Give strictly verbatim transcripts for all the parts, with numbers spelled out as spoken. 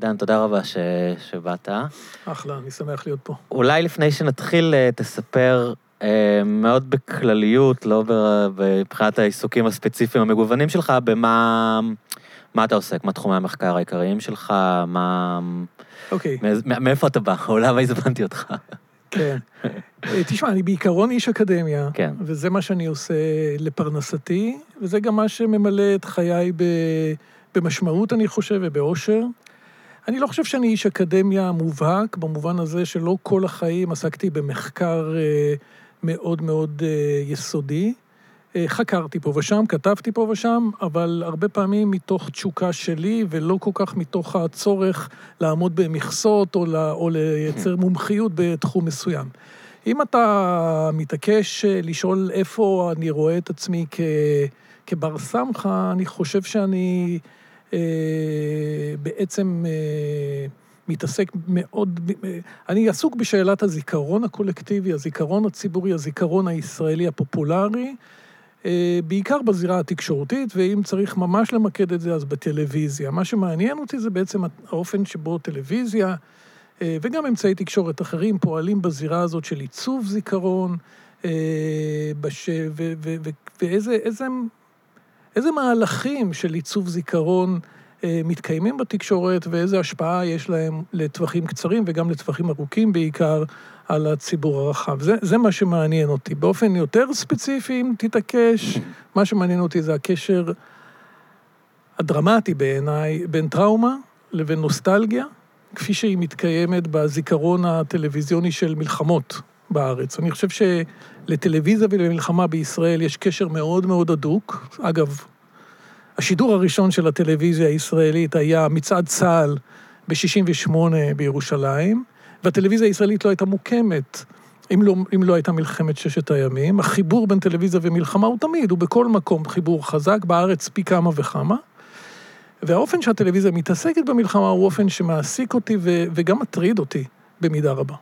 עידן, תודה רבה ש... שבאת. אחלה, אני שמח להיות פה. אולי לפני שנתחיל, תספר מאוד בכלליות, לא מבחינת העיסוקים הספציפיים המגוונים שלך, במה מה אתה עוסק, מה תחומי המחקר העיקריים שלך, מה... אוקיי. מאיפה אתה בא? אולי הזמנתי אותך. כן. תשמע, אני בעיקרון איש אקדמיה, כן. וזה מה שאני עושה לפרנסתי, וזה גם מה שממלא את חיי במשמעות, אני חושב, ובאושר. אני לא חושב שאני איש אקדמיה מובהק, במובן הזה שלא כל החיים עסקתי במחקר מאוד מאוד יסודי. חקרתי פה ושם, כתבתי פה ושם, אבל הרבה פעמים מתוך תשוקה שלי, ולא כל כך מתוך הצורך לעמוד במכסות, או, לה, או לייצר מומחיות בתחום מסוים. אם אתה מתעקש לשאול איפה אני רואה את עצמי כ, כבר סמכה, אני חושב שאני אה, בעצם אה, מתעסק מאוד, אה, אני עסוק בשאלת הזיכרון הקולקטיבי, הזיכרון הציבורי, הזיכרון הישראלי הפופולרי, בעיקר בזירה התקשורתית, ואם צריך ממש למקד את זה, אז בטלוויזיה. מה שמעניין אותי זה בעצם האופן שבו טלוויזיה, וגם אמצעי תקשורת אחרים, פועלים בזירה הזאת של עיצוב זיכרון, ואיזה איזה, איזה מהלכים של עיצוב זיכרון מתקיימים בתקשורת, ואיזה השפעה יש להם לטווחים קצרים, וגם לטווחים ארוכים בעיקר, על הציבור הרחב. זה, זה מה שמעניין אותי. באופן יותר ספציפי, אם תתעקש, מה שמעניין אותי זה הקשר הדרמטי בעיניי, בין טראומה לבין נוסטלגיה, כפי שהיא מתקיימת בזיכרון הטלוויזיוני של מלחמות בארץ. אני חושב שלטלוויזיה ולמלחמה בישראל יש קשר מאוד מאוד הדוק. אגב, השידור הראשון של הטלוויזיה הישראלית היה מצעד צה"ל ב-שישים ושמונה בירושלים, והטלוויזיה הישראלית לא הייתה מוקמת, אם לא, אם לא הייתה מלחמת ששת הימים. החיבור בין טלוויזיה ומלחמה הוא תמיד, הוא בכל מקום חיבור חזק, בארץ פי כמה וכמה, והאופן שהטלוויזיה מתעסקת במלחמה הוא אופן שמעסיק אותי ו- וגם מטריד אותי במידה רבה.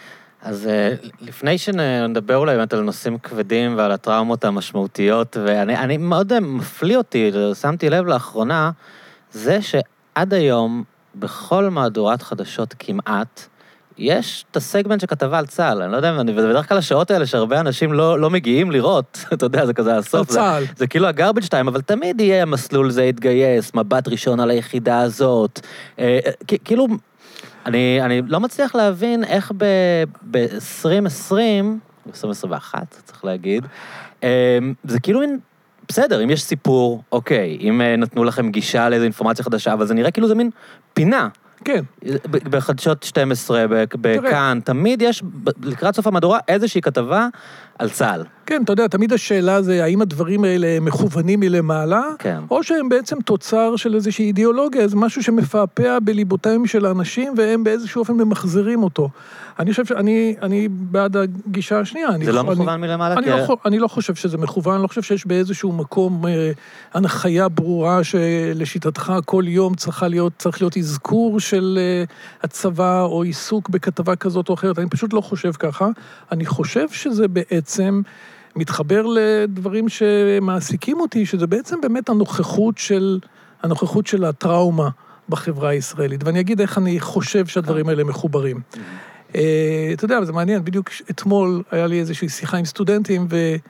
אז לפני שנדבר אולי באמת על נושאים כבדים ועל הטראומות המשמעותיות, ואני אני מאוד מפליא אותי, שמתי לב לאחרונה, זה שעד היום, בכל מהדורת חדשות כמעט, יש את הסגמנט שכתבה על צה"ל, אני לא יודע, ובדרך כלל השעות האלה שהרבה אנשים לא, לא מגיעים לראות, אתה יודע, זה כזה הסוף, זה, זה כאילו הגרבג' טיים, אבל תמיד יהיה מסלול זה יתגייס, מבט ראשון על היחידה הזאת, אה, כאילו, אני, אני לא מצליח להבין איך ב-עשרים עשרים, עשרים עשרים ואחת, צריך להגיד, אה, זה כאילו מין, בסדר, אם יש סיפור, אוקיי, אם נתנו לכם גישה לאיזו אינפורמציה חדשה, אבל זה נראה כאילו זה מין פינה, כן. בחדשות שתים עשרה, בכאן, תמיד יש, לקראת סוף המהדורה, איזושהי כתבה על צה"ל. כן, אתה יודע, תמיד השאלה זה, האם הדברים האלה מכוונים מלמעלה, כן. או שהם בעצם תוצר של איזושהי אידיאולוגיה, זה משהו שמפעפע בליבותיהם של האנשים, והם באיזשהו אופן ממחזרים אותו. אני חושב שאני, אני בעד הגישה השנייה. זה לא מכוון מלמעלה? אני, לא, אני לא חושב שזה מכוון, אני לא חושב שיש באיזשהו מקום אה, הנחיה ברורה שלשיטתך כל יום צריכה להיות, צריך להיות אזכור של אה, הצבא או עיסוק בכתבה כזאת או אחרת. אני פשוט לא חושב ככה. אני חושב שזה בעצם מתחבר לדברים שמעסיקים אותי, שזה בעצם באמת הנוכחות של, הנוכחות של הטראומה בחברה הישראלית. ואני אגיד איך אני חושב שהדברים האלה מחוברים. אתה יודע, זה מעניין, בדיוק אתמול היה לי איזושהי שיחה עם סטודנטים,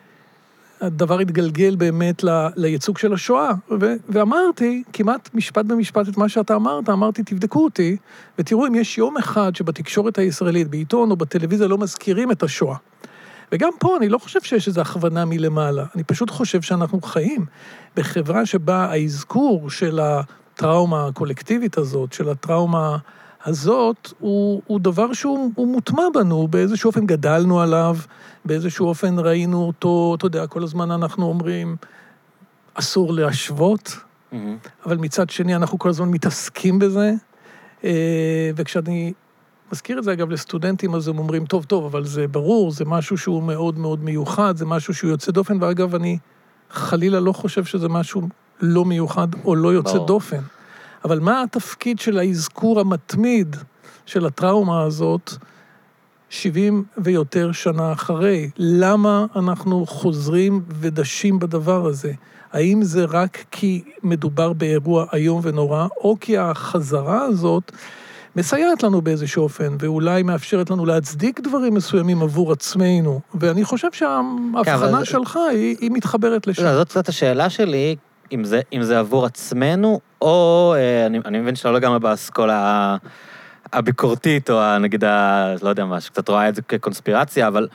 והדבר התגלגל באמת לייצוג של השואה, ואמרתי, כמעט משפט במשפט את מה שאתה אמרת, אמרתי, תבדקו אותי, ותראו אם יש יום אחד שבתקשורת הישראלית, בעיתון או בטלוויזיה, לא מזכירים את השואה. וגם פה אני לא חושב שיש איזו הכוונה מלמעלה, אני פשוט חושב שאנחנו חיים בחברה שבה האזכור של הטראומה הקולקטיבית הזאת, של הטראומה הזאת, הוא, הוא דבר שהוא הוא מוטמע בנו, באיזשהו אופן גדלנו עליו, באיזשהו אופן ראינו אותו, אתה יודע, כל הזמן אנחנו אומרים, אסור להשוות, mm-hmm. אבל מצד שני אנחנו כל הזמן מתעסקים בזה, וכשאני מזכיר את זה אגב לסטודנטים, אז הם אומרים, טוב, טוב, אבל זה ברור, זה משהו שהוא מאוד מאוד מיוחד, זה משהו שהוא יוצא דופן, ואגב, אני חלילה לא חושב שזה משהו לא מיוחד או לא יוצא ברור. דופן. אבל מה התפקיד של האזכור המתמיד של הטראומה הזאת, שבעים ויותר שנה אחרי? למה אנחנו חוזרים ודשים בדבר הזה? האם זה רק כי מדובר באירוע היום ונורא, או כי החזרה הזאת מסייעת לנו באיזשהו אופן, ואולי מאפשרת לנו להצדיק דברים מסוימים עבור עצמנו, ואני חושב שההבחנה שלך היא, היא מתחברת לשם. זאת, זאת השאלה שלי, אם זה, אם זה עבור עצמנו, או אני, אני מבין שלא לגמרי באסכולה הביקורתית, או נגיד, ה, לא יודע מה, שקצת רואה את זה כקונספירציה, אבל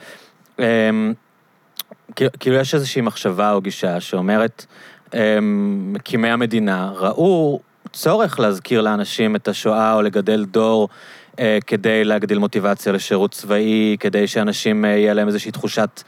כאילו יש איזושהי מחשבה או גישה שאומרת, מקימי המדינה ראו צורך להזכיר לאנשים את השואה או לגדל דור כדי להגדיל מוטיבציה לשירות צבאי, כדי שאנשים יהיה להם איזושהי תחושת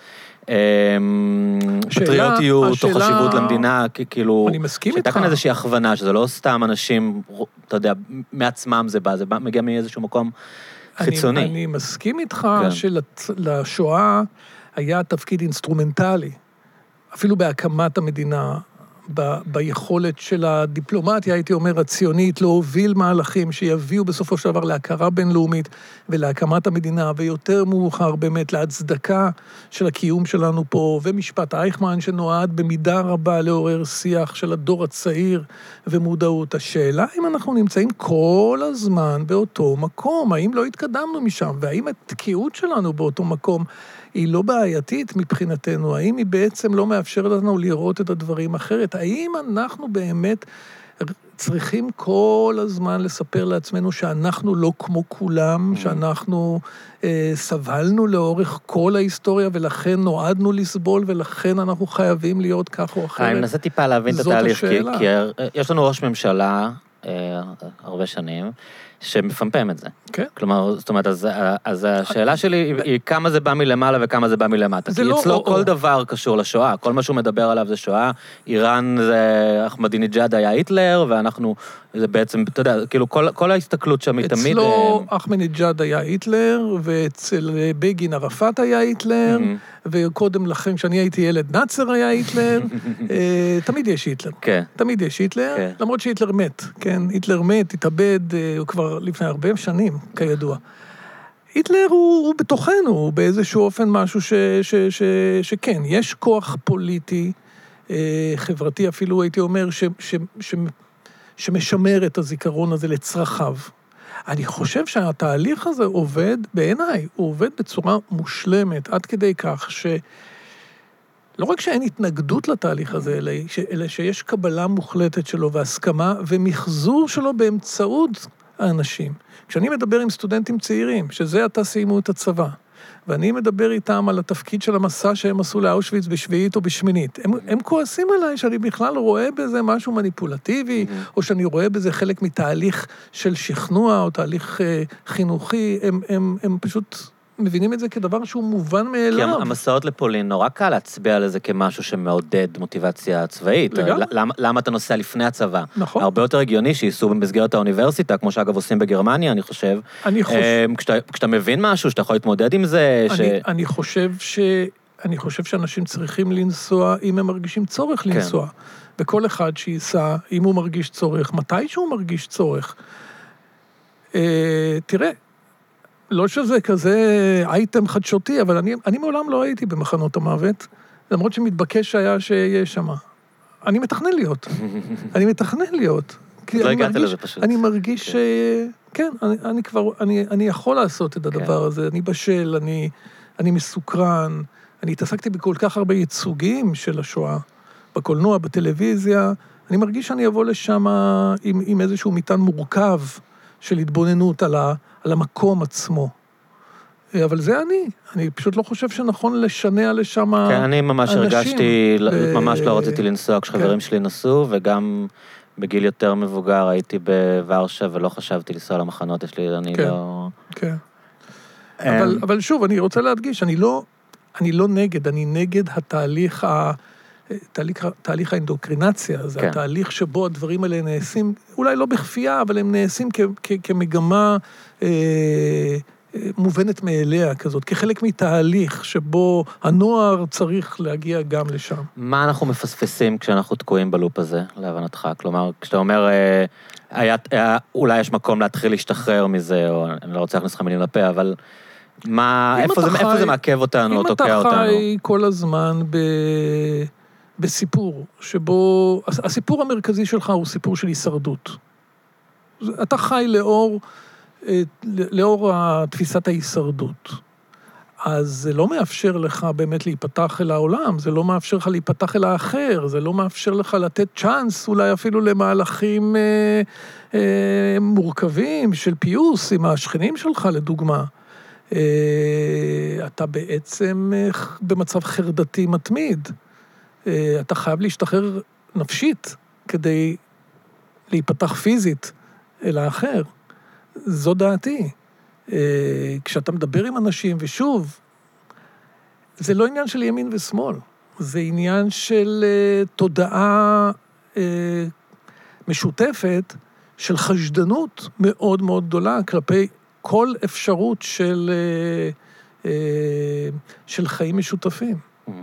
פטריוטיות או חשיבות למדינה, כאילו, אני מסכים איתך. שהייתה כאן איזושהי הכוונה, שזה לא סתם אנשים, אתה יודע, מעצמם זה בא, זה מגיע מאיזשהו מקום חיצוני. אני, אני מסכים איתך שלשואה היה תפקיד אינסטרומנטלי, אפילו בהקמת המדינה, ב, ביכולת של הדיפלומטיה, הייתי אומר, הציונית, להוביל מהלכים שיביאו בסופו של דבר להכרה בינלאומית ולהקמת המדינה, ויותר מאוחר באמת להצדקה של הקיום שלנו פה, ומשפט אייכמן שנועד במידה רבה לעורר שיח של הדור הצעיר ומודעות. השאלה אם אנחנו נמצאים כל הזמן באותו מקום, האם לא התקדמנו משם, והאם התקיעות שלנו באותו מקום היא לא בעייתית מבחינתנו, האם היא בעצם לא מאפשרת לנו לראות את הדברים אחרת, האם אנחנו באמת צריכים כל הזמן לספר לעצמנו שאנחנו לא כמו כולם, שאנחנו אה, סבלנו לאורך כל ההיסטוריה, ולכן נועדנו לסבול, ולכן אנחנו חייבים להיות כך או אחרת. אני מנסה טיפה להבין את התהליך, כי, כי יש לנו ראש ממשלה אה, הרבה שנים, שמפמפם את זה. כן. כלומר, זאת אומרת, אז, אז השאלה שלי היא, היא כמה זה בא מלמעלה וכמה זה בא מלמטה. כי לא, אצלו או, כל או. דבר קשור לשואה, כל מה שהוא מדבר עליו זה שואה, איראן זה אחמדינג'אד היה היטלר, ואנחנו, זה בעצם, אתה יודע, כאילו כל, כל ההסתכלות שם היא תמיד... אצלו אחמדינג'אד היה היטלר, ואצל בגין ערפאת היה היטלר, וקודם לכן, כשאני הייתי ילד, נאצר היה היטלר, תמיד יש היטלר. כן. תמיד יש היטלר, כן. למרות שהיטלר מת, כן? היטלר מת, התאבד, הוא כבר לפני הרבה שנים, כידוע. היטלר הוא, הוא בתוכנו, הוא באיזשהו אופן משהו ש, ש, ש, שכן, יש כוח פוליטי, חברתי אפילו הייתי אומר, ש, ש, ש, שמשמר את הזיכרון הזה לצרכיו. אני חושב שהתהליך הזה עובד, בעיניי, הוא עובד בצורה מושלמת, עד כדי כך ש... לא רק שאין התנגדות לתהליך הזה, אלא, אלא שיש קבלה מוחלטת שלו והסכמה ומחזור שלו באמצעות האנשים. כשאני מדבר עם סטודנטים צעירים, שזה עתה סיימו את הצבא, ואני מדבר איתם על התפקיד של המסע שהם עשו לאושוויץ בשביעית או בשמינית, הם, הם כועסים עליי שאני בכלל רואה בזה משהו מניפולטיבי, mm-hmm. או שאני רואה בזה חלק מתהליך של שכנוע או תהליך אה, חינוכי, הם, הם, הם פשוט... מבינים את זה כדבר שהוא מובן מאליו. כי המסעות לפולין נורא קל להצביע על זה כמשהו שמעודד מוטיבציה צבאית. למה, למה אתה נוסע לפני הצבא? נכון. הרבה יותר הגיוני שייסעו במסגרת האוניברסיטה, כמו שאגב עושים בגרמניה, אני חושב. אני חושב... כשאתה, כשאתה מבין משהו, שאתה יכול להתמודד עם זה, אני, ש... אני חושב ש... אני חושב שאנשים צריכים לנסוע אם הם מרגישים צורך לנסוע. כן. וכל אחד שייסע, אם הוא מרגיש צורך, מתי שהוא מרגיש צורך. אה, תראה, לא שזה כזה אייטם חדשותי, אבל אני, אני מעולם לא הייתי במחנות המוות, למרות שמתבקש היה שיהיה שם. אני מתכנן להיות. אני מתכנן להיות. לא הגעת לזה פשוט. אני מרגיש ש... כן, אני, אני כבר, אני, אני יכול לעשות את הדבר הזה. אני בשל, אני, אני מסוקרן. אני התעסקתי בכל כך הרבה ייצוגים של השואה, בקולנוע, בטלוויזיה. אני מרגיש שאני אבוא לשם עם, עם איזשהו מטען מורכב של התבוננות על ה... על המקום עצמו. אבל זה אני. אני פשוט לא חושב שנכון לשנע לשם אנשים. כן, אני ממש הרגשתי, ממש לא רציתי לנסוע כשחברים שלי נסעו, וגם בגיל יותר מבוגר הייתי בוורשה, ולא חשבתי לנסוע למחנות, יש לי, אני לא... כן. אבל, אבל שוב, אני רוצה להדגיש, אני לא, אני לא נגד, אני נגד התהליך ה... תהליך, תהליך האינדוקרינציה, זה כן. התהליך שבו הדברים האלה נעשים, אולי לא בכפייה, אבל הם נעשים כ, כ, כמגמה אה, אה, מובנת מאליה כזאת, כחלק מתהליך שבו הנוער צריך להגיע גם לשם. מה אנחנו מפספסים כשאנחנו תקועים בלופ הזה, להבנתך? כלומר, כשאתה אומר, אה, היה, היה, אולי יש מקום להתחיל להשתחרר מזה, או אני לא רוצה להכניס לך מילים לפה, אבל... מה, איפה זה, חי, איפה זה מעכב אותנו, או תוקע אותנו? אם אתה חי כל הזמן ב... בסיפור, שבו, הסיפור המרכזי שלך הוא סיפור של הישרדות. אתה חי לאור, לאור תפיסת ההישרדות. אז זה לא מאפשר לך באמת להיפתח אל העולם, זה לא מאפשר לך להיפתח אל האחר, זה לא מאפשר לך לתת צ'אנס, אולי אפילו למהלכים אה, אה, מורכבים של פיוס עם השכנים שלך, לדוגמה. אה, אתה בעצם אה, במצב חרדתי מתמיד. אה, אתה חייב להשתחרר נפשית כדי להיפתח פיזית אל האחר. זו דעתי. כשאתה מדבר עם אנשים, ושוב, זה לא עניין של ימין ושמאל, זה עניין של תודעה משותפת, של חשדנות מאוד מאוד גדולה, כלפי כל אפשרות של, של חיים משותפים.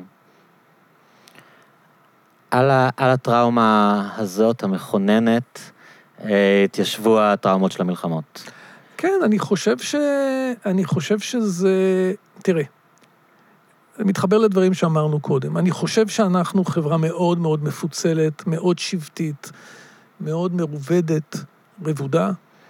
על, ה, על הטראומה הזאת, המכוננת, התיישבו הטראומות של המלחמות. כן, אני חושב ש... אני חושב שזה... תראה, מתחבר לדברים שאמרנו קודם. אני חושב שאנחנו חברה מאוד מאוד מפוצלת, מאוד שבטית, מאוד מרובדת, רבודה.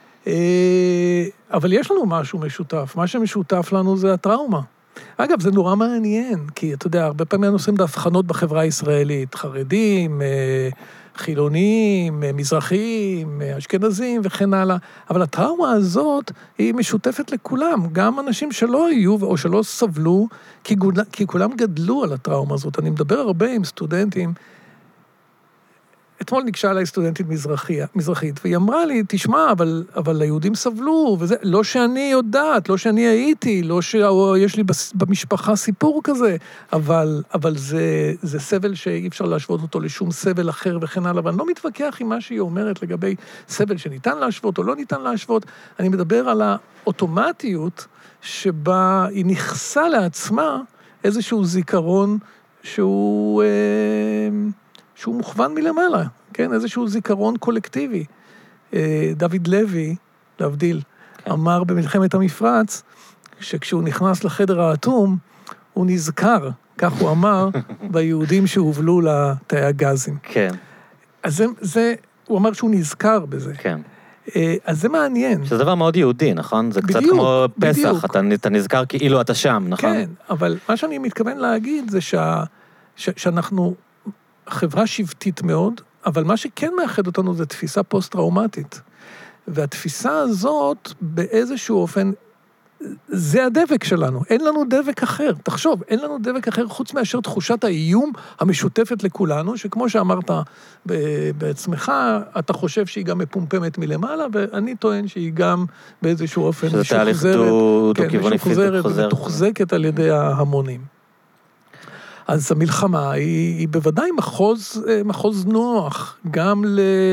אבל יש לנו משהו משותף. מה שמשותף לנו זה הטראומה. אגב, זה נורא מעניין, כי אתה יודע, הרבה פעמים אנחנו עושים בהבחנות בחברה הישראלית, חרדים, חילונים, מזרחים, אשכנזים וכן הלאה, אבל הטראומה הזאת היא משותפת לכולם, גם אנשים שלא היו או שלא סבלו, כי, גול, כי כולם גדלו על הטראומה הזאת. אני מדבר הרבה עם סטודנטים, אתמול ניגשה עליי סטודנטית מזרחיה, מזרחית, והיא אמרה לי, תשמע, אבל, אבל היהודים סבלו, וזה, לא שאני יודעת, לא שאני הייתי, לא שיש לי במשפחה סיפור כזה, אבל, אבל זה, זה סבל שאי אפשר להשוות אותו לשום סבל אחר וכן הלאה, ואני לא מתווכח עם מה שהיא אומרת לגבי סבל שניתן להשוות או לא ניתן להשוות, אני מדבר על האוטומטיות שבה היא נכסה לעצמה איזשהו זיכרון שהוא... שהוא מוכוון מלמעלה, כן? איזשהו זיכרון קולקטיבי. דוד לוי, להבדיל, כן. אמר במלחמת המפרץ, שכשהוא נכנס לחדר האטום, הוא נזכר, כך הוא אמר, ביהודים שהובלו לתאי הגזים. כן. אז זה, זה, הוא אמר שהוא נזכר בזה. כן. אז זה מעניין. שזה דבר מאוד יהודי, נכון? זה בדיוק, קצת כמו פסח, בדיוק. אתה, אתה נזכר כאילו אתה שם, נכון? כן, אבל מה שאני מתכוון להגיד זה שה, ש, שאנחנו... חברה שבטית מאוד, אבל מה שכן מאחד אותנו זה תפיסה פוסט-טראומטית. והתפיסה הזאת, באיזשהו אופן, זה הדבק שלנו. אין לנו דבק אחר. תחשוב, אין לנו דבק אחר חוץ מאשר תחושת האיום המשותפת לכולנו, שכמו שאמרת בעצמך, אתה חושב שהיא גם מפומפמת מלמעלה, ואני טוען שהיא גם באיזשהו אופן משוחזרת, כן, משוחזרת ומתוחזקת על ידי ההמונים. אז המלחמה היא, היא בוודאי מחוז, מחוז נוח, גם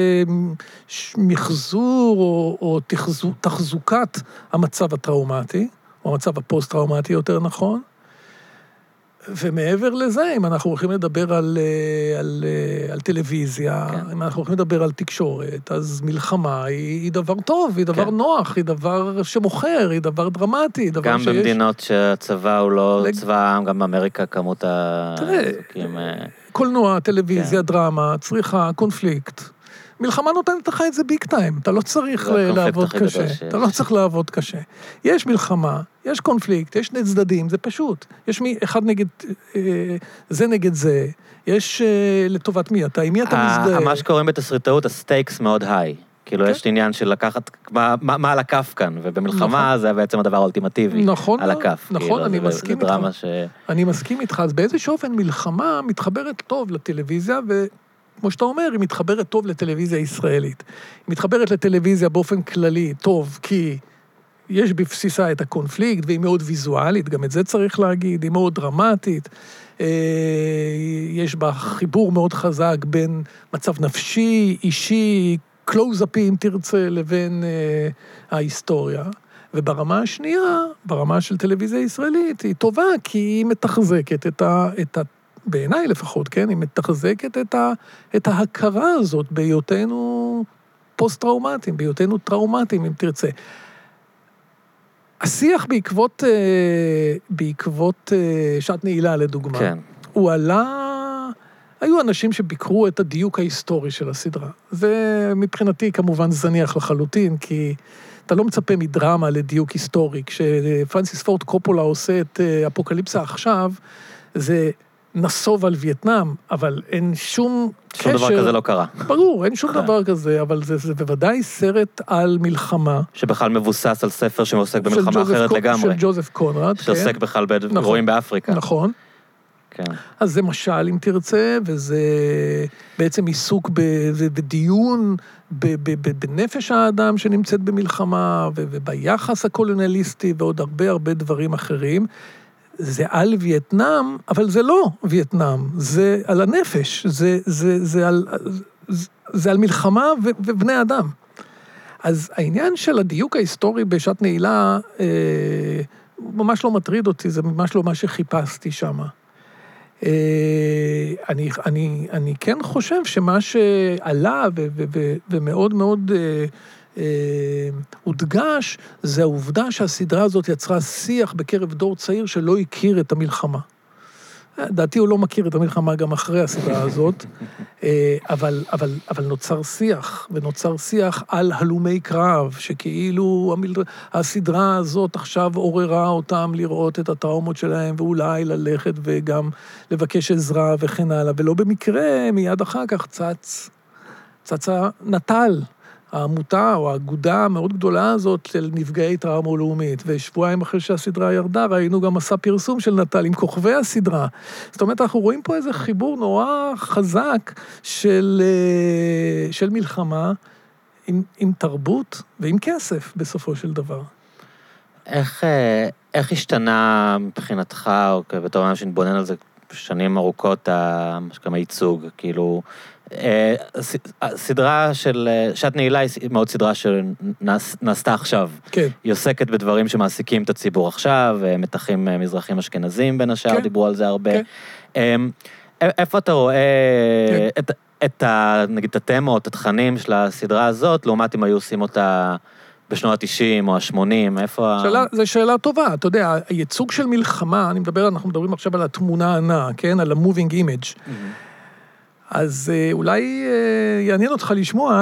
למחזור או, או תחזו, תחזוקת המצב הטראומטי, או המצב הפוסט-טראומטי יותר נכון. ומעבר לזה, אם אנחנו הולכים לדבר על, על, על טלוויזיה, כן. אם אנחנו הולכים לדבר על תקשורת, אז מלחמה היא, היא דבר טוב, היא דבר כן. נוח, היא דבר שמוכר, היא דבר דרמטי, דבר גם שיש... במדינות שהצבא הוא לא לג... צבא העם, גם באמריקה כמות תראה, הזוקים... קולנוע, טלוויזיה, כן. דרמה, צריכה, קונפליקט. מלחמה נותנת לך את זה ביג טיים, אתה לא צריך לעבוד קשה, אתה לא צריך לעבוד קשה. יש מלחמה, יש קונפליקט, יש שני צדדים, זה פשוט. יש מי, אחד נגד, זה נגד זה, יש לטובת מי אתה, עם מי אתה מזדהה. מה שקוראים בתסריטאות, הסטייקס מאוד היי. כאילו יש עניין של לקחת, מה על הכף כאן, ובמלחמה זה בעצם הדבר האולטימטיבי. נכון, על הכף. נכון, אני מסכים איתך. אני מסכים איתך, אז באיזשהו אופן מלחמה מתחברת טוב לטלוויזיה, ו... כמו שאתה אומר, היא מתחברת טוב לטלוויזיה ישראלית. היא מתחברת לטלוויזיה באופן כללי טוב, כי יש בבסיסה את הקונפליקט, והיא מאוד ויזואלית, גם את זה צריך להגיד, היא מאוד דרמטית. יש בה חיבור מאוד חזק בין מצב נפשי, אישי, קלוז-אפי, אם תרצה, לבין ההיסטוריה. וברמה השנייה, ברמה של טלוויזיה ישראלית, היא טובה, כי היא מתחזקת את ה... את ה בעיניי לפחות, כן, היא מתחזקת את, ה, את ההכרה הזאת בהיותנו פוסט-טראומטיים, בהיותנו טראומטיים, אם תרצה. השיח בעקבות, בעקבות שעת נעילה, לדוגמה, כן. הוא עלה, היו אנשים שביקרו את הדיוק ההיסטורי של הסדרה. זה מבחינתי כמובן זניח לחלוטין, כי אתה לא מצפה מדרמה לדיוק היסטורי. כשפרנסיס פורד קופולה עושה את אפוקליפסה עכשיו, זה נסוב על וייטנאם, אבל אין שום קשר... שום דבר כזה לא קרה. ברור, אין שום דבר כזה, אבל זה, זה בוודאי סרט על מלחמה. שבכלל מבוסס על ספר שעוסק במלחמה אחרת לגמרי. של ג'וזף קונרד, כן. שעוסק בכלל באירועים באפריקה. נכון. כן. אז זה משל, אם תרצה, וזה בעצם עיסוק בדיון, בנפש האדם שנמצאת במלחמה, וביחס הקולוניאליסטי, ועוד הרבה הרבה דברים אחרים. זה על וייטנאם, אבל זה לא וייטנאם, זה על הנפש, זה, זה, זה, על, זה על מלחמה ו, ובני אדם. אז העניין של הדיוק ההיסטורי בשעת נעילה, אה, ממש לא מטריד אותי, זה ממש לא מה שחיפשתי שם. אה, אני, אני, אני כן חושב שמה שעלה ו, ו, ו, ומאוד מאוד... אה, הודגש, זה העובדה שהסדרה הזאת יצרה שיח בקרב דור צעיר שלא הכיר את המלחמה. דעתי הוא לא מכיר את המלחמה גם אחרי הסדרה הזאת, אבל, אבל, אבל נוצר שיח, ונוצר שיח על הלומי קרב, שכאילו הסדרה הזאת עכשיו עוררה אותם לראות את הטראומות שלהם, ואולי ללכת וגם לבקש עזרה וכן הלאה, ולא במקרה מיד אחר כך צץ, צצה נטל, העמותה או האגודה המאוד גדולה הזאת של נפגעי טראומה לאומית, ושבועיים אחרי שהסדרה ירדה, ראינו גם מסע פרסום של נטל עם כוכבי הסדרה. זאת אומרת, אנחנו רואים פה איזה חיבור נורא חזק של, של מלחמה עם, עם תרבות ועם כסף בסופו של דבר. איך, איך השתנה מבחינתך, או בתור מה שנתבונן על זה שנים ארוכות, כמה ייצוג, כאילו... הסדרה של שעת נעילה היא מאוד סדרה שנעשתה עכשיו. כן. היא עוסקת בדברים שמעסיקים את הציבור עכשיו, מתחים מזרחים אשכנזים בין השאר, כן. דיברו על זה הרבה. כן. איפה אתה רואה כן. את, את ה, נגיד, התמות, התכנים של הסדרה הזאת, לעומת אם היו עושים אותה בשנות ה-תשעים או ה-שמונים, איפה... שאלה, זו שאלה טובה, אתה יודע, הייצוג של מלחמה, אני מדבר, אנחנו מדברים עכשיו על התמונה הענה, כן? על ה-moving image. Mm-hmm. אז אולי יעניין אותך לשמוע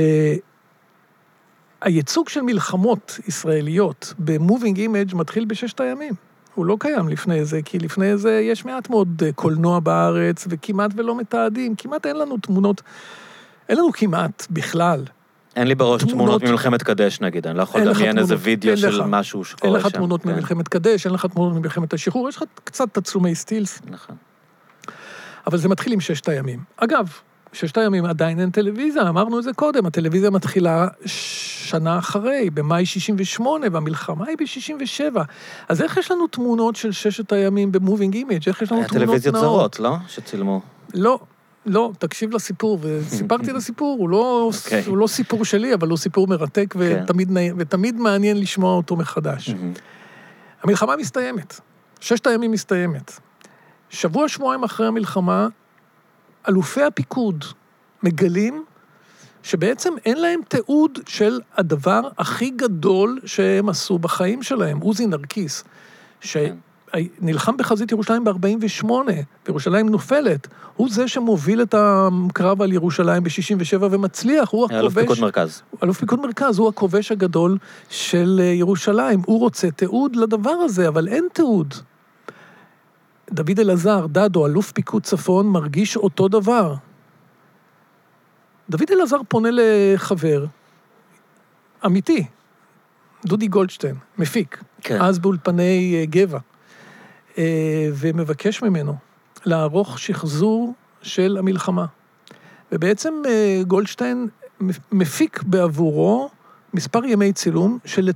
שהייצוג של מלחמות ישראליות ב-moving image מתחיל בששת הימים. הוא לא קיים לפני זה, כי לפני זה יש מעט מאוד קולנוע בארץ, וכמעט ולא מתעדים, כמעט אין לנו תמונות, אין לנו כמעט בכלל. אין לי בראש תמונות, תמונות ממלחמת קדש, נגיד, אני לא יכול לדמיין איזה וידאו של לך, משהו שקורה שם. אין לך תמונות כן. ממלחמת קדש, אין לך תמונות ממלחמת השחרור, יש לך קצת תצלומי סטילס. נכון. אבל זה מתחיל עם ששת הימים. אגב, ששת הימים עדיין אין טלוויזיה, אמרנו את זה קודם, הטלוויזיה מתחילה שנה אחרי, במאי שישים ושמונה, והמלחמה היא ב-שישים ושבע. אז איך יש לנו תמונות של ששת הימים במובינג אימג'? איך יש לנו תמונות נאות? טלוויזיות זרות, לא? שצילמו. לא, לא, תקשיב לסיפור, וסיפרתי לסיפור, הוא לא, okay. הוא לא סיפור שלי, אבל הוא סיפור מרתק, okay. ותמיד, ותמיד מעניין לשמוע אותו מחדש. Mm-hmm. המלחמה מסתיימת, ששת הימים מסתיימת. שבוע שבועיים אחרי המלחמה, אלופי הפיקוד מגלים שבעצם אין להם תיעוד של הדבר הכי גדול שהם עשו בחיים שלהם, עוזי נרקיס, שנלחם בחזית ירושלים ב-ארבעים ושמונה, וירושלים נופלת, הוא זה שמוביל את הקרב על ירושלים ב-שישים ושבע ומצליח, הוא הכובש... אלוף פיקוד מרכז. אלוף פיקוד מרכז, הוא הכובש הגדול של ירושלים, הוא רוצה תיעוד לדבר הזה, אבל אין תיעוד. דוד אלעזר, דדו, אלוף פיקוד צפון, מרגיש אותו דבר. דוד אלעזר פונה לחבר, אמיתי, דודי גולדשטיין, מפיק, כן. אז באולפני גבע, ומבקש ממנו לערוך שחזור של המלחמה. ובעצם גולדשטיין מפיק בעבורו מספר ימי צילום של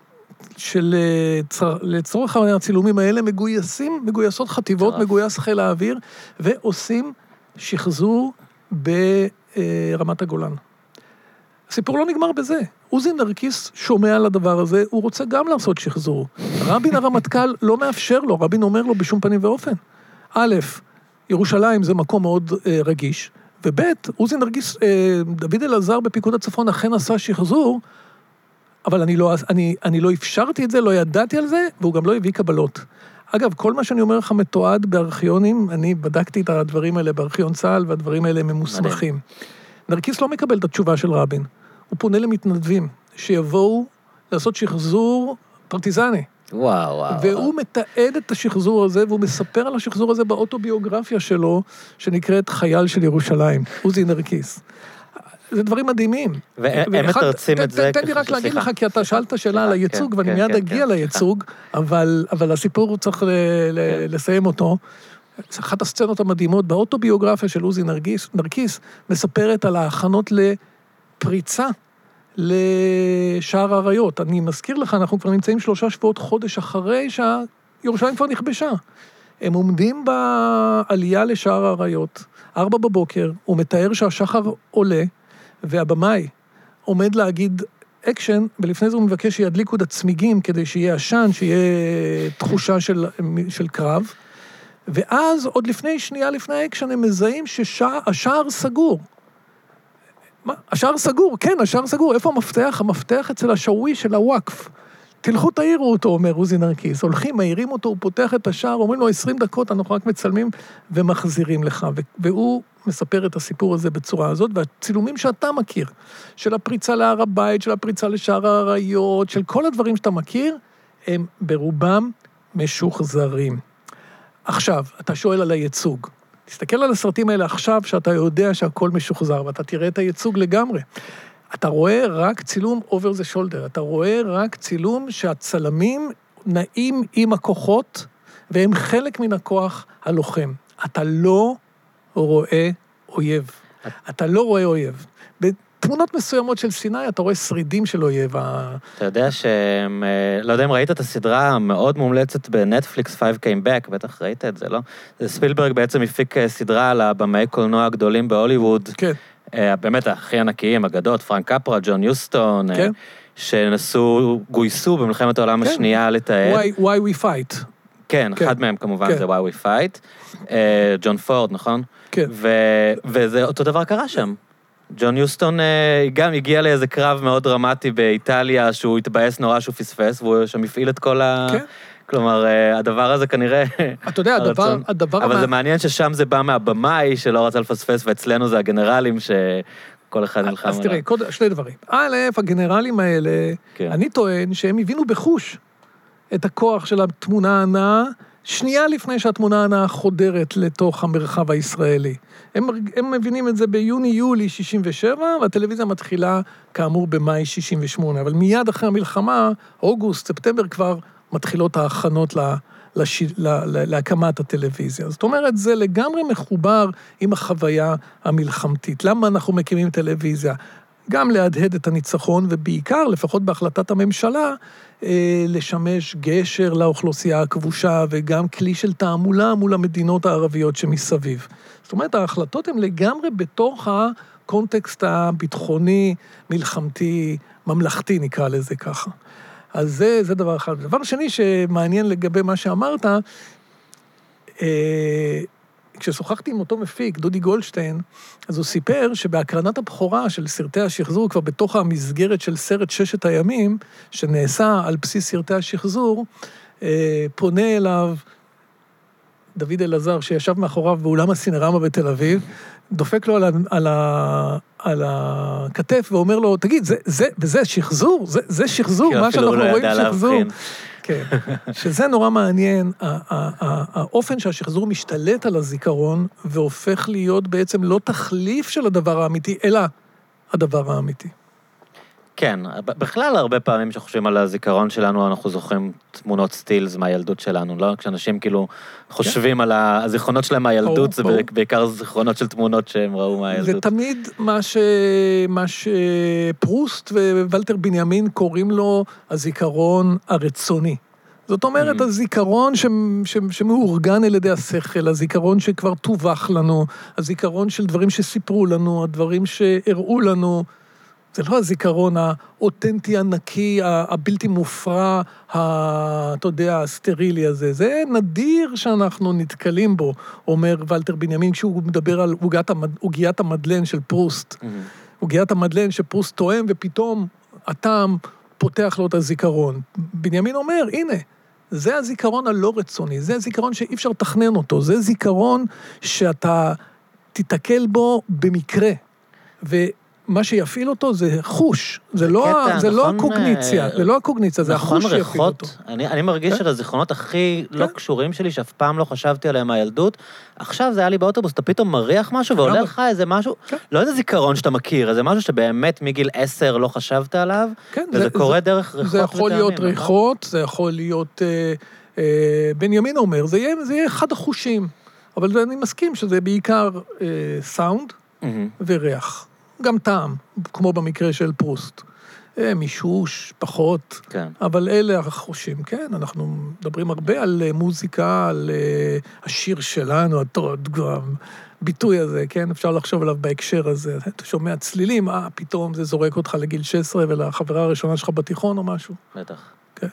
שלצורך הצילומים האלה מגויסים, מגויסות חטיבות, מגויס חיל האוויר, ועושים שחזור ברמת הגולן. הסיפור לא נגמר בזה. עוזי נרקיס שומע על הדבר הזה, הוא רוצה גם לעשות שחזור. רבין הרמטכ"ל לא מאפשר לו, רבין אומר לו בשום פנים ואופן. א', ירושלים זה מקום מאוד רגיש, וב', עוזי נרקיס, דוד אלעזר בפיקוד הצפון אכן עשה שחזור, אבל אני לא, אני, אני לא אפשרתי את זה, לא ידעתי על זה, והוא גם לא הביא קבלות. אגב, כל מה שאני אומר לך מתועד בארכיונים, אני בדקתי את הדברים האלה בארכיון צה"ל, והדברים האלה ממוסמכים. נרקיס לא מקבל את התשובה של רבין. הוא פונה למתנדבים, שיבואו לעשות שחזור פרטיזני. וואו, וואו. והוא מתעד את השחזור הזה, והוא מספר על השחזור הזה באוטוביוגרפיה שלו, שנקראת חייל של ירושלים, עוזי נרקיס. זה דברים מדהימים. והם מתרצים את זה. תן לי רק להגיד לך, כי אתה שאלת שאלה על הייצוג, ואני מיד אגיע לייצוג, אבל הסיפור הוא צריך לסיים אותו. אחת הסצנות המדהימות, באוטוביוגרפיה של עוזי נרקיס, מספרת על ההכנות לפריצה לשער האריות. אני מזכיר לך, אנחנו כבר נמצאים שלושה שבועות חודש אחרי שירושלים כבר נכבשה. הם עומדים בעלייה לשער האריות, ארבע בבוקר, הוא מתאר שהשחר עולה, והבמאי עומד להגיד אקשן, ולפני זה הוא מבקש שידליקו את הצמיגים, כדי שיהיה עשן, שיהיה תחושה של, של קרב, ואז עוד לפני, שנייה לפני האקשן, הם מזהים שהשער סגור. מה? השער סגור, כן, השער סגור. איפה המפתח? המפתח אצל השאווי של הוואקף. תלכו תאירו אותו, אומר עוזי נרקיס. הולכים, מאירים אותו, הוא פותח את השער, אומרים לו עשרים דקות, אנחנו רק מצלמים ומחזירים לך. והוא מספר את הסיפור הזה בצורה הזאת, והצילומים שאתה מכיר, של הפריצה להר הבית, של הפריצה לשער האריות, של כל הדברים שאתה מכיר, הם ברובם משוחזרים. עכשיו, אתה שואל על הייצוג. תסתכל על הסרטים האלה עכשיו, שאתה יודע שהכל משוחזר, ואתה תראה את הייצוג לגמרי. אתה רואה רק צילום over the shoulder, אתה רואה רק צילום שהצלמים נעים עם הכוחות, והם חלק מן הכוח הלוחם. אתה לא רואה אויב. אתה לא רואה אויב. בתמונות מסוימות של סיני, אתה רואה שרידים של אויב. אתה יודע שהם, לא יודע אם ראית את הסדרה המאוד מומלצת בנטפליקס, Five Came Back, בטח ראית את זה, לא? ספילברג בעצם הפיק סדרה על הבמאי קולנוע הגדולים בהוליווד. כן. באמת הכי ענקיים, אגדות, פרנק קפרה, ג'ון יוסטון, שנסו, גויסו במלחמת העולם השנייה לתעד. Why we fight. כן, אחד מהם כמובן זה Why we fight. ג'ון פורד, נכון? כן. וזה אותו דבר קרה שם. ג'ון יוסטון גם הגיע לאיזה קרב מאוד דרמטי באיטליה, שהוא התבאס נורא שהוא פספס, והוא שם הפעיל את כל ה... כלומר, הדבר הזה כנראה... אתה יודע, הדבר... הדבר אבל זה מעניין ששם זה בא מהבמאי שלא רצה לפספס, ואצלנו זה הגנרלים שכל אחד נלחם עליו. אז תראה, שני דברים. א', הגנרלים האלה, אני טוען שהם הבינו בחוש את הכוח של התמונה הנאה, שנייה לפני שהתמונה הנאה חודרת לתוך המרחב הישראלי. הם, הם מבינים את זה ביוני-יולי שישים ושבע, והטלוויזיה מתחילה כאמור במאי שישים ושמונה, אבל מיד אחרי המלחמה, אוגוסט, ספטמבר כבר מתחילות ההכנות לה, לש... לה, לה, להקמת הטלוויזיה. זאת אומרת, זה לגמרי מחובר עם החוויה המלחמתית. למה אנחנו מקימים טלוויזיה? גם להדהד את הניצחון, ובעיקר, לפחות בהחלטת הממשלה, לשמש גשר לאוכלוסייה הכבושה, וגם כלי של תעמולה מול המדינות הערביות שמסביב. זאת אומרת, ההחלטות הן לגמרי בתוך הקונטקסט הביטחוני, מלחמתי, ממלכתי, נקרא לזה ככה. אז זה, זה דבר אחד. דבר שני שמעניין לגבי מה שאמרת, כששוחחתי עם אותו מפיק, דודי גולדשטיין, אז הוא סיפר שבהקרנת הבכורה של סרטי השחזור, כבר בתוך המסגרת של סרט ששת הימים, שנעשה על בסיס סרטי השחזור, פונה אליו דוד אלעזר, שישב מאחוריו באולם הסינרמה בתל אביב, דופק לו על, ה, על, ה, על הכתף ואומר לו, תגיד, זה, זה, וזה שחזור? זה, זה שחזור? מה שאנחנו רואים שחזור? כן, שזה נורא מעניין, האופן שהשחזור משתלט על הזיכרון, והופך להיות בעצם לא תחליף של הדבר האמיתי, אלא הדבר האמיתי. כן, בכלל הרבה פעמים שחושבים על הזיכרון שלנו, אנחנו זוכרים תמונות סטילס מהילדות שלנו, לא? כשאנשים כאילו חושבים על הזיכרונות שלהם מהילדות, זה בעיקר זיכרונות של תמונות שהם ראו מהילדות. זה תמיד מה שפרוסט ווולטר בנימין קוראים לו הזיכרון הרצוני. זאת אומרת, הזיכרון שמאורגן על ידי השכל, הזיכרון שכבר תובח לנו, הזיכרון של דברים שסיפרו לנו, הדברים שהראו לנו, זה לא הזיכרון האותנטי, הנקי, הבלתי מופרע, אתה יודע, הסטרילי הזה. זה נדיר שאנחנו נתקלים בו, אומר ולטר בנימין, כשהוא מדבר על עוגיית המדלן של פרוסט. עוגיית המדלן שפרוסט טועם, ופתאום הטעם פותח לו את הזיכרון. בנימין אומר, הנה, זה הזיכרון הלא רצוני, זה הזיכרון שאי אפשר לתכנן אותו, זה זיכרון שאתה תתקל בו במקרה, ומה שיפעיל אותו זה חוש, זה לא, קטע, זה נכון, לא הקוגניציה, זה לא הקוגניציה, זה נכון, החוש שיפעיל ריחות, אותו. אני, אני מרגיש של הזיכרונות הכי לא קשורים שלי, שאף פעם לא חשבתי עליהם מהילדות, עכשיו זה היה לי באוטובוס, אתה פתאום מריח משהו, ועולה לך איזה משהו, לא איזה זיכרון שאתה מכיר, איזה משהו שבאמת מגיל עשר לא חשבת עליו, וזה קורה דרך ריחות וטעמים. זה יכול להיות ריחות, זה יכול להיות, בנימין אומר, זה יהיה אחד החושים, אבל אני מסכים שזה בעיקר סאונד וריח. גם טעם, כמו במקרה של פרוסט. מישוש, פחות, כן. אבל אלה החושים, כן, אנחנו מדברים הרבה על מוזיקה, על השיר שלנו, הביטוי הזה, כן, אפשר לחשוב עליו בהקשר הזה, אתה שומע צלילים, אה, פתאום זה זורק אותך לגיל שש עשרה ולחברה הראשונה שלך בתיכון או משהו. בטח. כן.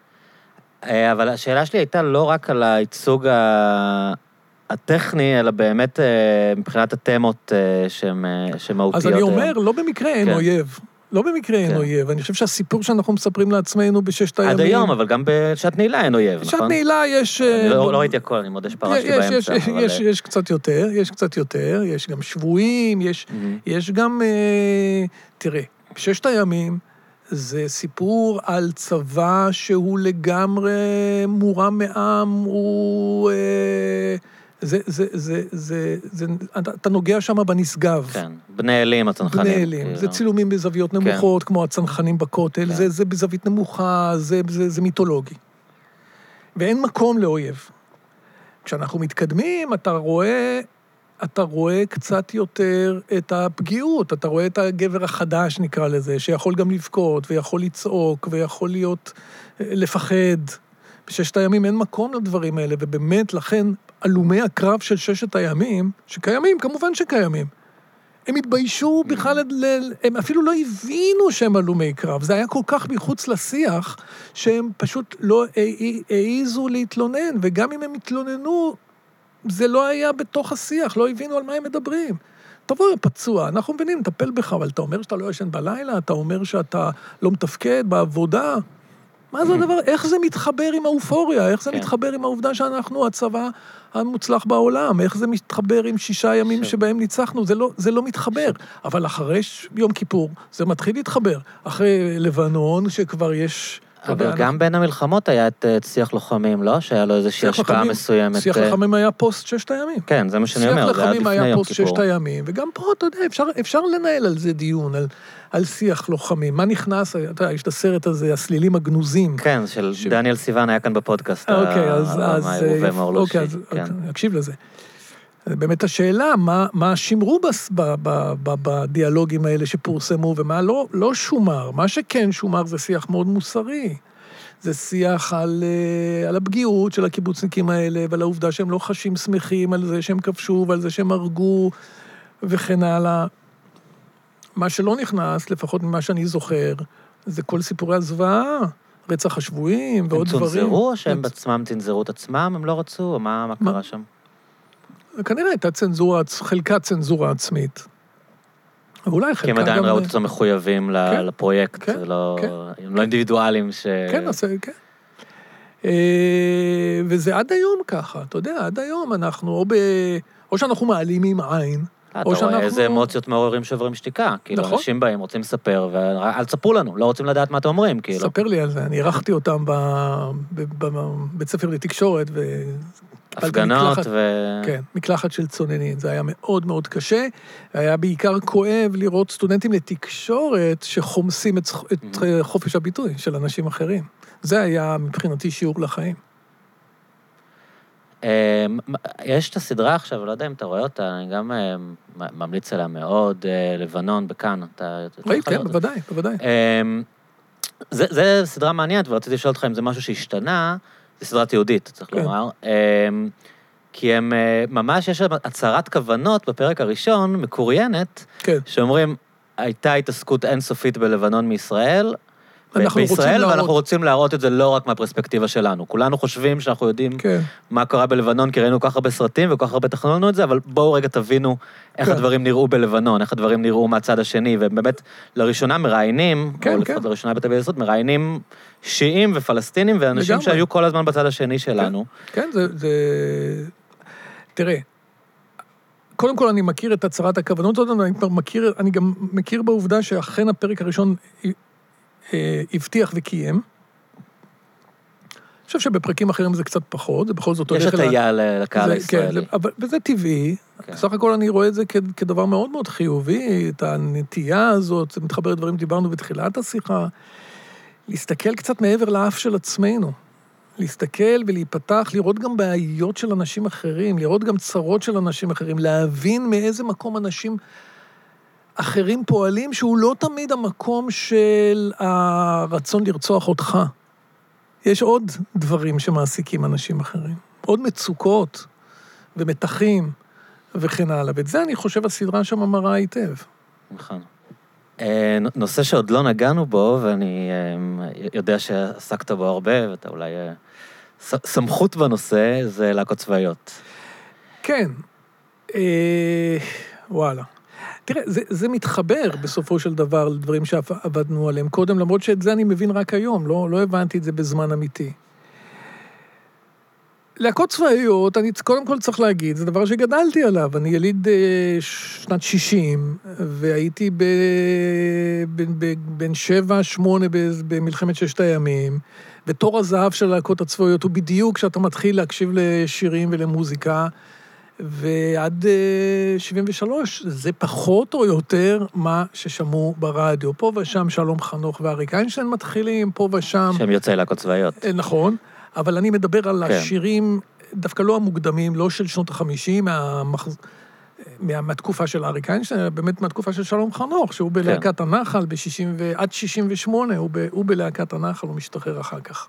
אבל השאלה שלי הייתה לא רק על הייצוג ה... הטכני, אלא באמת מבחינת התמות שמהותיות. אז אני אומר, לא במקרה אין אויב. לא במקרה אין אויב. אני חושב שהסיפור שאנחנו מספרים לעצמנו בששת הימים... עד היום, אבל גם בשעת נעילה אין אויב, נכון? בשעת נעילה יש... לא ראיתי הכל, אני מודה שפרשתי באמצע. יש קצת יותר, יש קצת יותר, יש גם שבויים, יש גם... תראה, בששת הימים זה סיפור על צבא שהוא לגמרי מורם מעם, הוא... זה, זה, זה, זה, זה, אתה נוגע שם בנשגב. כן, בני אלים, הצנחנים. בני אלים, זה צילומים בזוויות נמוכות, כמו הצנחנים בכותל, זה, זה בזווית נמוכה, זה, זה, זה מיתולוגי. ואין מקום לאויב. כשאנחנו מתקדמים, אתה רואה, אתה רואה קצת יותר את הפגיעות, אתה רואה את הגבר החדש, נקרא לזה, שיכול גם לבכות, ויכול לצעוק, ויכול להיות, לפחד. בששת הימים אין מקום לדברים האלה, ובאמת, לכן, אלומי הקרב של ששת הימים, שקיימים, כמובן שקיימים, הם התביישו בכלל, הם אפילו לא הבינו שהם אלומי קרב, זה היה כל כך מחוץ לשיח, שהם פשוט לא העיזו להתלונן, וגם אם הם התלוננו, זה לא היה בתוך השיח, לא הבינו על מה הם מדברים. תבוא פצוע, אנחנו מבינים, נטפל בך, אבל אתה אומר שאתה לא ישן בלילה, אתה אומר שאתה לא מתפקד בעבודה, מה זה הדבר? איך זה מתחבר עם האופוריה? איך זה מתחבר עם העובדה שאנחנו הצבא המוצלח בעולם? איך זה מתחבר עם שישה ימים שבהם ניצחנו? זה לא, זה לא מתחבר. אבל אחרי יום כיפור, זה מתחיל להתחבר. אחרי לבנון, שכבר יש... אבל גם בין המלחמות היה את שיח לוחמים, לא? שהיה לו איזושהי השפעה מסוימת. שיח לוחמים היה פוסט ששת הימים. כן, זה מה שאני אומר, זה היה לפני יום כיפור. שיח לוחמים היה פוסט ששת הימים, וגם פה, אתה יודע, אפשר, אפשר לנהל על זה דיון, על, על שיח לוחמים. מה נכנס, אתה יודע, יש את הסרט הזה, הסלילים הגנוזים. כן, של ש... דניאל סיוון היה כאן בפודקאסט. אוקיי, אז... אז אוקיי, אז אקשיב לזה. באמת השאלה, מה, מה שימרו בס, ב, ב, ב, בדיאלוגים האלה שפורסמו, ומה לא, לא שומר. מה שכן שומר זה שיח מאוד מוסרי. זה שיח על, על הפגיעות של הקיבוצניקים האלה, ועל העובדה שהם לא חשים שמחים על זה שהם כבשו, ועל זה שהם הרגו, וכן הלאה. מה שלא נכנס, לפחות ממה שאני זוכר, זה כל סיפורי הזוועה, רצח השבויים ועוד דברים. הם צנזרו או שהם בעצמם צנזרו את עצמם? הם לא רצו? או מה, מה קרה שם? כנראה הייתה צנזורה, חלקה צנזורה עצמית. ואולי חלקה גם... כי הם עדיין ראו את זה מחויבים לפרויקט, הם לא אינדיבידואלים ש... כן, כן. וזה עד היום ככה, אתה יודע, עד היום אנחנו, או שאנחנו מעלימים עין, אתה רואה איזה אמוציות מעוררים שוברים שתיקה, כאילו אנשים באים, רוצים לספר, ואל תספרו לנו, לא רוצים לדעת מה אתם אומרים, כאילו. ספר לי על זה, אני ערכתי אותם בבית ספר לתקשורת, ו... הפגנות ו... כן, מקלחת של צוננים, זה היה מאוד מאוד קשה, היה בעיקר כואב לראות סטודנטים לתקשורת שחומסים את, את חופש הביטוי של אנשים אחרים. זה היה מבחינתי שיעור לחיים. יש את הסדרה עכשיו, לא יודע אם אתה רואה אותה, אני גם ממליץ עליה מאוד, לבנון, בכאן. ראי, כן, בוודאי, בוודאי. זה סדרה מעניינת, ורציתי לשאול אותך אם זה משהו שהשתנה, זה סדרת יהודית, צריך לומר, כי הם ממש, יש הצהרת כוונות בפרק הראשון, מקוריינת, שאומרים, הייתה התעסקות אינסופית בלבנון מישראל, אנחנו רוצים בישראל, להראות... ואנחנו רוצים להראות את זה לא רק מהפרספקטיבה שלנו. כולנו חושבים שאנחנו יודעים כן. מה קרה בלבנון, כי ראינו כל כך הרבה סרטים וכל כך הרבה תכננו את זה, אבל בואו רגע תבינו איך כן. הדברים נראו בלבנון, איך הדברים נראו מהצד השני, ובאמת לראשונה מראיינים, כן, או כן. לפחות לראשונה בטלוויזיה, מראיינים שיעים ופלסטינים, ואנשים לגמרי. שהיו כל הזמן בצד השני שלנו. כן, כן זה, זה... תראה, קודם כל אני מכיר את הצהרת הכוונות הזאת, אני כבר מכיר, אני גם מכיר בעובדה שאכן הפרק הראשון הבטיח וקיים. אני חושב שבפרקים אחרים זה קצת פחות, זה בכל זאת... יש הטעיה לקהל הישראלי. כן, אבל, וזה טבעי. כן. בסך הכל אני רואה את זה כ, כדבר מאוד מאוד חיובי, את הנטייה הזאת, זה מתחבר לדברים דיברנו בתחילת השיחה, להסתכל קצת מעבר לאף של עצמנו. להסתכל ולהיפתח, לראות גם בעיות של אנשים אחרים, לראות גם צרות של אנשים אחרים, להבין מאיזה מקום אנשים אחרים פועלים, שהוא לא תמיד המקום של הרצון לרצוח אותך. יש עוד דברים שמעסיקים אנשים אחרים, עוד מצוקות ומתחים וכן הלאה, ואת זה אני חושב הסדרה שם מראה היטב. נכון. נושא שעוד לא נגענו בו, ואני יודע שעסקת בו הרבה, ואתה אולי סמכות בנושא, זה להקות צבאיות. כן. וואלה. תראה, זה, זה מתחבר בסופו של דבר לדברים שעבדנו עליהם קודם, למרות שאת זה אני מבין רק היום, לא, לא הבנתי את זה בזמן אמיתי. להקות צבאיות, אני קודם כל צריך להגיד, זה דבר שגדלתי עליו. אני יליד שנת שישים, והייתי ב, ב, ב, בין שבע, שמונה במלחמת ששת הימים, ותור הזהב של להקות הצבאיות הוא בדיוק כשאתה מתחיל להקשיב לשירים ולמוזיקה, ועד שבעים ושלוש זה פחות או יותר מה ששמעו ברדיו. פה ושם שלום חנוך ואריק איינשטיין מתחילים, פה ושם... שהם יוצאי להקות צבאיות. נכון. אבל אני מדבר על כן. השירים, דווקא לא המוקדמים, לא של שנות החמישים, מהמח... מה... מהתקופה של אריק איינשטיין, אלא באמת מהתקופה של שלום חנוך, שהוא בלהקת כן. הנחל, ב-שישים ו... עד שישים ושמונה, הוא, ב... הוא בלהקת הנחל, הוא משתחרר אחר כך.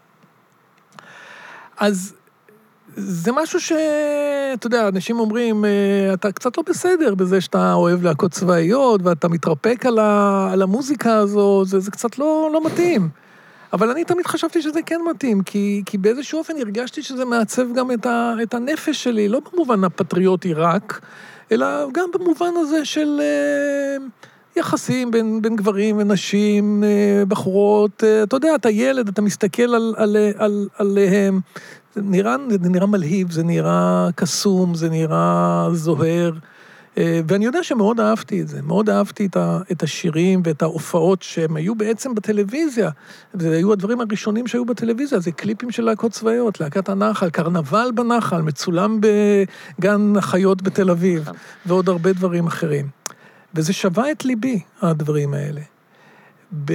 אז זה משהו ש... אתה יודע, אנשים אומרים, אתה קצת לא בסדר בזה שאתה אוהב להקות צבאיות, ואתה מתרפק על, ה... על המוזיקה הזו, זה, זה קצת לא, לא מתאים. אבל אני תמיד חשבתי שזה כן מתאים, כי, כי באיזשהו אופן הרגשתי שזה מעצב גם את, ה, את הנפש שלי, לא במובן הפטריוטי רק, אלא גם במובן הזה של אה, יחסים בין, בין גברים ונשים, אה, בחורות, אה, אתה יודע, אתה ילד, אתה מסתכל על, על, על, עליהם, זה נראה, זה נראה מלהיב, זה נראה קסום, זה נראה זוהר, ואני יודע שמאוד אהבתי את זה, מאוד אהבתי את השירים ואת ההופעות שהם היו בעצם בטלוויזיה, וזה היו הדברים הראשונים שהיו בטלוויזיה, זה קליפים של להקות צבאיות, להקת הנחל, קרנבל בנחל, מצולם בגן החיות בתל אביב, ועוד הרבה דברים אחרים. וזה שווה את ליבי, הדברים האלה. ב...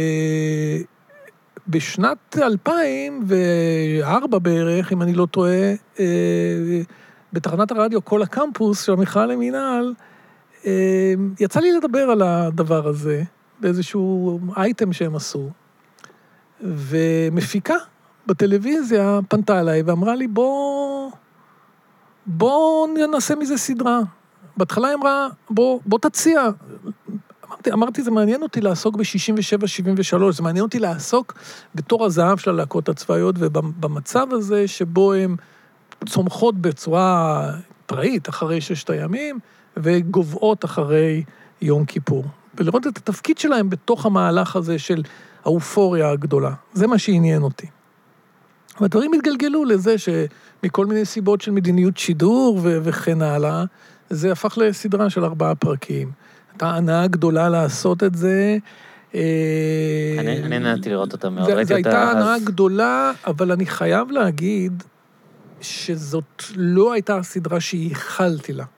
בשנת אלפיים וארבע בערך, אם אני לא טועה, בתחנת הרדיו כל הקמפוס של המכללה למינהל, יצא לי לדבר על הדבר הזה, באיזשהו אייטם שהם עשו, ומפיקה בטלוויזיה פנתה אליי ואמרה לי, בוא, בוא ננסה מזה סדרה. בהתחלה היא אמרה, בוא, בוא תציע. אמרתי, אמרתי, זה מעניין אותי לעסוק ב-שישים ושבע שבעים ושלוש, זה מעניין אותי לעסוק בתור הזהב של הלהקות הצבאיות, ובמצב הזה שבו הם צומחות בצורה פראית אחרי ששת הימים, וגובעות אחרי יום כיפור. ולראות את התפקיד שלהם בתוך המהלך הזה של האופוריה הגדולה. זה מה שעניין אותי. והדברים התגלגלו לזה שמכל מיני סיבות של מדיניות שידור ו- וכן הלאה, זה הפך לסדרה של ארבעה פרקים. הייתה הנאה גדולה לעשות את זה. אני נהניתי לראות אותה מאוד. זו הייתה הנאה גדולה, אבל אני חייב להגיד שזאת לא הייתה הסדרה שייחלתי לה.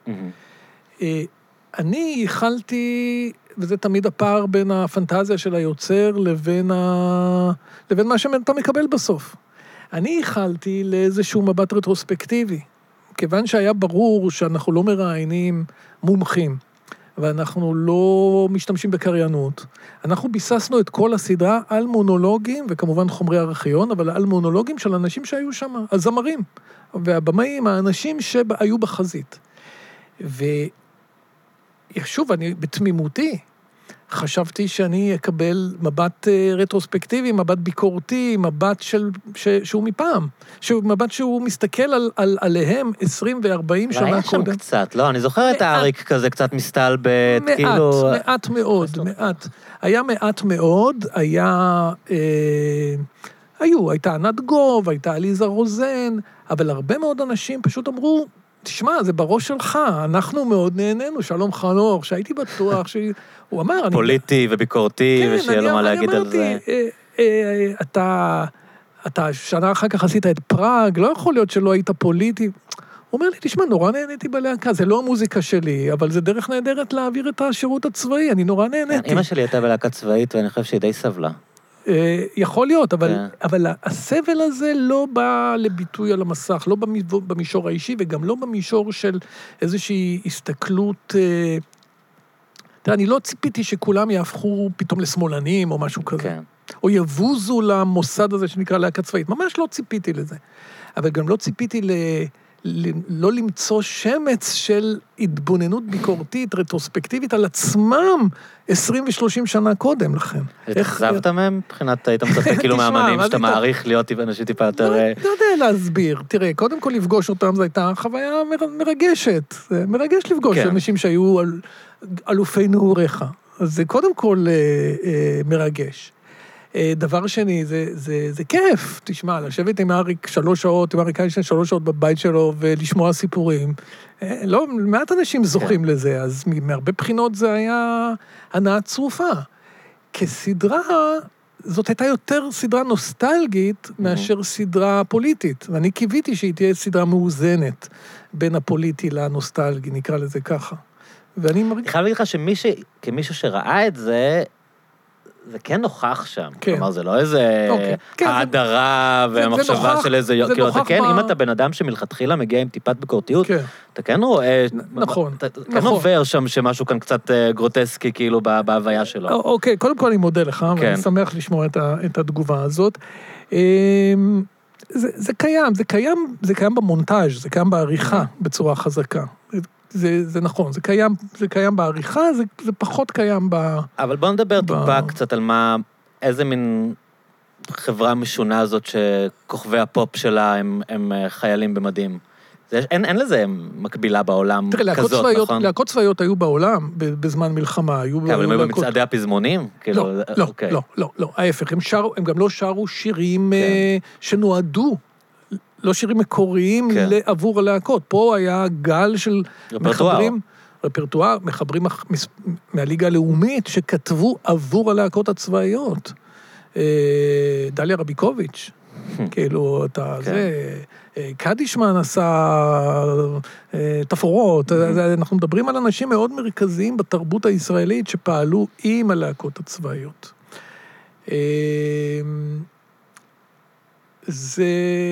אני ייחלתי, וזה תמיד הפער בין הפנטזיה של היוצר לבין, ה... לבין מה שאתה מקבל בסוף. אני ייחלתי לאיזשהו מבט רטרוספקטיבי, כיוון שהיה ברור שאנחנו לא מראיינים מומחים, ואנחנו לא משתמשים בקריינות. אנחנו ביססנו את כל הסדרה על מונולוגים, וכמובן חומרי ארכיון, אבל על מונולוגים של אנשים שהיו שם, הזמרים, והבמאים, האנשים שהיו בחזית. ושוב, אני בתמימותי, חשבתי שאני אקבל מבט רטרוספקטיבי, מבט ביקורתי, מבט של, ש, שהוא מפעם, שהוא, מבט שהוא מסתכל על, על, עליהם עשרים וארבעים שנה קודם. היה שם קצת, לא? אני זוכר את האריק כזה קצת מסתלבט, מעט, כאילו... מעט, מעט מאוד, מעט. היה מעט מאוד, היה... אה, היו, הייתה ענת גוב, הייתה עליזה רוזן, אבל הרבה מאוד אנשים פשוט אמרו, תשמע, זה בראש שלך, אנחנו מאוד נהנינו, שלום חנוך, שהייתי בטוח ש... הוא אמר... פוליטי אני... וביקורתי, כן, ושיהיה לו מה להגיד על זה. אה, אה, אתה, אתה שנה אחר כך עשית את פראג, לא יכול להיות שלא היית פוליטי. הוא אומר לי, תשמע, נורא נהניתי בלהקה, זה לא המוזיקה שלי, אבל זה דרך נהדרת להעביר את השירות הצבאי, אני נורא נהניתי. אמא שלי הייתה בלהקה צבאית, ואני חושב שהיא די סבלה. יכול להיות, אבל, אבל הסבל הזה לא בא לביטוי על המסך, לא במישור האישי, וגם לא במישור של איזושהי הסתכלות... תראה, אני לא ציפיתי שכולם יהפכו פתאום לשמאלנים או משהו כזה. כן. או יבוזו למוסד הזה שנקרא להקה צבאית. ממש לא ציפיתי לזה. אבל גם לא ציפיתי ל... לא למצוא שמץ של התבוננות ביקורתית, רטרוספקטיבית על עצמם עשרים ושלושים שנה קודם לכן. התאכזבת מהם? מבחינת היית מצפה כאילו מהאמנים שאתה מעריך להיות אנשים טיפה יותר... לא יודע להסביר. תראה, קודם כל לפגוש אותם זו הייתה חוויה מרגשת. מרגש לפגוש אנשים שהיו אלופי נעוריך. אז זה קודם כל מרגש. דבר שני, זה, זה, זה כיף, תשמע, לשבת עם אריק שלוש שעות, עם אריק איינשטיין שלוש שעות בבית שלו, ולשמוע סיפורים. לא, מעט אנשים זוכים לזה, אז מהרבה בחינות זה היה הנאה צרופה. כסדרה, זאת הייתה יותר סדרה נוסטלגית מאשר סדרה פוליטית, ואני קיוויתי שהיא תהיה סדרה מאוזנת בין הפוליטי לנוסטלגי, נקרא לזה ככה. ואני מרגיש... אני חייב להגיד לך שכמישהו שראה את זה, זה כן נוכח שם, כן. כלומר, זה לא איזה okay. כן, ההדרה זה, והמחשבה זה של איזה... זה כאילו, אתה כן, מה... אם אתה בן אדם שמלכתחילה מגיע עם טיפת ביקורתיות, כן. אתה כן רואה... נכון. אתה נכון. כן עובר שם שמשהו כאן קצת גרוטסקי, כאילו, בהוויה שלו. אוקיי, קודם כל אני מודה לך, כן. ואני שמח לשמוע את, ה, את התגובה הזאת. זה, זה קיים, זה קיים, זה קיים במונטאז', זה קיים בעריכה בצורה חזקה. זה, זה נכון, זה קיים, זה קיים בעריכה, זה, זה פחות קיים ב... אבל בוא נדבר ב... טיפה קצת על מה, איזה מין חברה משונה הזאת שכוכבי הפופ שלה הם, הם חיילים במדים. זה, אין, אין לזה מקבילה בעולם תראה, כזאת, צבאיות, נכון? להקות צבאיות היו בעולם בזמן מלחמה, היו... כן, אבל הם היו להקות... במצעדי הפזמונים? כאילו, לא, לא, אוקיי. לא, לא, לא, ההפך, הם, שר, הם גם לא שרו שירים כן. שנועדו, לא שירים מקוריים כן. עבור הלהקות. פה היה גל של רפרטואר. מחברים, רפרטואר, מחברים מהליגה הלאומית שכתבו עבור הלהקות הצבאיות. דליה רביקוביץ', כאילו, אתה, זה, קדישמן עשה תפאורות, אנחנו מדברים על אנשים מאוד מרכזיים בתרבות הישראלית שפעלו עם הלהקות הצבאיות. זה...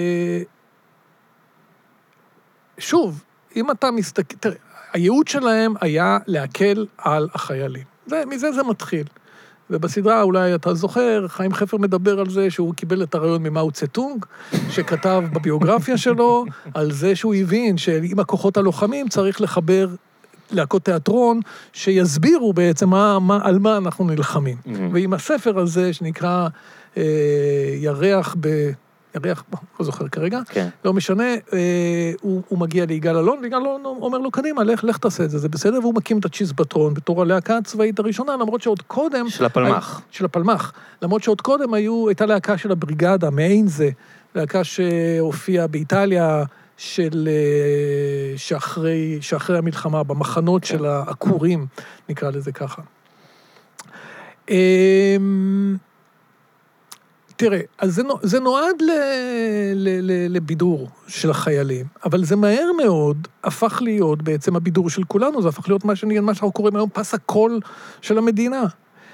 שוב, אם אתה מסתכל... תראה, הייעוד שלהם היה להקל על החיילים. זה, מזה זה מתחיל. ובסדרה אולי אתה זוכר, חיים חפר מדבר על זה שהוא קיבל את הרעיון ממאו צטונג, שכתב בביוגרפיה שלו, על זה שהוא הבין שעם הכוחות הלוחמים צריך לחבר להקות תיאטרון, שיסבירו בעצם מה, מה, על מה אנחנו נלחמים. Mm-hmm. ועם הספר הזה שנקרא אה, ירח ב... ירח, לא זוכר כרגע, כן. לא משנה, אה, הוא, הוא מגיע ליגאל אלון, ויגאל אלון אומר לו, קדימה, לך, לך תעשה את זה, זה בסדר, והוא מקים את הצ'יזבטרון בתור הלהקה הצבאית הראשונה, למרות שעוד קודם... של הפלמח. היה, של הפלמח. למרות שעוד קודם היו, הייתה להקה של הבריגדה, מעין זה, להקה שהופיעה באיטליה, של, שאחרי, שאחרי המלחמה, במחנות של העקורים, נקרא לזה ככה. תראה, אז זה, זה נועד ל, ל, ל, לבידור של החיילים, אבל זה מהר מאוד הפך להיות בעצם הבידור של כולנו, זה הפך להיות מה, שאני, מה שאנחנו קוראים היום פס הקול של המדינה.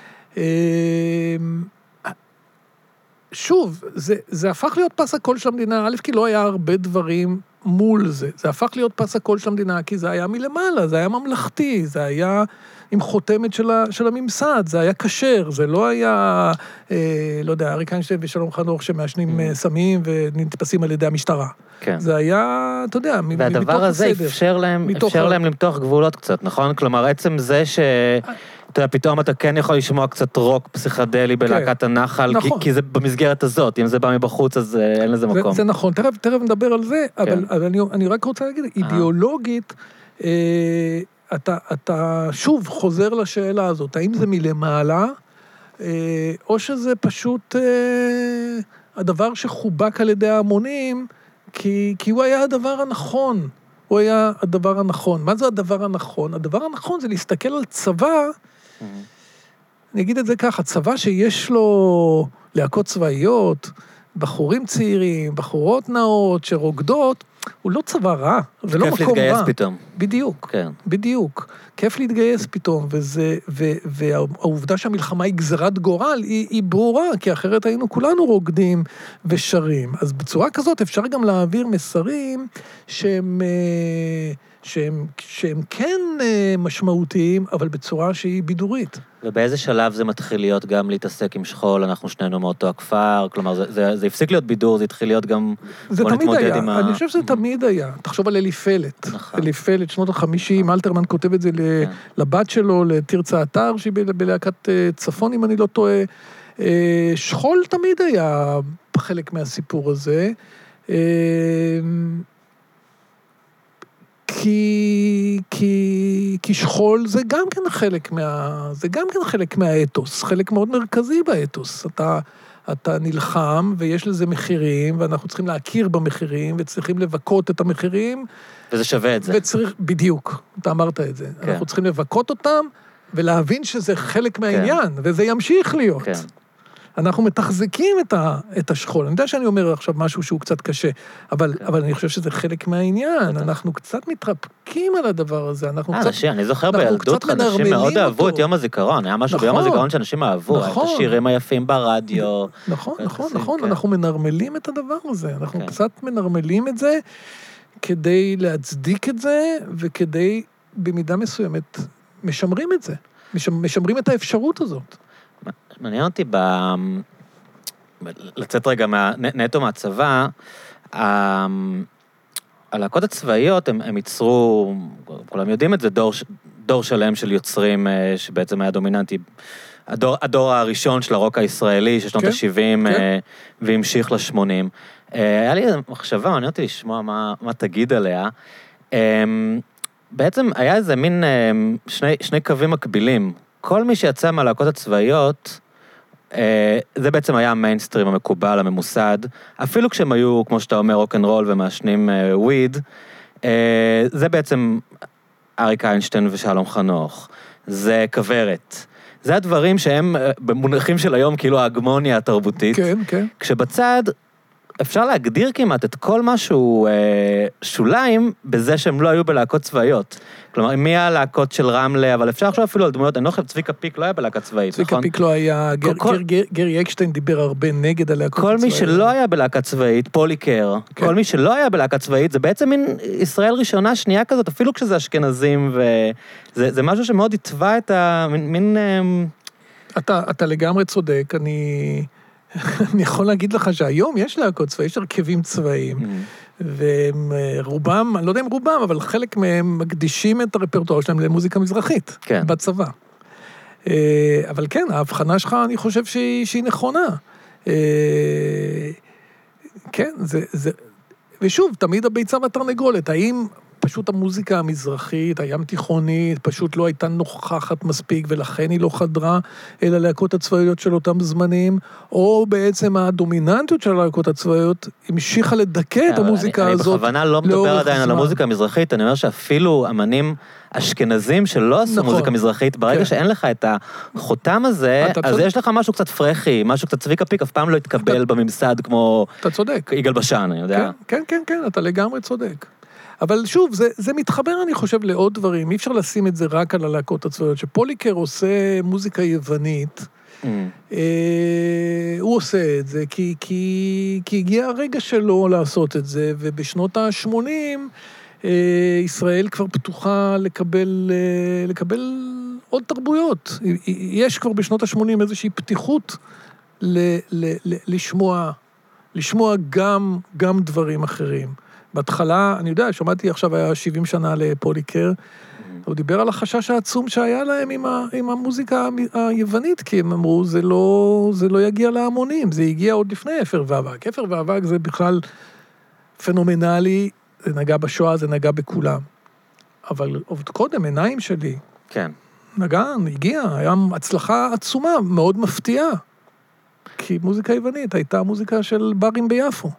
שוב, זה, זה הפך להיות פס הקול של המדינה, א', כי לא היה הרבה דברים מול זה. זה הפך להיות פס הקול של המדינה, כי זה היה מלמעלה, זה היה ממלכתי, זה היה עם חותמת של, ה, של הממסד, זה היה כשר, זה לא היה, אה, לא יודע, אריק איינשטיין ושלום חנוך שמאשנים mm. סמים ונתפסים על ידי המשטרה. כן. זה היה, אתה יודע, מתוך הסדר. והדבר הזה אפשר להם, אפשר ה... להם למתוח גבולות קצת, נכון? כלומר, עצם זה ש... אתה יודע, פתאום אתה כן יכול לשמוע קצת רוק פסיכדלי בלהקת הנחל, נכון. כי, כי זה במסגרת הזאת, אם זה בא מבחוץ, אז אין לזה מקום. זה, זה נכון, תכף, תכף נדבר על זה, כן. אבל, אבל אני, אני רק רוצה להגיד, אידיאולוגית, אה, אתה, אתה שוב חוזר לשאלה הזאת, האם זה מלמעלה, אה, או שזה פשוט אה, הדבר שחובק על ידי ההמונים, כי, כי הוא היה הדבר הנכון, הוא היה הדבר הנכון. מה זה הדבר הנכון? הדבר הנכון זה להסתכל על צבא, אני אגיד את זה ככה, צבא שיש לו להקות צבאיות, בחורים צעירים, בחורות נאות, שרוקדות, הוא לא צבא רע, זה לא מקום רע. כיף להתגייס פתאום. בדיוק, כן. בדיוק. כיף להתגייס פתאום, וזה, ו, והעובדה שהמלחמה היא גזרת גורל, היא, היא ברורה, כי אחרת היינו כולנו רוקדים ושרים. אז בצורה כזאת אפשר גם להעביר מסרים שהם, שהם, שהם כן משמעותיים, אבל בצורה שהיא בידורית. ובאיזה שלב זה מתחיל להיות גם להתעסק עם שכול, אנחנו שנינו מאותו הכפר, כלומר, זה, זה, זה הפסיק להיות בידור, זה התחיל להיות גם... זה תמיד היה, אני ה... חושב שזה תמיד היה. תחשוב על אלי פלט. נכון. אלי פלט, שנות החמישים, אלתרמן כותב את זה כן. לבת שלו, לתרצה אתר, שהיא בלהקת צפון, אם אני לא טועה. שכול תמיד היה חלק מהסיפור הזה. כי, כי, כי שכול זה גם כן חלק מה, זה גם כן חלק מהאתוס, חלק מאוד מרכזי באתוס. אתה, אתה נלחם ויש לזה מחירים, ואנחנו צריכים להכיר במחירים, וצריכים לבקות את המחירים. וזה שווה את זה. וצריך, בדיוק, אתה אמרת את זה. כן. אנחנו צריכים לבקות אותם, ולהבין שזה חלק מהעניין, כן. וזה ימשיך להיות. כן. אנחנו מתחזקים את, ה, את השכול. אני יודע שאני אומר עכשיו משהו שהוא קצת קשה, אבל, כן. אבל אני חושב שזה חלק מהעניין. בטח. אנחנו קצת מתרפקים על הדבר הזה. אנחנו אה, קצת, אנשים, אני זוכר בילדות, אנשים מאוד אותו. אהבו את יום הזיכרון. היה משהו נכון, ביום הזיכרון שאנשים אהבו. נכון. את השירים היפים ברדיו. נכון, נכון, נכון. כן. אנחנו מנרמלים את הדבר הזה. אנחנו כן. קצת מנרמלים את זה, כדי להצדיק את זה, וכדי, במידה מסוימת, משמרים את זה. משמרים את האפשרות הזאת. מעניין אותי ב... לצאת רגע מה... נטו מהצבא, הלהקות הצבאיות, הם, הם ייצרו, כולם יודעים את זה, דור, דור שלם של יוצרים שבעצם היה דומיננטי, הדור, הדור הראשון של הרוק הישראלי, של שנות כן, ה-שבעים, כן. והמשיך ל-שמונים. היה לי מחשבה, מעניין אותי לשמוע מה, מה תגיד עליה. בעצם היה איזה מין שני, שני קווים מקבילים. כל מי שיצא מהלהקות הצבאיות, זה בעצם היה המיינסטרים המקובל, הממוסד, אפילו כשהם היו, כמו שאתה אומר, רוק-אנד-רול ומעשנים וויד, זה בעצם אריק איינשטיין ושלום חנוך, זה כברת. זה הדברים שהם במונחים של היום, כאילו ההגמוניה התרבותית. כן, כן. כשבצד אפשר להגדיר כמעט את כל משהו אה, שוליים בזה שהם לא היו בלהקות צבאיות. כלומר, מי הלהקות של רמלה, אבל אפשר עכשיו אפילו על דמויות, אני לא חושב, צביקה פיק לא היה בלהקת צבאית, צביקה נכון? פיק לא היה, גר, כל, גר, גרי אקשטיין דיבר הרבה נגד הלהקות כל הצבאית. מי שלא היה בלהקת צבאית, פוליקר, כן. כל מי שלא היה בלהקת צבאית, זה בעצם מין ישראל ראשונה, שנייה כזאת, אפילו כשזה אשכנזים, וזה זה משהו שמאוד יתבע את המין... מין, אתה, אתה לגמרי צודק, אני... אני יכול להגיד לך שהיום יש להקות צבאיות, יש הרכבים צבאיים, והם רובם, אני לא יודע אם רובם, אבל חלק מהם מקדישים את הרפרטואר שלהם למוזיקה מזרחית, בצבא. אבל כן, ההבחנה שלך, אני חושב שהיא, שהיא נכונה. כן, זה, זה... ושוב, תמיד הביצה והתרנגולת, האם... פשוט המוזיקה המזרחית, הים תיכונית, פשוט לא הייתה נוכחת מספיק, ולכן היא לא חדרה אל הלהקות הצבאיות של אותם זמנים, או בעצם הדומיננטיות של הלהקות הצבאיות המשיכה לדכא את המוזיקה הזאת. אני בכוונה לא מדבר עדיין על המוזיקה המזרחית, אני אומר שאפילו אמנים אשכנזים שלא עשו מוזיקה מזרחית, ברגע שאין לך את החותם הזה, אז יש לך משהו קצת פרחי, משהו קצת צביקה פיק, אף פעם לא יתקבל בממסד כמו יגאל בשן, אני יודע. כן, כן, כן, אתה לגמרי צודק. אבל שוב, זה, זה מתחבר, אני חושב, לעוד דברים. אי אפשר לשים את זה רק על הלהקות הצבאיות. שפוליקר עושה מוזיקה יוונית, mm. אה, הוא עושה את זה, כי, כי, כי הגיע הרגע שלו לעשות את זה, ובשנות ה-שמונים, אה, ישראל כבר פתוחה לקבל, אה, לקבל עוד תרבויות. יש כבר בשנות ה-שמונים איזושהי פתיחות ל, ל, ל, לשמוע, לשמוע גם, גם דברים אחרים. בהתחלה, אני יודע, שמעתי עכשיו היה שבעים שנה לפוליקר, הוא דיבר על החשש העצום שהיה להם עם, ה, עם המוזיקה היוונית, כי הם אמרו, זה לא, זה לא יגיע להמונים, זה הגיע עוד לפני אפר ואבק. אפר ואבק זה בכלל פנומנלי, זה נגע בשואה, זה נגע בכולם. אבל עוד קודם, עיניים שלי, כן. נגן, הגיע, היה הצלחה עצומה, מאוד מפתיעה. כי מוזיקה יוונית הייתה מוזיקה של ברים ביפו.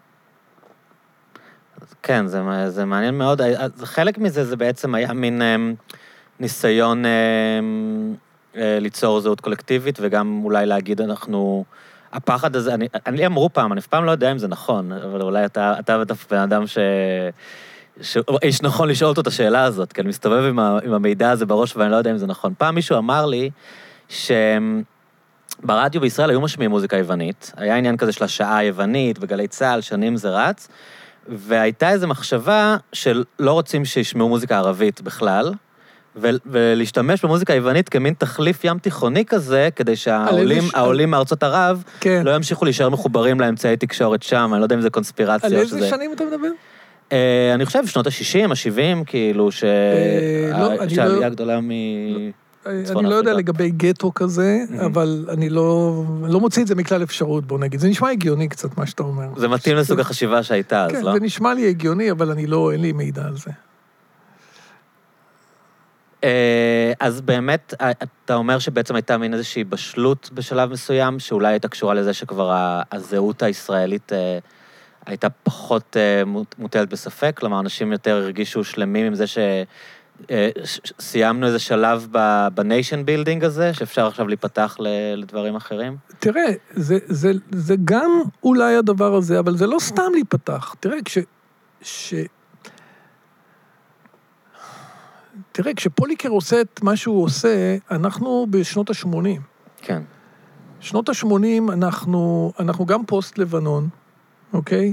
כן, זה, זה מעניין מאוד. חלק מזה זה בעצם היה מין אה, ניסיון אה, אה, ליצור זהות קולקטיבית, וגם אולי להגיד אנחנו... הפחד הזה, אני, אני אמרו פעם, אני אף פעם לא יודע אם זה נכון, אבל אולי אתה, אתה ואתה בן אדם ש... שאיש נכון לשאול אותו את השאלה הזאת, כי אני מסתובב עם, ה, עם המידע הזה בראש, ואני לא יודע אם זה נכון. פעם מישהו אמר לי שברדיו בישראל היו משמיעים מוזיקה יוונית, היה עניין כזה של השעה היוונית, בגלי צהל, שנים זה רץ, והייתה איזו מחשבה של לא רוצים שישמעו מוזיקה ערבית בכלל, ו- ולהשתמש במוזיקה היוונית כמין תחליף ים תיכוני כזה, כדי שהעולים ש... העולים מארצות ערב כן. לא ימשיכו להישאר מחוברים לאמצעי תקשורת שם, אני לא יודע אם זה קונספירציה. על איזה שזה... שנים אתה מדבר? Uh, אני חושב שנות ה-שישים, ה-שבעים, כאילו, ש... uh, לא, שהעלייה לא... גדולה מ... אני לא יודע לגבי גטו כזה, אבל אני לא מוציא את זה מכלל אפשרות, בוא נגיד. זה נשמע הגיוני קצת, מה שאתה אומר. זה מתאים לסוג החשיבה שהייתה, אז לא? כן, זה נשמע לי הגיוני, אבל אני לא, אין לי מידע על זה. אז באמת, אתה אומר שבעצם הייתה מין איזושהי בשלות בשלב מסוים, שאולי הייתה קשורה לזה שכבר הזהות הישראלית הייתה פחות מוטלת בספק, כלומר, אנשים יותר הרגישו שלמים עם זה ש... סיימנו איזה שלב בניישן בילדינג הזה, שאפשר עכשיו להיפתח לדברים אחרים? תראה, זה, זה, זה גם אולי הדבר הזה, אבל זה לא סתם להיפתח. תראה, כש... ש... תראה, כשפוליקר עושה את מה שהוא עושה, אנחנו בשנות ה-שמונים. כן. שנות ה-שמונים אנחנו, אנחנו גם פוסט לבנון, אוקיי?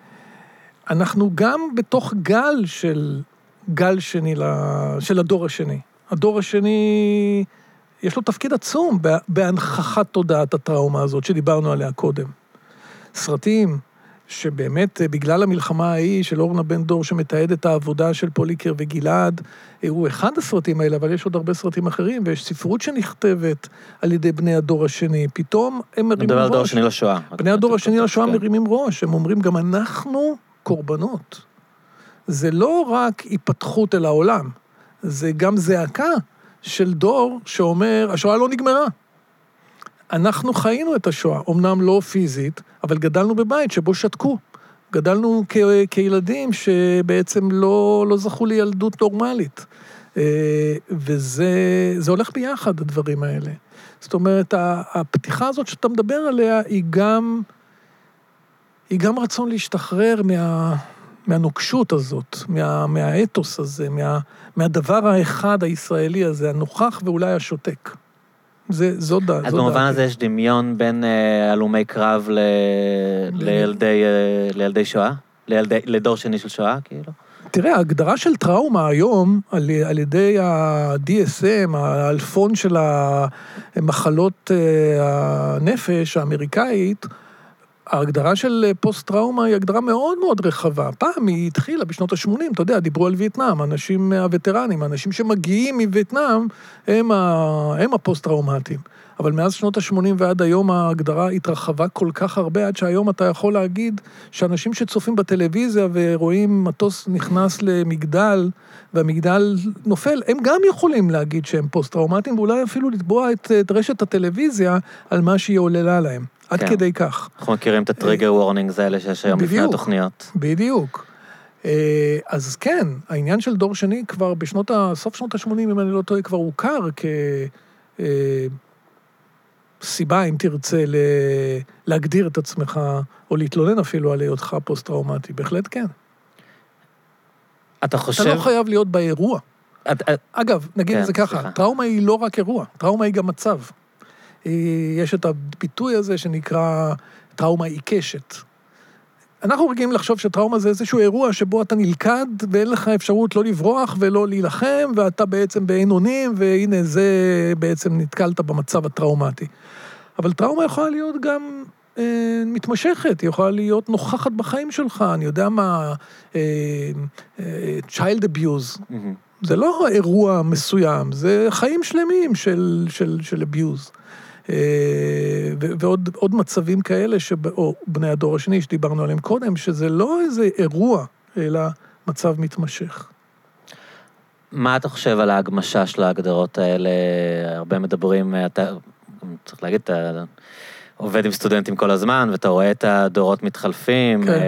אנחנו גם בתוך גל של... גל שני של הדור השני. הדור השני, יש לו תפקיד עצום בהנחכת תודעת הטראומה הזאת שדיברנו עליה קודם. סרטים שבאמת בגלל המלחמה ההיא של אורנה בן דור שמתעד את העבודה של פוליקר וגלעד, הוא אחד הסרטים האלה, אבל יש עוד הרבה סרטים אחרים, ויש ספרות שנכתבת על ידי בני הדור השני. פתאום הם מרימים ראש. מדבר על דור השני לשואה. בני הדור השני לשואה מרימים ראש. הם אומרים גם אנחנו קורבנות. זה לא רק היפתחות אל העולם, זה גם זעקה של דור שאומר, השואה לא נגמרה. אנחנו חיינו את השואה, אמנם לא פיזית, אבל גדלנו בבית שבו שתקו. גדלנו כ- כילדים שבעצם לא, לא זכו לילדות נורמלית. וזה זה הולך ביחד, הדברים האלה. זאת אומרת, הפתיחה הזאת שאתה מדבר עליה, היא גם, היא גם רצון להשתחרר מה... מהנוקשות הזאת, מה, מהאתוס הזה, מה, מהדבר האחד הישראלי הזה, הנוכח ואולי השותק. זה, זו דע, אז במובן הזה יש דמיון בין אה, הלומי קרב ל, לילדי, אה, לילדי שואה? לילדי, לדור שני של שואה, כאילו? תראה, ההגדרה של טראומה היום, על, על ידי ה-די אס אם, האלפון של המחלות אה, הנפש האמריקאית, ההגדרה של פוסט-טראומה היא הגדרה מאוד מאוד רחבה. פעם היא התחילה בשנות ה-שמונים, אתה יודע, דיברו על וייטנאם, אנשים הווטרנים, אנשים שמגיעים מווייטנאם, הם, ה... הם הפוסט-טראומטיים. אבל מאז שנות ה-שמונים ועד היום ההגדרה התרחבה כל כך הרבה, עד שהיום אתה יכול להגיד שאנשים שצופים בטלוויזיה ורואים מטוס נכנס למגדל, והמגדל נופל, הם גם יכולים להגיד שהם פוסט-טראומטיים, ואולי אפילו לתבוע את, את רשת הטלוויזיה על מה שהיא עוללה להם. עד כן. כדי כך. אנחנו מכירים את הטריגר וורנינגס האלה שיש היום לפני התוכניות. בדיוק. אז כן, העניין של דור שני כבר בשנות ה... סוף שנות ה-שמונים, אם אני לא טועה, כבר הוכר כסיבה, אם תרצה, ל... להגדיר את עצמך, או להתלונן אפילו על היותך פוסט-טראומטי. בהחלט כן. אתה חושב... אתה לא חייב להיות באירוע. את... אגב, נגיד כן, את זה ככה, סליחה. טראומה היא לא רק אירוע, טראומה היא גם מצב. יש את הביטוי הזה שנקרא טראומה עיקשת. אנחנו רגילים לחשוב שטראומה זה איזשהו אירוע שבו אתה נלכד ואין לך אפשרות לא לברוח ולא להילחם, ואתה בעצם באין אונים, והנה זה בעצם נתקלת במצב הטראומטי. אבל טראומה יכולה להיות גם אה, מתמשכת, היא יכולה להיות נוכחת בחיים שלך, אני יודע מה, אה, אה, child abuse, mm-hmm. זה לא אירוע מסוים, זה חיים שלמים של, של, של abuse. ועוד עוד מצבים כאלה, או בני הדור השני שדיברנו עליהם קודם, שזה לא איזה אירוע, אלא מצב מתמשך. מה אתה חושב על ההגמשה של ההגדרות האלה? הרבה מדברים, אתה צריך להגיד, אתה עובד עם סטודנטים כל הזמן, ואתה רואה את הדורות מתחלפים. כן.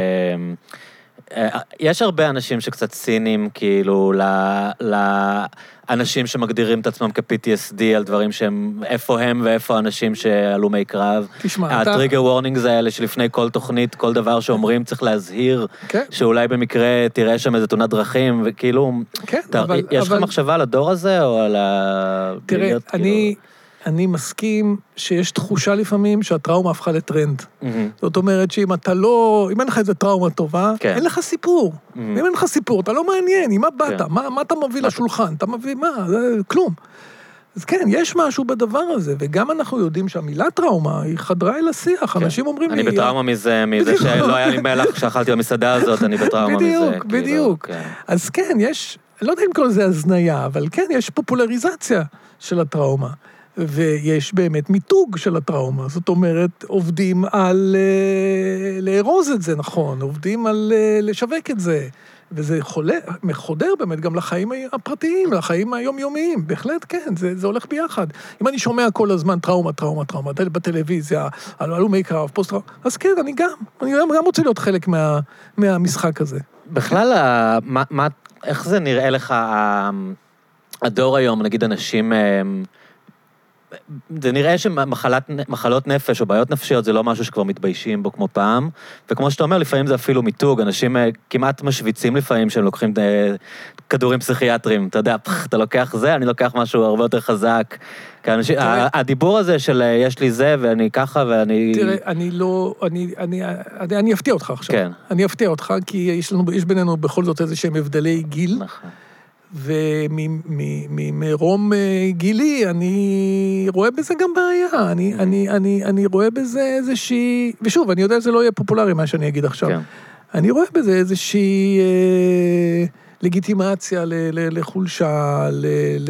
יש הרבה אנשים שקצת סינים, כאילו, לאנשים שמגדירים את עצמם כ-פי טי אס די, על דברים שהם, איפה הם ואיפה האנשים שעלו מי קרב. תשמע, אתה... הטריגר וורנינגס האלה, שלפני כל תוכנית, כל דבר שאומרים, צריך להזהיר, שאולי במקרה תראה שם איזה תאונת דרכים, וכאילו, יש לך מחשבה על הדור הזה, או על ה... תראה, אני... אני מסכים שיש תחושה לפעמים שהטראומה הפכה לטרנד. Mm-hmm. זאת אומרת שאם אתה לא, אם אין לך איזה טראומה טובה, כן. אין לך סיפור. Mm-hmm. אם אין לך סיפור, אתה לא מעניין, עם מה באת? כן. מה, מה אתה מביא לשולחן? אתה מביא, מה? זה כלום. אז כן, יש משהו בדבר הזה, וגם אנחנו יודעים שהמילה טראומה היא חדרה אל השיח. כן. אנשים אומרים אני לי... אני בטראומה מזה, מזה שלא היה לי מלח כשאכלתי במסעדה הזאת, אני בטראומה בדיוק, מזה. בדיוק, בדיוק. כן. אז כן, יש, לא יודע אם כל זה הזניה, אבל כן, יש פופולריזציה של הטראומה. ויש באמת מיתוג של הטראומה, זאת אומרת, עובדים על לארוז את זה, נכון, עובדים על לשווק את זה, וזה חולה, מחודר באמת גם לחיים הפרטיים, לחיים היומיומיים, בהחלט כן, זה, זה הולך ביחד. אם אני שומע כל הזמן טראומה, טראומה, טראומה, בטלוויזיה, על הלומי קרב, פוסט טראומה, אז כן, אני גם, אני גם רוצה להיות חלק מה, מהמשחק הזה. בכלל, מה, מה, איך זה נראה לך, הדור היום, נגיד אנשים... זה נראה שמחלות נפש או בעיות נפשיות זה לא משהו שכבר מתביישים בו כמו פעם, וכמו שאתה אומר, לפעמים זה אפילו מיתוג, אנשים כמעט משוויצים לפעמים שהם לוקחים כדורים פסיכיאטרים, אתה יודע, אתה לוקח זה, אני לוקח משהו הרבה יותר חזק, הדיבור הזה של יש לי זה ואני ככה ואני... תראה, אני לא, אני אפתיע אותך עכשיו, אני אפתיע אותך, כי יש בינינו בכל זאת איזה שהם הבדלי גיל, נכון. וממרום גילי, אני רואה בזה גם בעיה, אני, אני, אני, אני רואה בזה איזושהי, ושוב, אני יודע שזה לא יהיה פופולרי מה שאני אגיד עכשיו, כן. אני רואה בזה איזושהי אה, לגיטימציה ל, ל, לחולשה, ל, ל,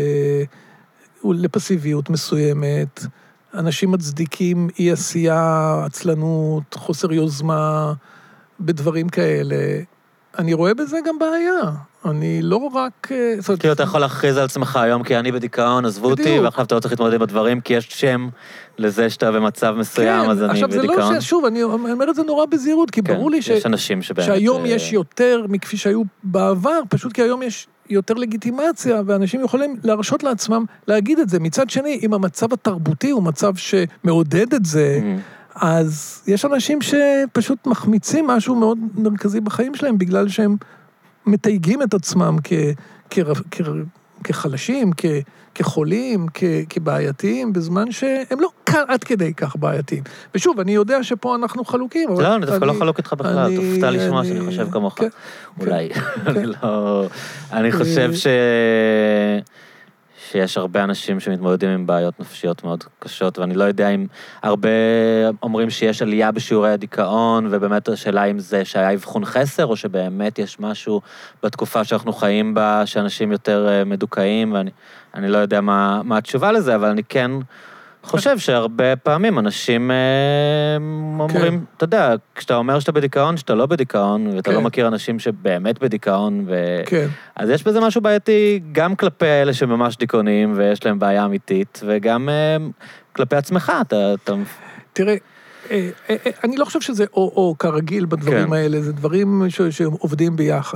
לפסיביות מסוימת, אנשים מצדיקים אי עשייה, עצלנות, חוסר יוזמה, בדברים כאלה, אני רואה בזה גם בעיה. אני לא רק... כאילו אתה יכול להכריז על עצמך היום, כי אני בדיכאון, עזבו אותי, ואחר אתה לא צריך להתמודד עם הדברים, כי יש שם לזה שאתה במצב מסוים, אז אני בדיכאון. עכשיו זה לא ש... שוב, אני אומר את זה נורא בזהירות, כי ברור לי שהיום יש יותר מכפי שהיו בעבר, פשוט כי היום יש יותר לגיטימציה, ואנשים יכולים להרשות לעצמם להגיד את זה. מצד שני, אם המצב התרבותי הוא מצב שמעודד את זה, אז יש אנשים שפשוט מחמיצים משהו מאוד מרכזי בחיים שלהם, בגלל שהם מתייגים את עצמם כ, כ, כ, כחלשים, כ, כחולים, כ, כבעייתיים, בזמן שהם לא עד כדי כך בעייתיים. ושוב, אני יודע שפה אנחנו חלוקים. לא, אני דווקא לא חלוק איתך בכלל, תופתע לשמוע שאני חושב כמוך. אולי, אני לא... אני חושב ש... שיש הרבה אנשים שמתמודדים עם בעיות נפשיות מאוד קשות, ואני לא יודע אם הרבה אומרים שיש עלייה בשיעורי הדיכאון, ובאמת השאלה אם זה שהיה אבחון חסר, או שבאמת יש משהו בתקופה שאנחנו חיים בה, שאנשים יותר מדוכאים, ואני אני לא יודע מה, מה התשובה לזה, אבל אני כן חושב שהרבה פעמים אנשים אומרים, אתה יודע, כשאתה אומר שאתה בדיכאון, שאתה לא בדיכאון, ואתה לא מכיר אנשים שבאמת בדיכאון, אז יש בזה משהו בעייתי גם כלפי אלה שממש דיכאוניים, ויש להם בעיה אמיתית, וגם כלפי עצמך, אתה... תראה, אני לא חושב שזה או-או כרגיל בדברים האלה, זה דברים שעובדים ביחד.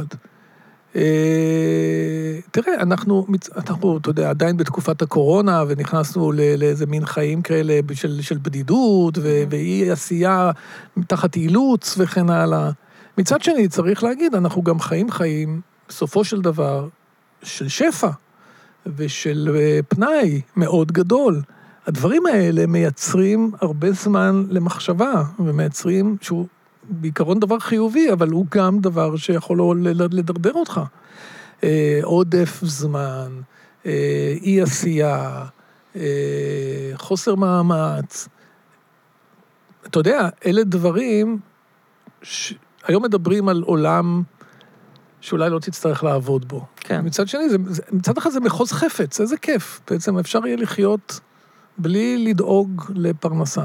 תראה, אנחנו, אנחנו, אתה יודע, עדיין בתקופת הקורונה, ונכנסנו לאיזה מין חיים כאלה של, של בדידות, ואי עשייה תחת אילוץ וכן הלאה. מצד שני, צריך להגיד, אנחנו גם חיים חיים, בסופו של דבר, של שפע, ושל פנאי מאוד גדול. הדברים האלה מייצרים הרבה זמן למחשבה, ומייצרים שהוא... בעיקרון דבר חיובי, אבל הוא גם דבר שיכול לדרדר אותך. עודף זמן, אי עשייה, חוסר מאמץ. אתה יודע, אלה דברים, ש... היום מדברים על עולם שאולי לא תצטרך לעבוד בו. כן. מצד שני, זה, זה, מצד אחד זה מחוז חפץ, איזה כיף. בעצם אפשר יהיה לחיות בלי לדאוג לפרנסה.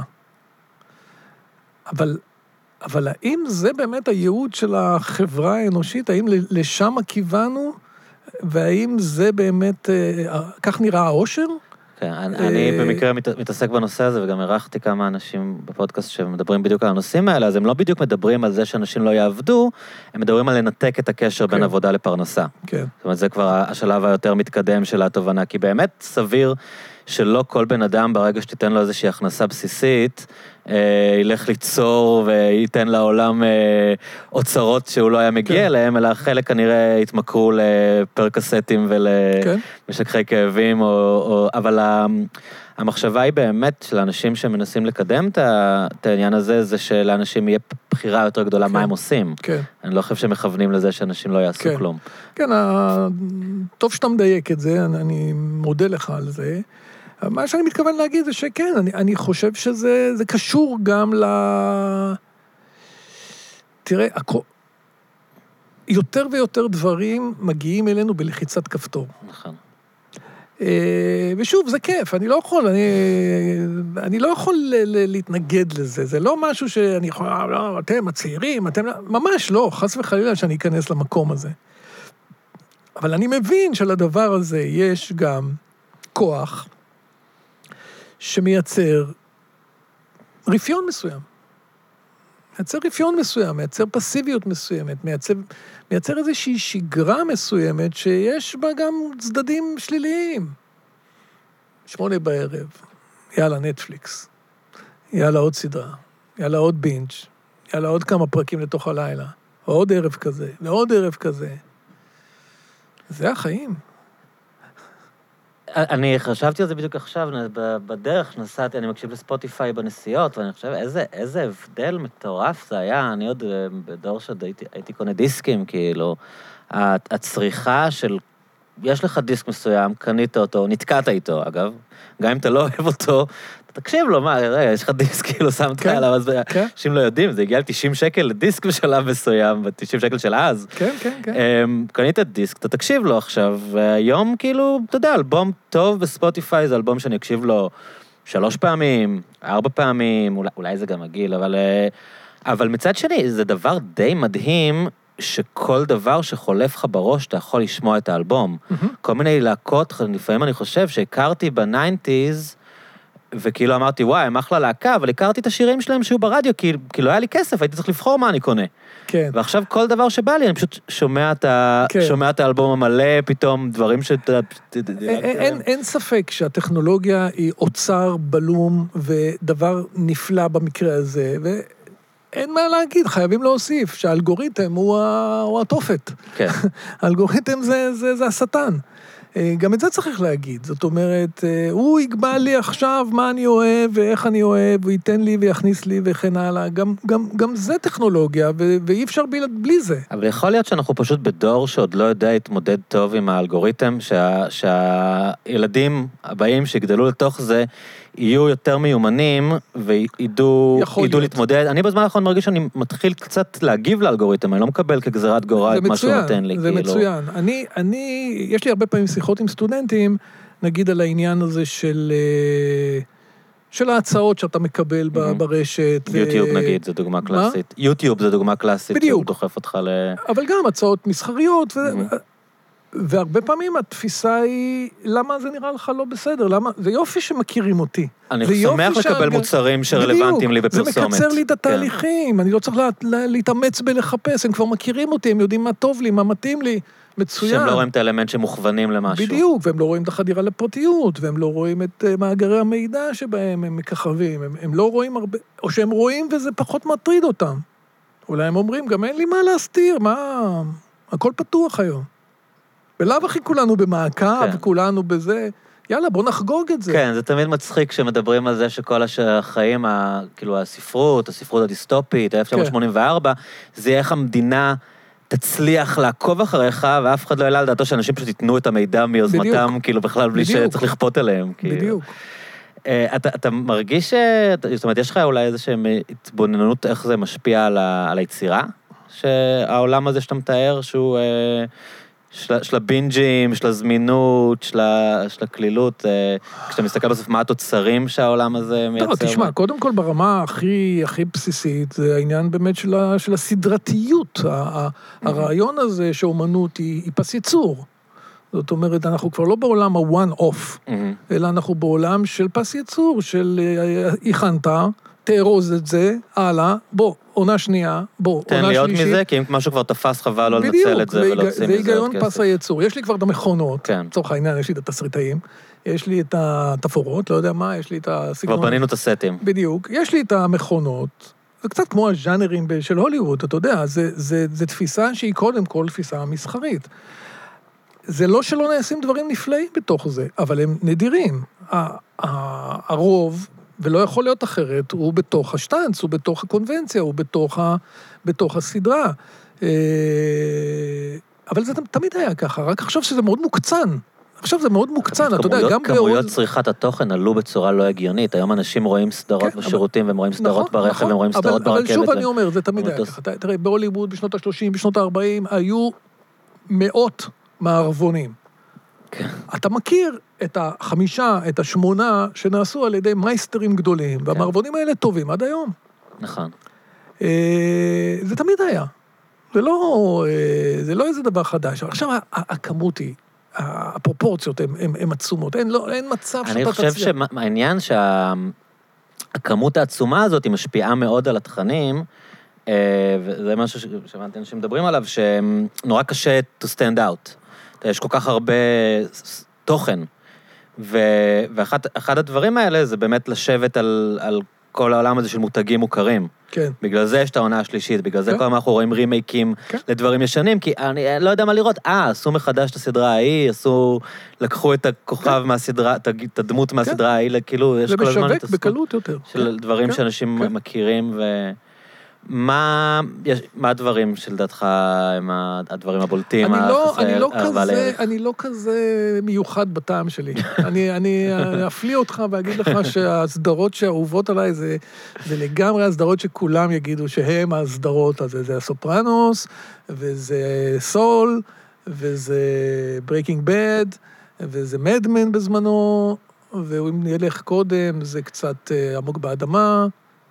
אבל, אבל האם זה באמת הייעוד של החברה האנושית? האם לשם כיוונו? והאם זה באמת, כך נראה האושר? כן, אני במקרה מתעסק בנושא הזה, וגם ערכתי כמה אנשים בפודקאסט שמדברים בדיוק על הנושאים האלה, אז הם לא בדיוק מדברים על זה שאנשים לא יעבדו, הם מדברים על לנתק את הקשר בין עבודה לפרנסה. כן. זאת אומרת, זה כבר השלב היותר מתקדם של התובנה, כי באמת סביר שלא כל בן אדם, ברגע שתיתן לו איזושהי הכנסה בסיסית, ילך ליצור וייתן לעולם אוצרות שהוא לא היה מגיע אליהם, אלא חלק כנראה יתמכרו לפרקסטים ולמשככי כאבים, אבל המחשבה היא באמת של אנשים שמנסים לקדם את העניין הזה, זה שלאנשים יהיה בחירה יותר גדולה מה הם עושים. אני לא חושב שמכוונים לזה שאנשים לא יעשו כלום. כן, טוב שאתה מדייק את זה, אני מודה לך על זה. מה שאני מתכוון להגיד זה שכן, אני, אני חושב שזה זה קשור גם ל... תראה, יותר ויותר דברים מגיעים אלינו בלחיצת כפתור. נכון. ושוב, זה כיף, אני לא יכול, אני, אני לא יכול להתנגד לזה, זה לא משהו שאני יכול, לא, אתם הצעירים, אתם, ממש לא, חס וחלילה שאני אכנס למקום הזה. אבל אני מבין שלדבר הזה יש גם כוח, שמייצר רפיון מסוים. מייצר רפיון מסוים, מייצר פסיביות מסוימת, מייצר, מייצר איזושהי שגרה מסוימת שיש בה גם צדדים שליליים. שמונה בערב, יאללה נטפליקס, יאללה עוד סדרה, יאללה עוד בינג', יאללה עוד כמה פרקים לתוך הלילה, עוד ערב כזה, ועוד ערב כזה. זה החיים. אני חשבתי על זה בדיוק עכשיו, בדרך נסעתי, אני מקשיב לספוטיפיי בנסיעות, ואני חושב, איזה, איזה הבדל מטורף זה היה, אני עוד בדור שעוד הייתי, הייתי קונה דיסקים, כאילו, הצריכה של, יש לך דיסק מסוים, קנית אותו, נתקעת איתו, אגב, גם אם אתה לא אוהב אותו, תקשיב לו, מה, יש לך דיסק, כאילו, שמת עליו, אז אנשים לא יודעים, זה הגיע ל-תשעים שקל לדיסק בשלב מסוים, ב-תשעים שקל של אז. כן, כן, כן. קנית דיסק, אתה תקשיב לו עכשיו, והיום, כאילו, אתה יודע, אלבום טוב בספוטיפיי, זה אלבום שאני אקשיב לו שלוש פעמים, ארבע פעמים, אולי זה גם הגיל, אבל, אבל מצד שני, זה דבר די מדהים, שכל דבר שחולף לך בראש, אתה יכול לשמוע את האלבום. כל מיני להקות, לפעמים אני חושב שהכרתי בניינטיז, וכאילו אמרתי, וואי, הם אחלה להקה, אבל הכרתי את השירים שלהם שהיו ברדיו, כי, כי לא היה לי כסף, הייתי צריך לבחור מה אני קונה. כן. ועכשיו כל דבר שבא לי, אני פשוט שומע את, ה... כן. שומע את האלבום המלא, פתאום דברים ש... אין, אין, אין ספק שהטכנולוגיה היא אוצר בלום, ודבר נפלא במקרה הזה, ואין מה להגיד, חייבים להוסיף, שהאלגוריתם הוא, ה... הוא התופת. כן. האלגוריתם זה, זה, זה השטן. גם את זה צריך להגיד, זאת אומרת, הוא יקבע לי עכשיו מה אני אוהב ואיך אני אוהב, הוא ייתן לי ויכניס לי וכן הלאה, גם, גם, גם זה טכנולוגיה, ו- ואי אפשר בלי, בלי זה. אבל יכול להיות שאנחנו פשוט בדור שעוד לא יודע להתמודד טוב עם האלגוריתם, שה, שהילדים הבאים שיגדלו לתוך זה, יהיו יותר מיומנים וידעו ידעו להתמודד. אני בזמן האחרון מרגיש שאני מתחיל קצת להגיב לאלגוריתם, אני לא מקבל כגזרת גורל את מה שהוא נותן לי. זה כאילו. מצוין. אני, אני, יש לי הרבה פעמים שיחות עם סטודנטים, נגיד על העניין הזה של, של ההצעות שאתה מקבל mm-hmm. ברשת. יוטיוב ו... נגיד, זו דוגמה קלאסית. מה? יוטיוב זו דוגמה קלאסית. בדיוק. שהוא דוחף אותך ל... אבל גם הצעות מסחריות ו... Mm-hmm. והרבה פעמים התפיסה היא, למה זה נראה לך לא בסדר? למה? זה יופי שמכירים אותי. אני שמח לקבל מוצרים שרלוונטיים לי בפרסומת. זה מקצר לי את התהליכים, אני לא צריך להתאמץ בלחפש, הם כבר מכירים אותי, הם יודעים מה טוב לי, מה מתאים לי, מצוין. שהם לא רואים את האלמנט שמוכוונים למשהו. בדיוק, והם לא רואים את החדירה לפרטיות, והם לא רואים את מאגרי המידע שבהם הם מככבים, הם, הם לא רואים הרבה, או שהם רואים וזה פחות מטריד אותם. אולי הם אומרים, גם אין לי מה להסתיר, מה, הכל פתוח היום. בלאו הכי כולנו במעקב, כן. כולנו בזה, יאללה, בוא נחגוג את זה. כן, זה תמיד מצחיק כשמדברים על זה שכל החיים, כאילו הספרות, הספרות הדיסטופית, אלף תשע מאות שמונים וארבע, זה איך המדינה תצליח לעקוב אחריך, ואף אחד לא העלה על דעתו שאנשים פשוט ייתנו את המידע מיוזמתם, כאילו בכלל בלי שצריך לכפות עליהם. בדיוק. אתה, אתה מרגיש, ש... זאת אומרת, יש לך אולי איזושהי התבוננות איך זה משפיע על, ה... על היצירה? שהעולם הזה שאתה מתאר, שהוא של, של הבינג'ים, של הזמינות, של, ה... של הכלילות, כשאתה מסתכל בסוף מה התוצרים שהעולם הזה מייצר? לא, תשמע, ו... קודם כל ברמה הכי, הכי בסיסית, זה העניין באמת של, ה... של הסדרתיות. ה... הרעיון הזה שאומנות היא, היא פס יצור. זאת אומרת, אנחנו כבר לא בעולם ה-one-off, אלא אנחנו בעולם של פס יצור, של הכנת, תארוז את זה, הלאה, בוא, עונה שנייה, בוא, עונה שלישית. תן לי עוד מזה, כי אם משהו כבר תפס חבל לא לנצל את זה ולהוציא מזה. בדיוק, והיגיון פס היצור. יש לי כבר את המכונות, כן. לצורך העניין, יש לי את התסריטאים, יש לי את התפאורות, לא יודע מה, יש לי את הסגנון. כבר בנינו את הסטים. בדיוק, יש לי את המכונות, זה קצת כמו הז'אנרים של הוליווד, אתה יודע, זה, זה, זה תפיסה שהיא קודם כל תפיסה מסחרית. זה לא שלא נעשים דברים נפלאים בתוך זה, אבל הם נדירים. הרוב, ולא יכול להיות אחרת, הוא בתוך השטנץ, הוא בתוך הקונבנציה, הוא בתוך, ה, בתוך הסדרה. אבל זה תמיד היה ככה, רק עכשיו שזה מאוד מוקצן. עכשיו זה מאוד מוקצן, אתה יודע, גם בעוד... כמויות צריכת התוכן עלו בצורה לא הגיונית. היום אנשים רואים סדרות בשירותים, והם רואים סדרות ברכב, והם רואים סדרות ברכבת. אבל שוב אני אומר, זה תמיד היה ככה. תראה, בהוליווד בשנות ה-שלושים, בשנות ה-ארבעים, היו מאות מערבונים. כן. אתה מכיר את החמישה, את השמונה, שנעשו על ידי מייסטרים גדולים, כן. והמערבונים האלה טובים עד היום. נכון. אה, זה תמיד היה. זה לא, אה, זה לא איזה דבר חדש. עכשיו, הכמות היא, הפרופורציות הן עצומות. אין, לא, אין מצב שאתה תצליח. אני חושב שהעניין שהכמות העצומה הזאת היא משפיעה מאוד על התכנים, וזה משהו שהבנתי אנשים מדברים עליו, שנורא קשה to stand out. יש כל כך הרבה תוכן, ואחד הדברים האלה זה באמת לשבת על, על כל העולם הזה של מותגים מוכרים. כן. בגלל זה יש את העונה השלישית, בגלל זה כל הזמן אנחנו רואים רימייקים לדברים ישנים, כי אני לא יודע מה לראות, אה, עשו מחדש את הסדרה ההיא, עשו, לקחו את הכוכב מהסדרה, את הדמות מהסדרה ההיא, כאילו, יש כל הזמן את בקלות יותר. של דברים שאנשים מכירים, מה, מה הדברים שלדעתך הם הדברים הבולטים? אני לא, אני לא כזה, אני לא כזה מיוחד בטעם שלי. אני, אני אפליע אותך ואגיד לך שהסדרות שאהובות עליי זה, זה לגמרי הסדרות שכולם יגידו שהם הסדרות הזה. זה הסופרנוס, וזה סול, וזה ברייקינג בד, וזה מדמן בזמנו, ואם נלך קודם, זה קצת עמוק באדמה.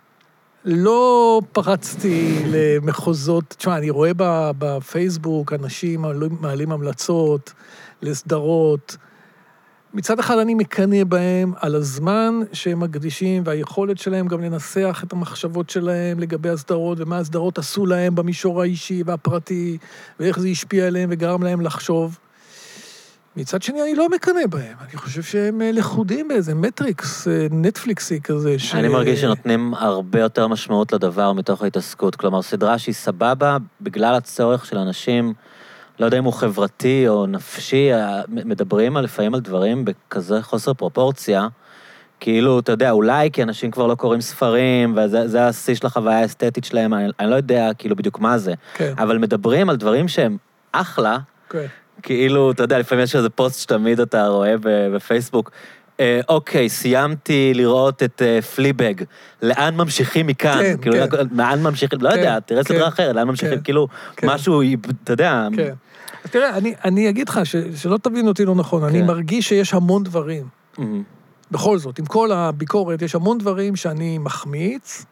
לא פרצתי למחוזות, תשמע, אני רואה בפייסבוק אנשים מעלים המלצות לסדרות. מצד אחד אני מקנא בהם על הזמן שהם מקדישים, והיכולת שלהם גם לנסח את המחשבות שלהם לגבי הסדרות, ומה הסדרות עשו להם במישור האישי והפרטי, ואיך זה השפיע עליהם וגרם להם לחשוב. מצד שני, אני לא מקנא בהם. אני חושב שהם לחודים באיזה מטריקס, נטפליקסי כזה. ש... אני מרגיש שנותנים הרבה יותר משמעות לדבר מתוך ההתעסקות. כלומר, סדרה שהיא סבבה, בגלל הצורך של אנשים, לא יודע אם הוא חברתי או נפשי, מדברים לפעמים על דברים בכזה חוסר פרופורציה, כאילו, אתה יודע, אולי כי אנשים כבר לא קוראים ספרים, וזה השיא של החוויה האסתטית שלהם, אני, אני לא יודע כאילו בדיוק מה זה, כן. אבל מדברים על דברים שהם אחלה, כן. כאילו, אתה יודע, לפעמים יש איזה פוסט שתמיד אתה רואה בפייסבוק, אה, אוקיי, סיימתי לראות את אה, פליבג, לאן ממשיכים מכאן? כן, כאילו, כן. לאן ממשיכים? לא כן, יודע, תראה כן, סדרה אחרת, לאן ממשיכים? כן, כאילו, כן. משהו, אתה יודע... כן. אז תראה, אני, אני אגיד לך, ש, שלא תבין אותי לא נכון, כן. אני מרגיש שיש המון דברים. Mm-hmm. בכל זאת, עם כל הביקורת, יש המון דברים שאני מחמיץ,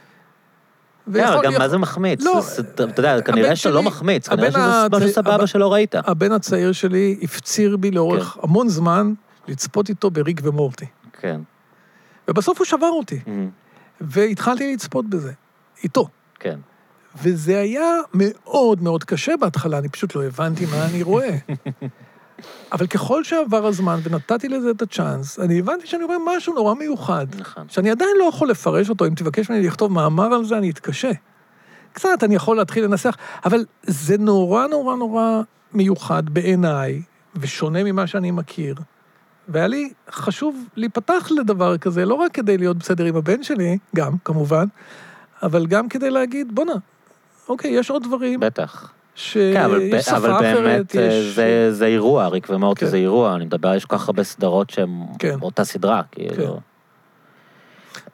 לא, גם מה זה מחמיץ? אתה יודע, כנראה שאתה לא מחמיץ, כנראה שזה משהו סבבה שלא ראית. הבן הצעיר שלי הפציר בי לאורך המון זמן לצפות איתו בריק ומורטי. כן. ובסוף הוא שבר אותי. והתחלתי לצפות בזה, איתו. כן. וזה היה מאוד מאוד קשה בהתחלה, אני פשוט לא הבנתי מה אני רואה. אבל ככל שעבר הזמן ונתתי לזה את הצ'אנס, אני הבנתי שאני רואה משהו נורא מיוחד. נכון. שאני עדיין לא יכול לפרש אותו, אם תבקש ממני לכתוב מאמר על זה, אני אתקשה. קצת אני יכול להתחיל לנסח, אבל זה נורא נורא נורא מיוחד בעיניי, ושונה ממה שאני מכיר. והיה לי חשוב להיפתח לדבר כזה, לא רק כדי להיות בסדר עם הבן שלי, גם, כמובן, אבל גם כדי להגיד, בוא נע, אוקיי, יש עוד דברים. בטח. שיש אבל, שפה אבל אחרת, באמת יש... זה, זה אירוע, ריק ומורטי כן. זה אירוע, אני מדבר, יש כל כך הרבה סדרות שהן כן. אותה סדרה, כאילו. כן.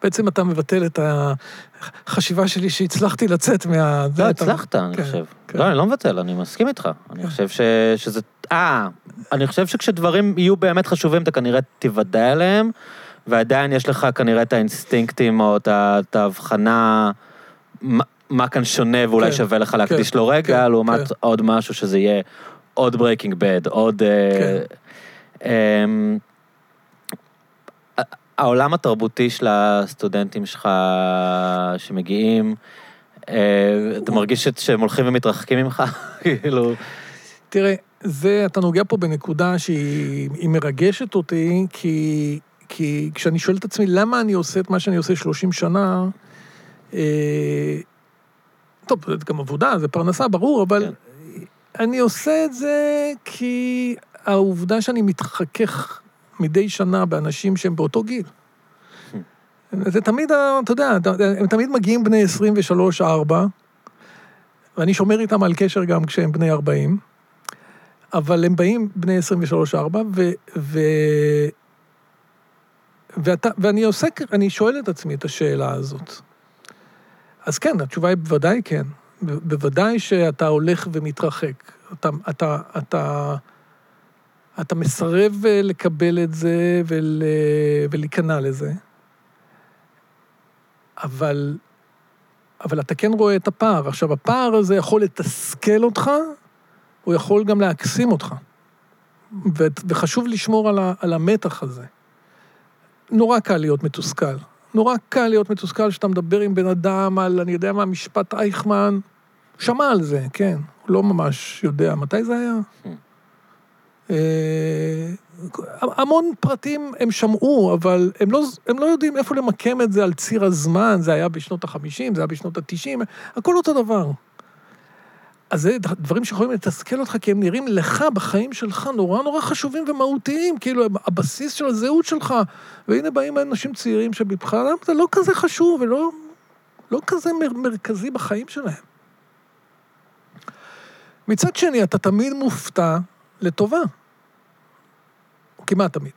בעצם אתה מבטל את החשיבה שלי שהצלחתי לצאת מה... לא, הצלחת, אני חושב. לא, אני לא מבטל, אני מסכים איתך. אני חושב שזה... אה, אני חושב שכשדברים יהיו באמת חשובים, אתה כנראה תיוודע עליהם, ועדיין יש לך כנראה את האינסטינקטים, או את ההבחנה, מה כאן שונה, ואולי שווה לך להקדיש לו רגע, לעומת עוד משהו שזה יהיה עוד ברייקינג בד, עוד... העולם התרבותי של הסטודנטים שלך שמגיעים, אתה מרגיש שהם הולכים ומתרחקים ממך? כאילו... תראה, זה, אתה נוגע פה בנקודה שהיא מרגשת אותי, כי, כי כשאני שואל את עצמי, למה אני עושה את מה שאני עושה שלושים שנה, אה, טוב, זה גם עבודה, זה פרנסה, ברור, אבל כן. אני עושה את זה כי העובדה שאני מתחכך מדי שנה באנשים שהם באותו גיל. זה תמיד, אתה יודע, הם תמיד מגיעים בני עשרים ושלוש ארבע, ואני שומר איתם על קשר גם כשהם בני ארבעים, אבל הם באים בני עשרים ושלוש ארבע, ו... ו... ואתה, ואני עוסק, אני שואל את עצמי את השאלה הזאת. אז כן, התשובה היא בוודאי כן. בוודאי שאתה הולך ומתרחק. אתה, אתה, אתה, אתה מסרב לקבל את זה ול, ולהיכנע לזה. אבל, אבל אתה כן רואה את הפער. עכשיו, הפער הזה יכול לתסכל אותך, הוא יכול גם להקסים אותך. ו, וחשוב לשמור על, ה, על המתח הזה. נורא קל להיות מתוסכל. נורא קל להיות מתוסכל שאתה מדבר עם בן אדם על, אני יודע מה, משפט אייכמן, שמע על זה, כן. הוא לא ממש יודע מתי זה היה. המון פרטים הם שמעו, אבל הם לא, הם לא יודעים איפה למקם את זה על ציר הזמן, זה היה בשנות ה-חמישים, זה היה בשנות ה-תשעים, הכל אותו דבר. אז זה דברים שיכולים לתסכל אותך, כי הם נראים לך בחיים שלך נורא נורא חשובים ומהותיים, כאילו הבסיס של הזהות שלך, והנה באים אנשים צעירים שבבחינתם זה לא כזה חשוב, ולא לא כזה מרכזי בחיים שלהם. מצד שני, אתה תמיד מופתע לטובה. כמעט תמיד.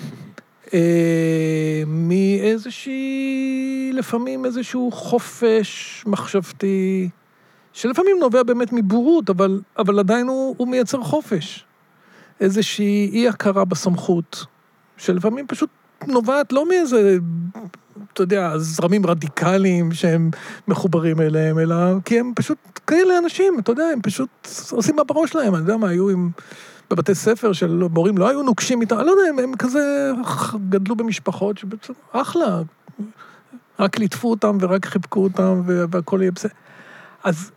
מאיזושהי, לפעמים איזשהו חופש מחשבתי, שלפעמים נובע באמת מבורות, אבל, אבל עדיין הוא, הוא מייצר חופש. איזושהי אי-הכרה בסמכות, שלפעמים פשוט נובעת לא מאיזה, אתה יודע, זרמים רדיקליים שהם מחוברים אליהם, אלא כי הם פשוט כאלה אנשים, אתה יודע, הם פשוט עושים מה בראש להם, אני יודע מה, היו עם, בבתי ספר של מורים, לא היו נוקשים איתם, אני לא יודע, הם, הם כזה גדלו במשפחות, שבצד, אחלה, רק ליטפו אותם ורק חיבקו אותם, והכל יהיה בסדר. אז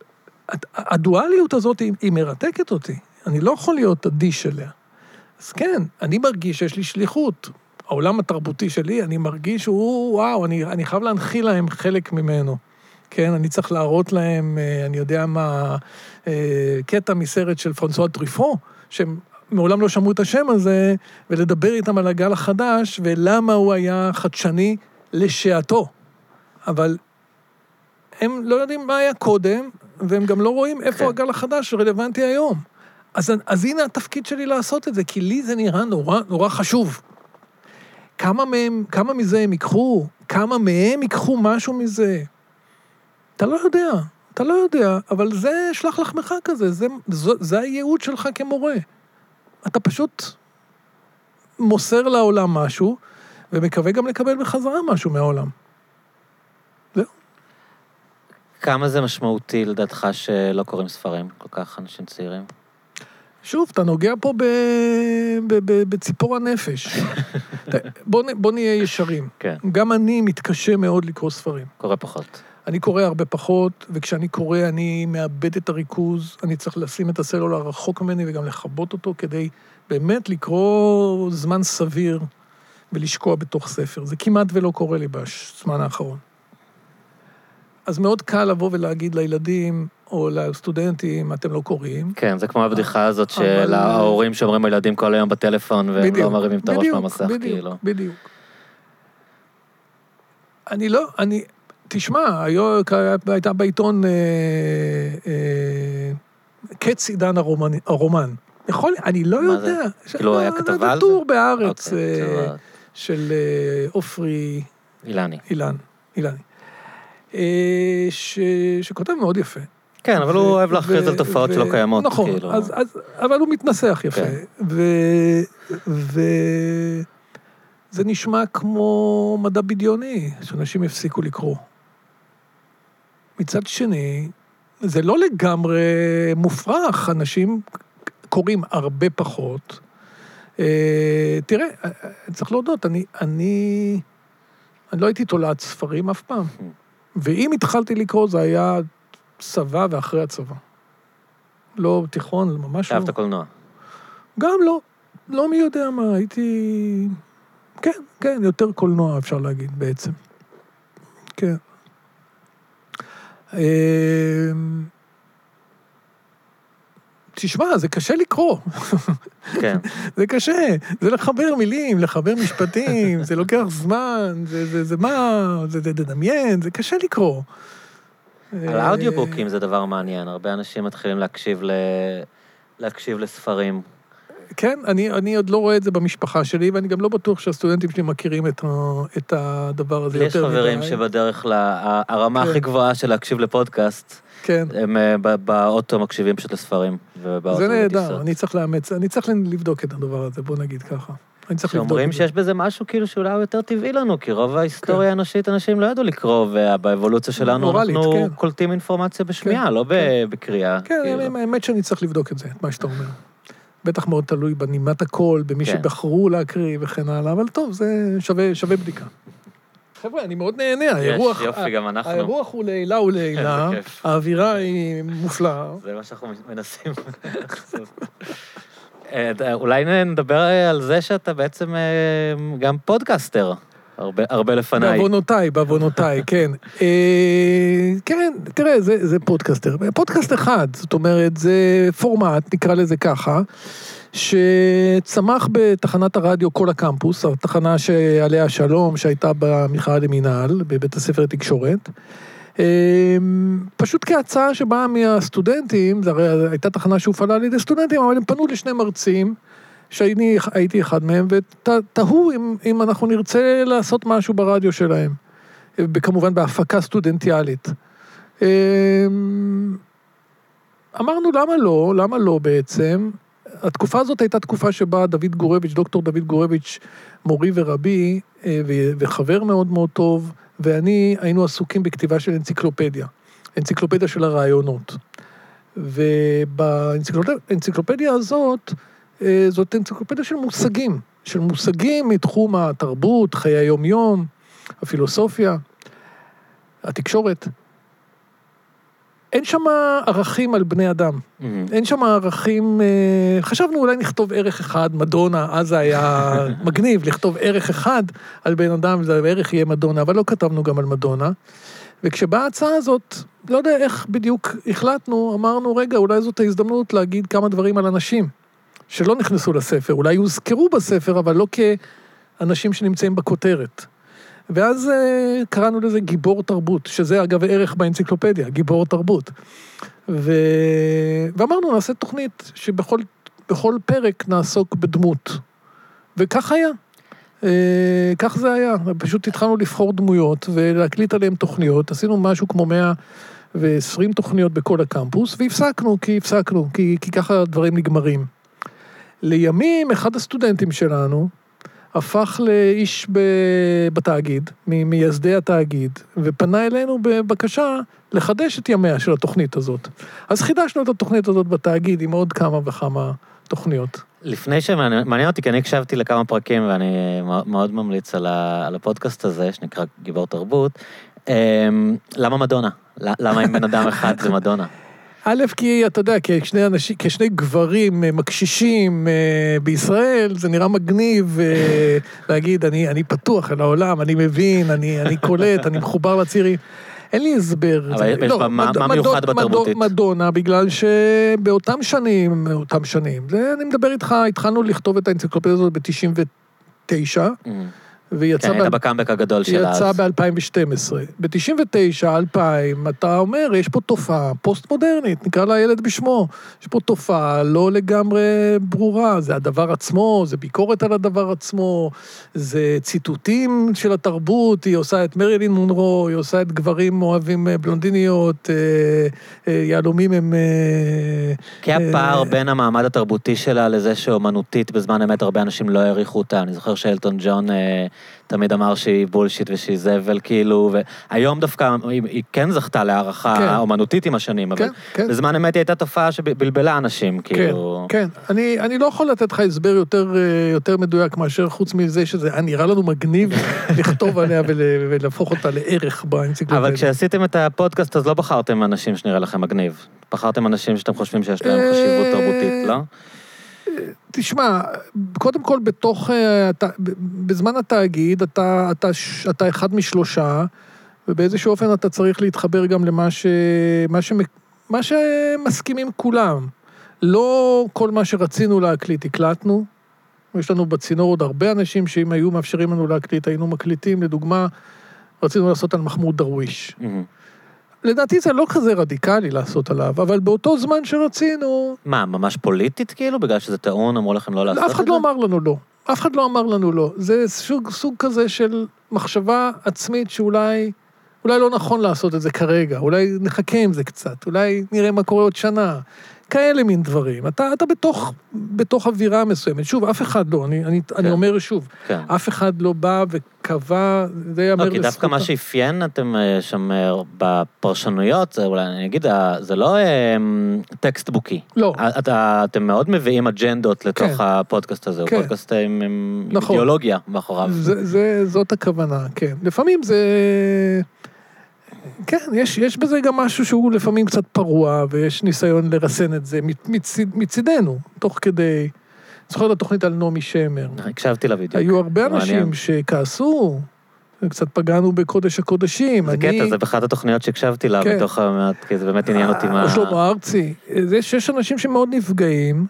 הדואליות הזאת היא מרתקת אותי. אני לא יכול להיות אדיש אליה. אז כן, אני מרגיש שיש לי שליחות. העולם התרבותי שלי, אני מרגיש שהוא, וואו, אני, אני חייב להנחיל להם חלק ממנו. כן, אני צריך להראות להם, אני יודע מה, קטע מסרט של פרנסואה טריפו, שהם מעולם לא שמעו את השם הזה, ולדבר איתם על הגל החדש, ולמה הוא היה חדשני לשעתו. אבל הם לא יודעים מה היה קודם, והם גם לא רואים איפה הגל החדש רלוונטי היום. אז, אז הנה התפקיד שלי לעשות את זה, כי לי זה נראה נורא, נורא חשוב. כמה מהם, כמה מזה הם ייקחו? כמה מהם ייקחו משהו מזה? אתה לא יודע, אתה לא יודע, אבל זה שלח לחמך כזה, זה, זה, זה הייעוד שלך כמורה. אתה פשוט מוסר לעולם משהו, ומקווה גם לקבל בחזרה משהו מהעולם. זהו. כמה זה משמעותי לדעתך שלא קוראים ספרים, כל כך אנשים צעירים? שוב, אתה נוגע פה ב... ב... ב... בציפור הנפש. בוא, בוא נהיה ישרים. כן. גם אני מתקשה מאוד לקרוא ספרים. קורא פחות. אני קורא הרבה פחות, וכשאני קורא אני מאבד את הריכוז, אני צריך לשים את הסלולר רחוק ממני וגם לחבות אותו, כדי באמת לקרוא זמן סביר ולשקוע בתוך ספר. זה כמעט ולא קורה לי בזמן האחרון. אז מאוד קל לבוא ולהגיד לילדים או לסטודנטים, אתם לא קוראים. כן, זה כמו הבדיחה הזאת של ההורים שאומרים לילדים כל היום בטלפון, והם לא מרימים את הראש מהמסך, כאילו. בדיוק, בדיוק. אני לא, אני, תשמע, הייתה בעיתון קץ עידן הרומן. יכול, אני לא יודע. כאילו היה כתבה על זה? זה טור בארץ של אופרי אילני. אילן, אילני. ש... שכותב מאוד יפה. כן, אבל הוא אוהב להכריז על תופעות שלא קיימות. נכון, אז, אז, אבל הוא מתנסח יפה. ו... ו... זה נשמע כמו מדע בדיוני, שאנשים יפסיקו לקרוא. מצד שני, זה לא לגמרי מופרך, אנשים קוראים הרבה פחות. תראה, צריך להודות, אני, אני, אני לא הייתי תולעת ספרים אף פעם. ואם התחלתי לקרוא, זה היה צבא ואחרי הצבא. לא תיכון, ממש לא. אהבת קולנוע. גם לא, לא מי יודע מה, הייתי... כן, כן, יותר קולנוע אפשר להגיד בעצם. כן. תשמע, זה קשה לקרוא. כן. זה קשה, זה לחבר מילים, לחבר משפטים, זה לוקח זמן, זה, זה, זה מה, זה, זה דמיין, זה קשה לקרוא. על האודיובוקים זה דבר מעניין, הרבה אנשים מתחילים להקשיב, ל... להקשיב לספרים. כן, אני, אני עוד לא רואה את זה במשפחה שלי, ואני גם לא בטוח שהסטודנטים שלי מכירים את, את הדבר הזה יותר מדי. יש חברים שבדרך לרמה הכי גבוהה של להקשיב לפודקאסט, כן. הם באוטו מקשיבים פשוט לספרים. זה נהדר, אני צריך לאמץ, אני צריך לבדוק את הדבר הזה, בוא נגיד ככה. שאומרים שיש בזה משהו כאילו שאולי הוא יותר טבעי לנו, כי רוב ההיסטוריה האנושית אנשים לא ידעו לקרוא, ובאבולוציה שלנו אנחנו קולטים אינפורמציה בשמיעה, לא בקריאה. כן, האמת שאני צריך לבדוק את זה, את מה שאתה אומר. בטח מאוד תלוי בנימת הקול, במי שבחרו להקריא וכן הלאה, אבל טוב, זה שווה בדיקה. חבר'ה, אני מאוד נהנה, האירוח... יש, יופי, גם אנחנו. האירוח הוא לעילה ולעילה, האווירה היא מופלאה. זה מה שאנחנו מנסים. אולי נדבר על זה שאתה בעצם גם פודקאסטר, הרבה, הרבה לפניי. בעוונותיי, בעוונותיי, כן. כן, תראה, זה, זה פודקאסטר. פודקאסט אחד, זאת אומרת, זה פורמט, נקרא לזה ככה, שצמח בתחנת הרדיו כל הקמפוס, התחנה שעליה שלום, שהייתה במכללה למינהל, בבית הספר לתקשורת, פשוט כהצעה שבאה מהסטודנטים, זו הרי הייתה תחנה שהופעלה על ידי סטודנטים, אבל הם פנו לשני מרצים, שהייתי אחד מהם, ותהו אם, אם אנחנו נרצה לעשות משהו ברדיו שלהם, כמובן בהפקה סטודנטיאלית. אמרנו, למה לא? למה לא בעצם? התקופה הזאת הייתה תקופה שבה דוד גורביץ', דוקטור דוד גורביץ', מורי ורבי, וחבר מאוד מאוד טוב, ואני היינו עסוקים בכתיבה של אנציקלופדיה, אנציקלופדיה של הרעיונות. ובאנציקלופדיה הזאת, זאת אנציקלופדיה של מושגים, של מושגים מתחום התרבות, חיי היום-יום, הפילוסופיה, התקשורת. אין שם ערכים על בני אדם. Mm-hmm. אין שם ערכים, חשבנו אולי נכתוב ערך אחד, מדונה, אז זה היה מגניב, לכתוב ערך אחד על בן אדם, זה ערך יהיה מדונה, אבל לא כתבנו גם על מדונה. וכשבאה ההצעה הזאת, לא יודע איך בדיוק החלטנו, אמרנו, רגע, אולי זאת ההזדמנות להגיד כמה דברים על אנשים, שלא נכנסו לספר, אולי יוזכרו בספר, אבל לא כאנשים שנמצאים בכותרת. ואז uh, קראנו לזה גיבור תרבות, שזה אגב ערך באנציקלופדיה, גיבור תרבות. ו... ואמרנו, נעשה תוכנית שבכל בכל פרק נעסוק בדמות. וכך היה. Uh, כך זה היה. פשוט התחלנו לבחור דמויות ולהקליט עליהם תוכניות. עשינו משהו כמו מאה ועשרים תוכניות בכל הקמפוס, והפסקנו, כי הפסקנו, כי, כי ככה הדברים נגמרים. לימים, אחד הסטודנטים שלנו, הפך לאיש בתאגיד, ממייסדי התאגיד, ופנה אלינו בבקשה לחדש את ימיה של התוכנית הזאת. אז חידשנו את התוכנית הזאת בתאגיד עם עוד כמה וכמה תוכניות. לפני שמעניין אותי, כי אני הקשבתי לכמה פרקים, ואני מאוד ממליץ על הפודקאסט הזה, שנקרא גיבור תרבות, למה מדונה? למה עם בן אדם אחד זה מדונה? א', כי אתה יודע, כשני אנשים, כשני גברים מקשישים בישראל, זה נראה מגניב להגיד, אני, אני פתוח אל העולם, אני מבין, אני, אני קולט, אני מחובר לצעירים. אין לי הסבר. אבל יש בה, מה מיוחד בתרבותית? מדונה, בגלל שבאותם שנים, אותם שנים, זה, אני מדבר איתך, התחלנו לכתוב את האנציקלופדיה הזאת ב-תשעים ותשע, ויצא... כן, הייתה בקאמבק הגדול של אז. יצא ב-אלפיים ושתים עשרה. ב-תשעים ותשע, אלפיים, אתה אומר, יש פה תופעה פוסט-מודרנית, נקרא לה ילד בשמו. יש פה תופעה לא לגמרי ברורה, זה הדבר עצמו, זה ביקורת על הדבר עצמו, זה ציטוטים של התרבות, היא עושה את מרילין מונרו, היא עושה את גברים אוהבים בלונדיניות, יהלומים הם... כי הפער בין המעמד התרבותי שלה לזה שאומנותית בזמן אמת הרבה אנשים לא העריכו אותה. אני זוכר שאלטון ג'ון תמיד אמר שהיא בולשיט ושהיא זבל, כאילו, והיום דווקא היא, היא כן זכתה להערכה כן. אומנותית עם השנים, אבל כן, כן. בזמן אמת היא הייתה תופעה שבלבלה אנשים, כאילו... כן, כן. אני, אני לא יכול לתת לך הסבר יותר, יותר מדויק מאשר חוץ מזה שזה נראה לנו מגניב לכתוב עליה ול, ולהפוך אותה לערך באנציקלופדיה. אבל כשעשיתם את הפודקאסט, אז לא בחרתם אנשים שנראה לכם מגניב. בחרתם אנשים שאתם חושבים שיש להם חשיבות תרבותית, לא? תשמע, קודם כל בתוך, בזמן התאגיד, אתה, אתה, אתה אחד משלושה, ובאיזשהו אופן אתה צריך להתחבר גם למה ש, מה ש, מה שמסכימים כולם. לא כל מה שרצינו להקליט, הקלטנו. יש לנו בצינור עוד הרבה אנשים שאם היו מאפשרים לנו להקליט, היינו מקליטים. לדוגמה, רצינו לעשות על מחמוד דרוויש. Mm-hmm. לדעתי זה לא כזה רדיקלי לעשות עליו, אבל באותו זמן שרצינו... מה, ממש פוליטית כאילו? בגלל שזה טעון, אמרו לכם לא לעשות את זה? אף אחד לא אמר לנו לא. אף אחד לא אמר לנו לא. זה סוג, סוג כזה של מחשבה עצמית שאולי אולי לא נכון לעשות את זה כרגע, אולי נחכה עם זה קצת, אולי נראה מה קורה עוד שנה. כאלה מין דברים. אתה, אתה בתוך, בתוך אווירה מסוימת. שוב, אף אחד לא, אני, אני, כן. אני אומר שוב, כן. אף אחד לא בא וקבע, זה יאמר לזכות. כי דווקא מה שאפיין אתם שם בפרשנויות, זה אולי, אני אגיד, זה לא טקסט בוקי. לא. את, אתם מאוד מביאים אג'נדות לתוך כן. הפודקאסט הזה, כן. הוא פודקאסט עם, עם נכון. אידיאולוגיה מאחוריו. זה, זה, זאת הכוונה, כן. לפעמים זה... כן, יש, יש בזה גם משהו שהוא לפעמים קצת פרוע, ויש ניסיון לרסן את זה מצד, מצדנו, תוך כדי... זוכר את התוכנית על נעמי שמר. הקשבתי לה בדיוק. היו הרבה אנשים שכעסו, קצת פגענו בקודש הקודשים. זה אני... קטע, זה באחת התוכניות שהקשבתי לה, כן. בתוך המעט, כי זה באמת עניין אותי מה... שלמה ארצי. יש, יש אנשים שמאוד נפגעים,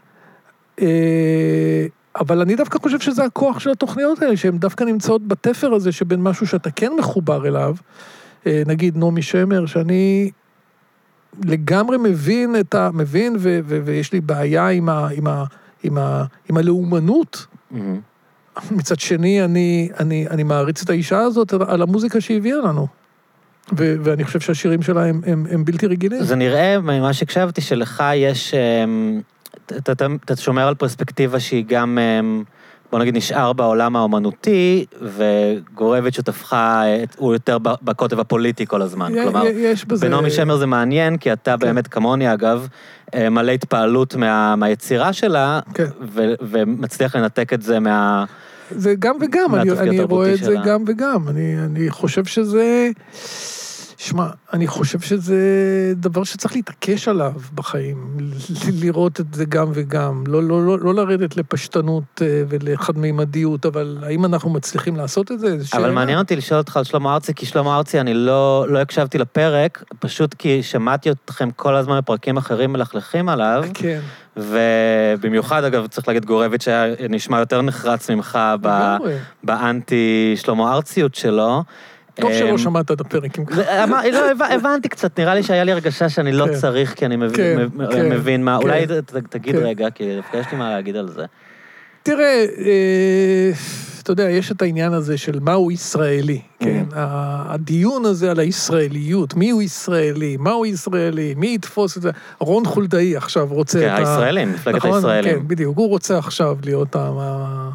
אבל אני דווקא חושב שזה הכוח של התוכניות האלה, שהן דווקא נמצאות בתפר הזה, שבין משהו שאתה כן מחובר אליו, נגיד נעמי שמר, שאני לגמרי מבין את ה... מבין, ו, ו, ויש לי בעיה עם ה... עם ה... עם ה... עם הלאומנות. Mm-hmm. מצד שני, אני, אני, אני מעריץ את האישה הזאת על המוזיקה שהביאה לנו. ו, ואני חושב שהשירים שלה הם, הם, הם בלתי רגילים. זה נראה, ממה שהקשבתי, שלך יש... אתה, אתה, אתה שומר על פרספקטיבה שהיא גם... בוא נגיד, נשאר בעולם האומנותי, וגורביץ' שותפך, הוא יותר בקוטב הפוליטי כל הזמן. כלומר, בנעמי שמר זה מעניין, כי אתה באמת כמוני, אגב, מלא התפעלות מהיצירה שלה, ומצליח לנתק את זה מה... זה גם וגם, אני רואה את זה גם וגם. אני חושב שזה... שמע, אני חושב שזה דבר שצריך להתעקש עליו בחיים, לראות את זה גם וגם, לא, לא, לא, לא לרדת לפשטנות ולחד-מימדיות, אבל האם אנחנו מצליחים לעשות את זה? אבל שאלה. מעניין אותי לשאול אותך על שלמה ארצי, כי שלמה ארצי אני לא, לא הקשבתי לפרק, פשוט כי שמעתי אתכם כל הזמן בפרקים אחרים מלכלכים עליו, כן. ובמיוחד, אגב, צריך להגיד גורביץ' שהיה נשמע יותר נחרץ ממך באנטי שלמה ארציות שלו, טוב שלא שמעת את הפרקים. הבנתי קצת, נראה לי שהיה לי הרגשה שאני לא צריך, כי אני מבין מה, אולי תגיד רגע, כי דווקא יש לי מה להגיד על זה. תראה, אתה יודע, יש את העניין הזה של מהו ישראלי, כן? הדיון הזה על הישראליות, מי הוא ישראלי, מהו ישראלי, מי יתפוס את זה, רון חולדאי עכשיו רוצה את ה... כן, הישראלים, מפלגת הישראלים. כן, בדיוק, הוא רוצה עכשיו להיות ה...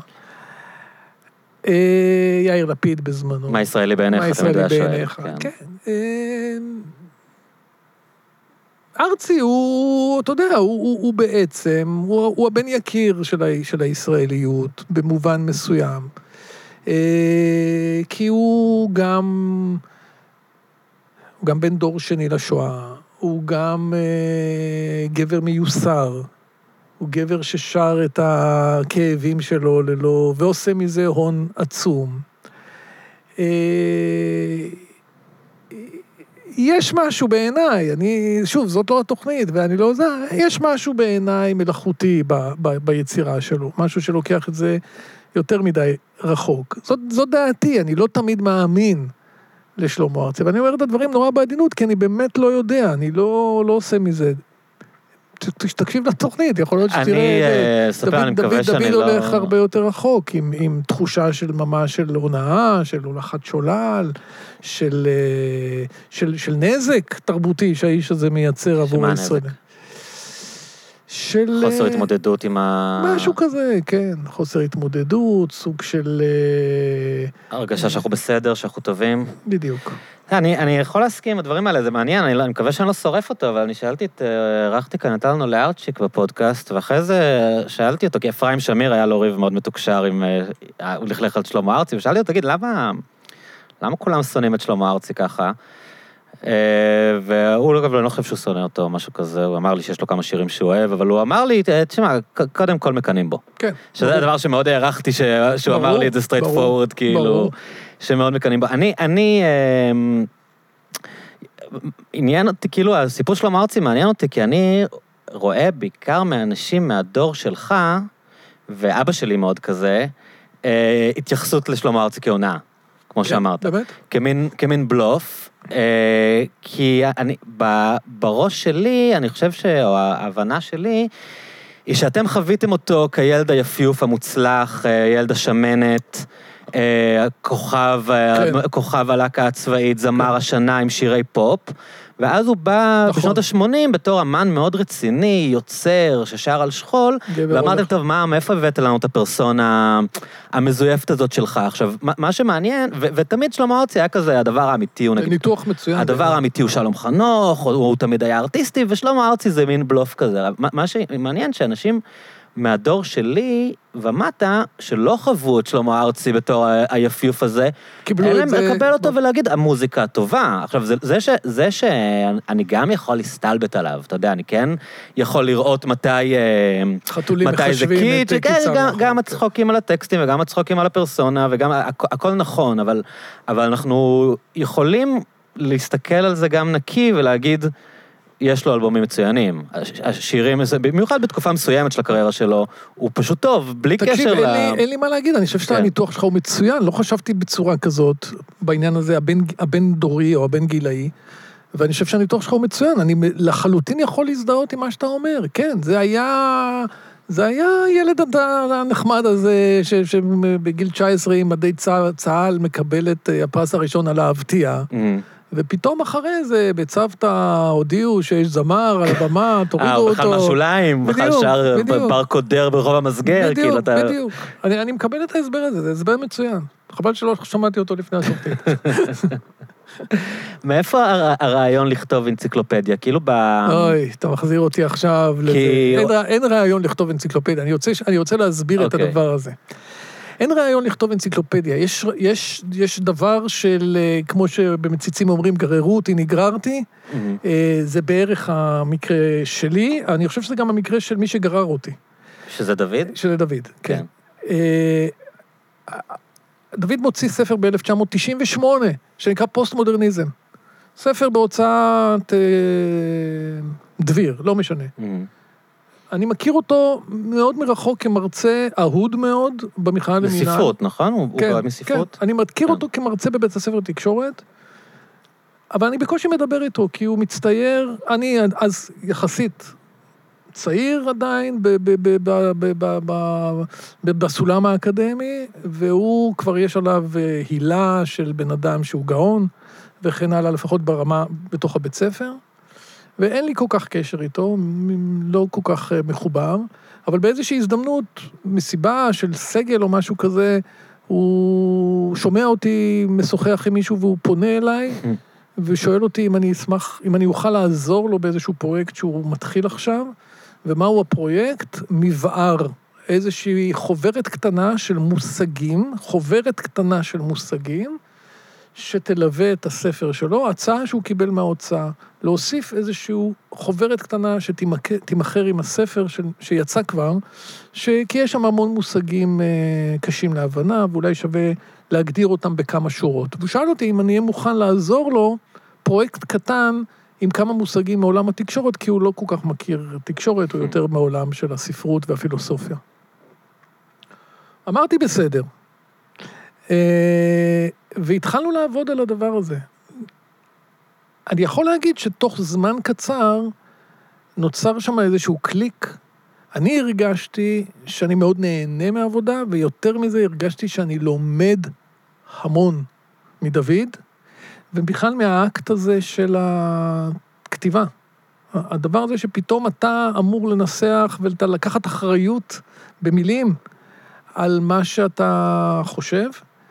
יאיר לפיד בזמנו. מה ישראלי בעיניך? מה ישראלי בעיניך, כן. ארצי הוא, אתה יודע, הוא בעצם, הוא הבן יקיר של הישראליות, במובן מסוים. כי הוא גם, הוא גם בן דור שני לשואה, הוא גם גבר מיוסר, הוא גבר ששר את הכאבים שלו ללא, ועושה מזה הון עצום. יש משהו בעיניי, אני, שוב, זאת לא התוכנית, ואני לא יודע, יש משהו בעיניי מלאכותי ב, ב, ביצירה שלו, משהו שלוקח את זה יותר מדי רחוק. זאת, זאת דעתי, אני לא תמיד מאמין לשלמה ארצי, ואני אומר את הדברים נורא בעדינות, כי אני באמת לא יודע, אני לא, לא עושה מזה. תקשיב לתוכנית, יכול להיות שתראה, דוד הולך הרבה יותר רחוק, עם תחושה של ממש של הונאה, של הולכת שולל, של נזק תרבותי שהאיש הזה מייצר עבור ישראל. חוסר התמודדות עם ה... משהו כזה, כן, חוסר התמודדות, סוג של... הרגשה שאנחנו בסדר, שאנחנו טובים. בדיוק. אני, אני יכול להסכים, הדברים האלה, זה מעניין, אני, אני מקווה שאני לא שורף אותו, אבל אני שאלתי את, ערכתי כאן, נתן לנו לארצ'יק בפודקאסט, ואחרי זה שאלתי אותו, כי אפרים שמיר היה לו ריב מאוד מתוקשר, עם, הוא לכלך על שלמה ארצי, ושאלתי אותו, תגיד, למה, למה כולם שונאים את שלמה ארצי ככה? והוא אגב לא חושב שהוא שונא אותו, משהו כזה, הוא אמר לי שיש לו כמה שירים שהוא אוהב, אבל הוא אמר לי, תשמע, קודם כל מקנים בו. כן. שזה הדבר שמאוד הערכתי, שהוא אמר לי את זה straight forward, כאילו, שמאוד מקנים בו. אני, אני, עניין אותי, כאילו, הסיפור שלמה ארצי מעניין אותי, כי אני רואה בעיקר מאנשים מהדור שלך, ואבא שלי מאוד כזה, התייחסות לשלמה ארצי כהונאה, כמו שאמרת. באמת? כמין, כמין בלוף, כי אני, בראש שלי, אני חושב או ההבנה שלי, היא שאתם חוויתם אותו כילד היפיוף המוצלח, ילד השמנת, כוכב, כוכב הלהקה הצבאית, זמר השנה עם שירי פופ, ואז הוא בא בשנות ה-שמונים בתור אמן מאוד רציני, יוצר, ששר על שכול, ואמרתם, טוב, מה, מאיפה הבאת לנו את הפרסונה המזויפת הזאת שלך? עכשיו, מה שמעניין, ותמיד שלמה ארצי היה כזה, הדבר האמיתי הוא נגיד... ניתוח מצוין. הדבר האמיתי הוא שלום חנוך, הוא תמיד היה ארטיסטי, ושלמה ארצי זה מין בלוף כזה. מה שמעניין שאנשים... מהדור שלי ומטה, שלא חוו את שלמה ארצי בתור היפיוף הזה, קיבלו את זה... לקבל אותו ולהגיד, המוזיקה טובה. עכשיו, זה, זה, ש, זה שאני גם יכול להסתלבט עליו, אתה יודע, אני כן יכול לראות מתי... חתולים מתי מחשבים את קיצר. גם, גם הצחוקים על הטקסטים וגם הצחוקים על הפרסונה, וגם הכ, הכל נכון, אבל, אבל אנחנו יכולים להסתכל על זה גם נקי ולהגיד... יש לו אלבומים מצוינים, השירים, במיוחד בתקופה מסוימת של הקריירה שלו, הוא פשוט טוב, בלי קשר ל... תקשיב, אין לי מה להגיד, אני חושב שהניתוח שלך הוא מצוין, לא חשבתי בצורה כזאת, בעניין הזה, הבן דורי או הבן גילאי, ואני חושב שהניתוח שלך הוא מצוין, אני לחלוטין יכול להזדהות עם מה שאתה אומר, כן, זה היה... זה היה ילד הנחמד הזה, שבגיל תשע עשרה עם מדי צה"ל מקבל את הפרס הראשון על האבטיה, ופתאום אחרי זה, בצוותא הודיעו שיש זמר על הבמה, תורידו אותו. אה, בכלל מהשוליים, בכלל שר בר קודר ברחוב המסגר. בדיוק, בדיוק. אני מקבל את ההסבר הזה, זה הסבר מצוין. חבל שלא שמעתי אותו לפני השופטית. מאיפה הרעיון לכתוב אנציקלופדיה? כאילו ב... אוי, אתה מחזיר אותי עכשיו לזה. אין רעיון לכתוב אנציקלופדיה, אני רוצה להסביר את הדבר הזה. אין רעיון לכתוב אנציקלופדיה, יש, יש, יש דבר של, כמו שבמציצים אומרים, גררו אותי, נגררתי, mm-hmm. זה בערך המקרה שלי, אני חושב שזה גם המקרה של מי שגרר אותי. שזה דוד? שזה דוד, כן. כן. דוד מוציא ספר ב-אלף תשע מאות תשעים ושמונה, שנקרא פוסט-מודרניזם. ספר בהוצאת דביר, לא משנה. Mm-hmm. אני מכיר אותו מאוד מרחוק כמרצה אהוד מאוד במכללה למינהל. בספרות, נכון? הוא בא מספרות? כן, אני מכיר אותו כמרצה בבית הספר לתקשורת, אבל אני בקושי מדבר איתו, כי הוא מצטייר, אני אז יחסית צעיר עדיין בסולם האקדמי, והוא כבר יש עליו הילה של בן אדם שהוא גאון, וכן הלאה לפחות ברמה בתוך הבית ספר, ואין לי כל כך קשר איתו, לא כל כך מחובר, אבל באיזושהי הזדמנות, מסיבה של סגל או משהו כזה, הוא שומע אותי משוחח עם מישהו והוא פונה אליי, ושואל אותי אם אני אשמח, אם אני אוכל לעזור לו באיזשהו פרויקט שהוא מתחיל עכשיו, ומהו הפרויקט? מבער, איזושהי חוברת קטנה של מושגים, חוברת קטנה של מושגים, שתלווה את הספר שלו, הצעה שהוא קיבל מההוצאה, להוסיף איזשהו חוברת קטנה שתימחר עם הספר ש... שיצא כבר, ש... כי יש שם המון מושגים אה, קשים להבנה, ואולי שווה להגדיר אותם בכמה שורות. והוא שאל אותי אם אני אהיה מוכן לעזור לו, פרויקט קטן עם כמה מושגים מעולם התקשורת, כי הוא לא כל כך מכיר תקשורת, הוא יותר מעולם של הספרות והפילוסופיה. אמרתי בסדר. והתחלנו לעבוד על הדבר הזה. אני יכול להגיד שתוך זמן קצר נוצר שם איזשהו קליק. אני הרגשתי שאני מאוד נהנה מהעבודה, ויותר מזה הרגשתי שאני לומד המון מדוד, ובכלל מהאקט הזה של הכתיבה. הדבר הזה שפתאום אתה אמור לנסח ולקחת אחריות במילים על מה שאתה חושב,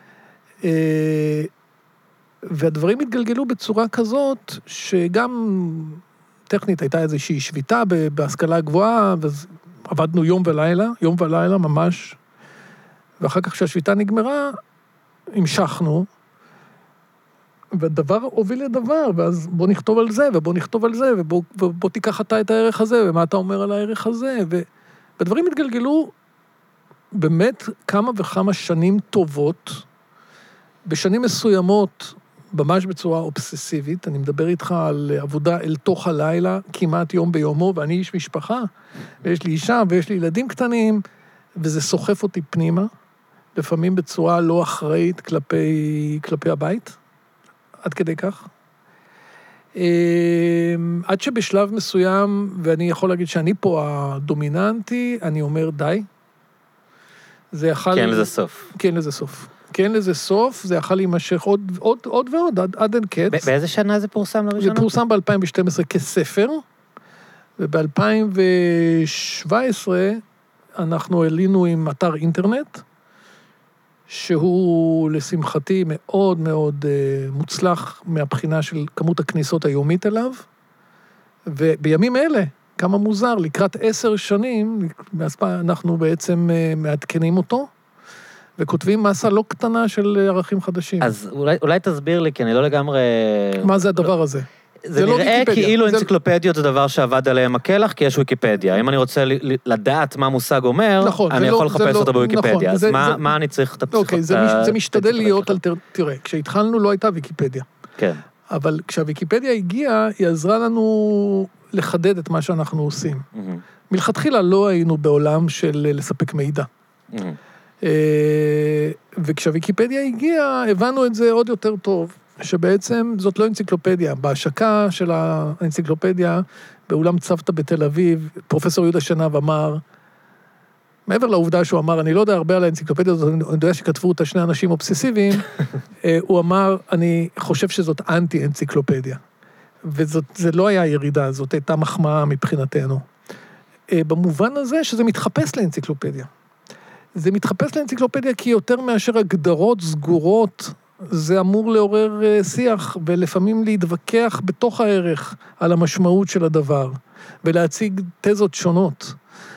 והדברים התגלגלו בצורה כזאת שגם טכנית הייתה איזושהי שביתה בהשכלה הגבוהה, ועבדנו יום ולילה, יום ולילה ממש, ואחר כך כשהשביתה נגמרה, המשכנו, והדבר הוביל לדבר, ואז בוא נכתוב על זה, ובוא נכתוב על זה, ובוא, ובוא תיקח אתה את הערך הזה, ומה אתה אומר על הערך הזה, והדברים התגלגלו באמת כמה וכמה שנים טובות, בשנים מסוימות, ממש בצורה אובססיבית, אני מדבר איתך על עבודה אל תוך הלילה, כמעט יום ביומו, ואני איש משפחה, ויש לי אישה, ויש לי ילדים קטנים, וזה סוחף אותי פנימה, לפעמים בצורה לא אחראית כלפי, כלפי הבית, עד כדי כך. עד שבשלב מסוים, ואני יכול להגיד שאני פה הדומיננטי, אני אומר די. זה יכול... כן לזה סוף. כן לזה סוף. כן לזה סוף, זה יכול להימשך עוד, עוד, עוד ועוד, עד, עד אין קץ. באיזה שנה זה פורסם לראשונה? זה פורסם ב-אלפיים ושתים עשרה כספר, וב-אלפיים ושבע עשרה אנחנו העלינו עם אתר אינטרנט, שהוא לשמחתי מאוד מאוד מוצלח מהבחינה של כמות הכניסות היומית אליו, ובימים אלה, כמה מוזר, לקראת עשר שנים, אנחנו בעצם מעדכנים אותו, וכותבים מסה לא קטנה של ערכים חדשים. אז אולי, אולי תסביר לי, כי אני לא לגמרי... מה זה הדבר הזה? זה, זה נראה לא כאילו זה... אנציקלופדיות זה דבר שעבד עליהם הקלח, כי יש ויקיפדיה. אם אני רוצה לדעת מה מושג אומר, נכון, אני יכול לא, לחפש לא, אותו בוויקיפדיה. נכון, אז זה, מה, זה... מה אני צריך את הפסיכות? אוקיי, זה, מש, זה משתדל להיות אלטר... תראה, כשהתחלנו לא הייתה ויקיפדיה. כן. אבל כשהוויקיפדיה הגיעה, היא עזרה לנו לחדד את מה שאנחנו עושים. Mm-hmm. מלכתחילה לא היינו בעולם של לספק מידע. Mm-hmm. וכשהוויקיפדיה הגיעה, הבנו את זה עוד יותר טוב, שבעצם זאת לא אנציקלופדיה. בהשקה של האנציקלופדיה, באולם צוותא בתל אביב, פרופסור יהודה שנב אמר, מעבר לעובדה שהוא אמר, אני לא יודע הרבה על האנציקלופדיה הזאת, אני יודע שכתבו אותה שני אנשים אובססיביים, הוא אמר, אני חושב שזאת אנטי-אנציקלופדיה. וזה לא היה ירידה, זאת הייתה מחמאה מבחינתנו. במובן הזה שזה מתחפש לאנציקלופדיה. זה מתחפש לאנציקלופדיה כי יותר מאשר הגדרות סגורות, זה אמור לעורר שיח, ולפעמים להתווכח בתוך הערך על המשמעות של הדבר, ולהציג תזות שונות.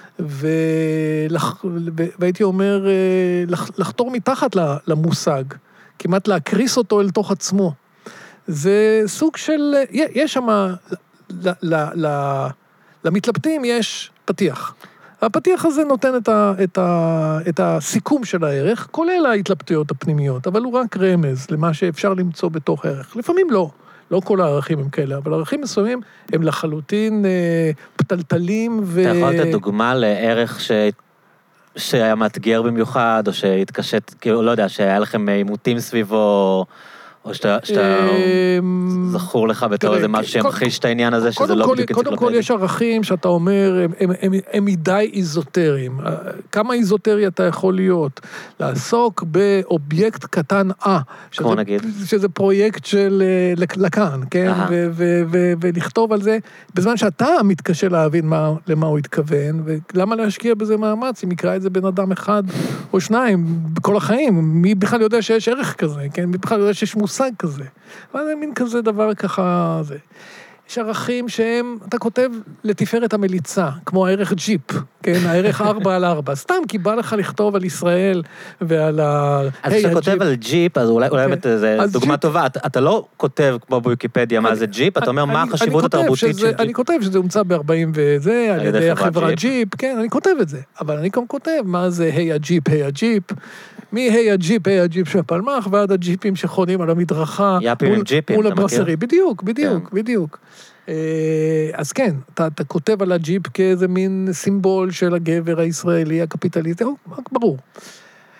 ולח... והייתי אומר, לח... לחתור מתחת למושג, כמעט להקריס אותו אל תוך עצמו. זה סוג של, יש שם, ל... ל... ל... למתלבטים יש פתיח. הפתיח הזה נותן את, ה... את, ה... את הסיכום של הערך, כולל ההתלבטויות הפנימיות, אבל הוא רק רמז למה שאפשר למצוא בתוך הערך. לפעמים לא. לא כל הערכים הם כאלה, אבל הערכים מסוימים הם לחלוטין אה, פטלטלים ו... אתה יכול לתת דוגמה לערך ש... שהיה מאתגר במיוחד, או שהתקשט, כאילו, לא יודע, שהיה לכם עימותים סביבו, או שאתה, שאתה זכור לך בתור איזה משהו שמחיש את העניין הזה, שזה לא בדיוק אנציקלופדי. קודם כל יש ערכים שאתה אומר, הם, הם, הם, הם מדי איזוטריים. כמה איזוטרי אתה יכול להיות? לעסוק באובייקט קטן אה. כמו נגיד? שזה פרויקט של לקן, כן? ו, ו, ו, ולכתוב על זה, בזמן שאתה מתקשה להבין מה, למה הוא התכוון, ולמה להשקיע בזה מאמץ, אם יקרא את זה בן אדם אחד או שניים, בכל החיים, מי בכלל יודע שיש ערך כזה, כן? מי בכלל יודע שיש מושג כזה. אבל זה מין כזה דבר ככה, זה. יש ערכים שהם, אתה כותב לתפארת המליצה, כמו הערך ג'יפ, כן, הערך ארבע על ארבע. סתם, כי בא לך לכתוב על ישראל ועל ה... אז כשאתה כותב על ג'יפ, אז אולי באמת זו דוגמה טובה, אתה לא כותב כמו בוויקיפדיה מה זה ג'יפ, אתה אומר מה החשיבות התרבותית של ג'יפ. אני כותב שזה הומצא ב-ארבעים וזה, על ידי החברה ג'יפ, כן, אני כותב את זה, אבל אני גם כותב מה זה היי הג'יפ, היי הג'יפ, מהי הג'יפ, היי הג'יפ של הפלמח, ועד הג'יפים שחונים על המדרכה, מול הברסרי, בדיוק, בדיוק, בדיוק. אז כן, אתה, אתה כותב על הג'יפ כאיזה מין סימבול של הגבר הישראלי, הקפיטליסט, ברור.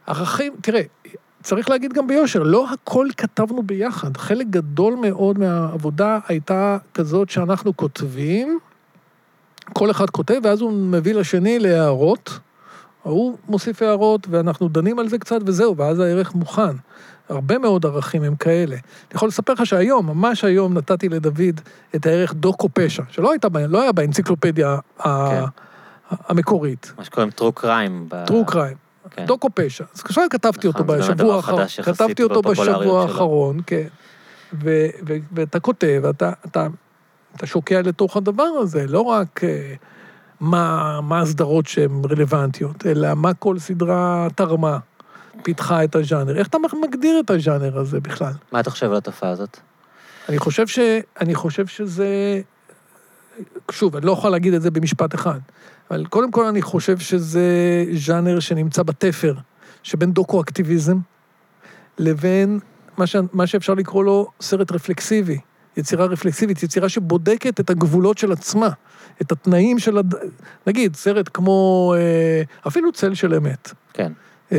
ערכים, תראה, צריך להגיד גם ביושר, לא הכל כתבנו ביחד. חלק גדול מאוד מהעבודה הייתה כזאת שאנחנו כותבים, כל אחד כותב, ואז הוא מביא לשני להערות, הוא מוסיף הערות, ואנחנו דנים על זה קצת, וזהו, ואז הערך מוכן. הרבה מאוד ערכים הם כאלה. אני יכול לספר לך שהיום, ממש היום, נתתי לדוד את הערך דוקו פשע, שלא הייתה, לא היה באנציקלופדיה כן. המקורית. מה שקוראים true crime. ב... true crime. כן. דוקו פשע. אז כשאני כתבתי נכון, אותו בשבוע האחרון, כתבתי אותו בשבוע האחרון, כן. ו- ו- ואתה כותב, אתה, אתה, אתה שוקע לתוך הדבר הזה, לא רק מה, מה הסדרות שהן רלוונטיות, אלא מה כל סדרה תרמה, פיתחה את הז'אנר. איך אתה מגדיר את הז'אנר הזה בכלל? מה אתה חושב על התופעה הזאת? אני חושב ש... אני חושב שזה... שוב, אני לא יכול להגיד את זה במשפט אחד, אבל קודם כל אני חושב שזה ז'אנר שנמצא בתפר, שבין דוקו-אקטיביזם, לבין מה, ש... מה שאפשר לקרוא לו סרט רפלקסיבי, יצירה רפלקסיבית, יצירה שבודקת את הגבולות של עצמה, את התנאים של... הד... נגיד, סרט כמו... אפילו צל של אמת. כן.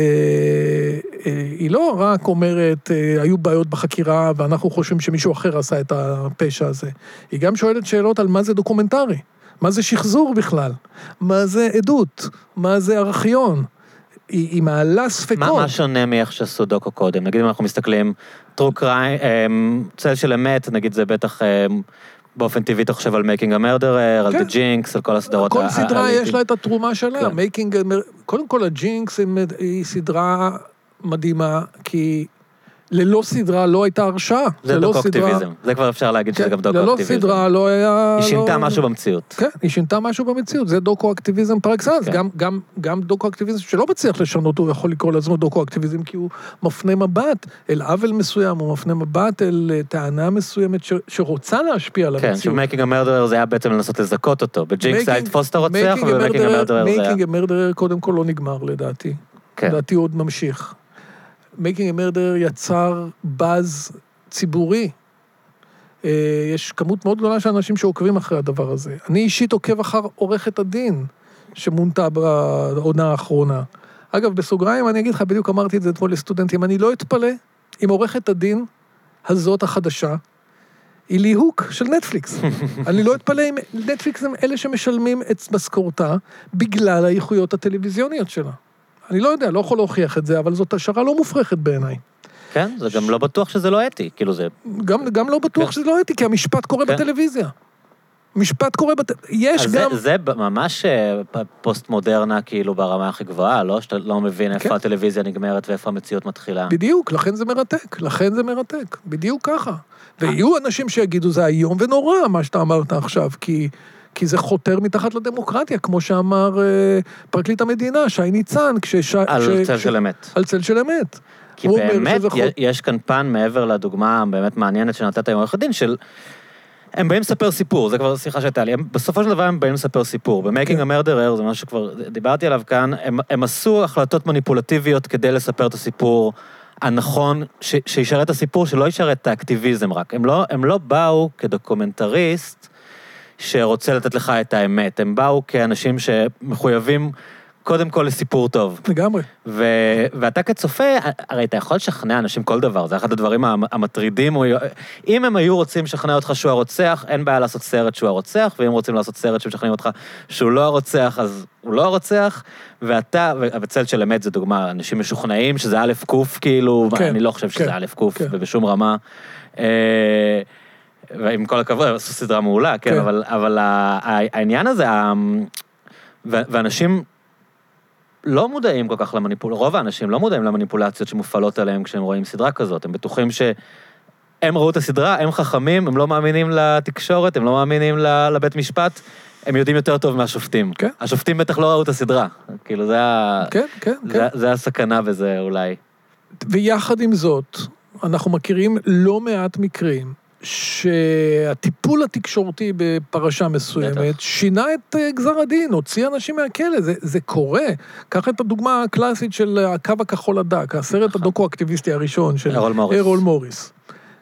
היא לא רק אומרת, היו בעיות בחקירה, ואנחנו חושבים שמישהו אחר עשה את הפשע הזה. היא גם שואלת שאלות על מה זה דוקומנטרי, מה זה שחזור בכלל, מה זה עדות, מה זה ארכיון. היא, היא מעלה ספקות. מה, מה שונה מאיך שעשו דוקו קודם? נגיד אם אנחנו מסתכלים, טרו קריי, צל של אמת, נגיד זה בטח... באופן טבעי אתה חושב על מייקינג המרדרר, על The Jinx, על כל הסדרות. כל סדרה יש לה את התרומה שלה. קודם כל, הג'ינקס היא סדרה מדהימה, כי ללא סדרה לא הייתה הרשעה. זה דוקו-אקטיביזם. זה כבר אפשר להגיד שזה גם דוקו-אקטיביזם. ללא סדרה לא היה... היא שינתה משהו במציאות. כן, היא שינתה משהו במציאות. זה דוקו-אקטיביזם פר אקסלנס. גם דוקו-אקטיביזם שלא מצליח לשנות, הוא יכול לקרוא לעצמו דוקו-אקטיביזם, כי הוא מפנה מבט אל עוול מסוים, הוא מפנה מבט אל טענה מסוימת שרוצה להשפיע על המציאות. כן, שמייקינג המרדרר זה היה בעצם לנסות לזכות אותו. בג'ינקס היה לתפוס את הרוצח, ובמייקינג המרדרר זה היה... מייקינג המרדרר קודם כל לא נגמר, לדעתי. לדעתי עוד ממשיך. מייקינג המרדרר יצר באז ציבורי. יש כמות מאוד גדולה של אנשים שעוקבים אחרי הדבר הזה. אני אישית עוקב אחר עורכת הדין שמונתה בעונה האחרונה. אגב, בסוגריים, אני אגיד לך, בדיוק אמרתי את זה אתמול לסטודנטים, אני לא אתפלא עם עורכת הדין הזאת החדשה, היא ליהוק של נטפליקס. אני לא אתפלא עם נטפליקס הם אלה שמשלמים את משכורתה בגלל האיכויות הטלוויזיוניות שלה. אני לא יודע, לא יכול להוכיח את זה, אבל זאת השערה לא מופרכת בעיניי. כן, זה גם לא בטוח שזה לא אתי, כאילו זה... גם, גם לא בטוח שזה לא אתי, כי המשפט קורה בטלוויזיה. משפט קורה בטלוויזיה. יש גם... זה ממש פוסט-מודרנה, כאילו, ברמה הכי גבוהה, לא? שאתה לא מבין איפה הטלוויזיה נגמרת ואיפה המציאות מתחילה. בדיוק, לכן זה מרתק, לכן זה מרתק, בדיוק ככה. ויהיו אנשים שיגידו, זה היום ונורא, מה שאתה אמרת עכשיו, כי... כי זה חותר מתחת לדמוקרטיה, כמו שאמר אה, פרקליט המדינה, שי ניצן, כשש... על ש... צל ש... של אמת. על צל של אמת. כי באמת יש, יש כאן פן מעבר לדוגמה באמת מעניינת שנתת עם עורך הדין, של... הם באים לספר סיפור, זה כבר שיחה שהייתה לי, הם, בסופו של דבר הם באים לספר סיפור. במייקינג המרדרר, זה משהו שכבר דיברתי עליו כאן, הם, הם עשו החלטות מניפולטיביות כדי לספר את הסיפור הנכון, ש... שישרת את הסיפור, שלא ישרת את האקטיביזם רק. הם לא, הם לא באו כדוקומנטריסט, שרוצה לתת לך את האמת. הם באו כאנשים שמחויבים קודם כל לסיפור טוב. לגמרי. ו... ואתה כצופה, הרי אתה יכול לשכנע אנשים כל דבר, זה אחד הדברים המטרידים, אם הם היו רוצים לשכנע אותך שהוא הרוצח, אין בעיה לעשות סרט שהוא הרוצח, ואם רוצים לעשות סרט שמשכנעים אותך שהוא לא הרוצח, אז הוא לא הרוצח, ואתה, ובצל של אמת זה דוגמה, אנשים משוכנעים שזה א' קוף, כאילו, כן, אני לא חושב שזה כן, א' קוף, כן. ובשום רמה, ועם כל הכבוד, עשו סדרה מעולה, כן, כן. אבל, אבל העניין הזה, ואנשים לא מודעים כל כך למניפולציות, רוב האנשים לא מודעים למניפולציות שמופעלות עליהם כשהם רואים סדרה כזאת, הם בטוחים שהם ראו את הסדרה, הם חכמים, הם לא מאמינים לתקשורת, הם לא מאמינים לבית משפט, הם יודעים יותר טוב מהשופטים. כן. השופטים בטח לא ראו את הסדרה, כאילו זה, כן, כן, זה, כן. זה הסכנה וזה אולי. ויחד עם זאת, אנחנו מכירים לא מעט מקרים, שהטיפול התקשורתי בפרשה מסוימת שינה את גזר הדין, הוציא אנשים מהכלא, זה, זה קורה. קח את הדוגמה הקלאסית של הקו הכחול הדק, הסרט הדוקו-אקטיביסטי הראשון של ארול מוריס. ארול מוריס.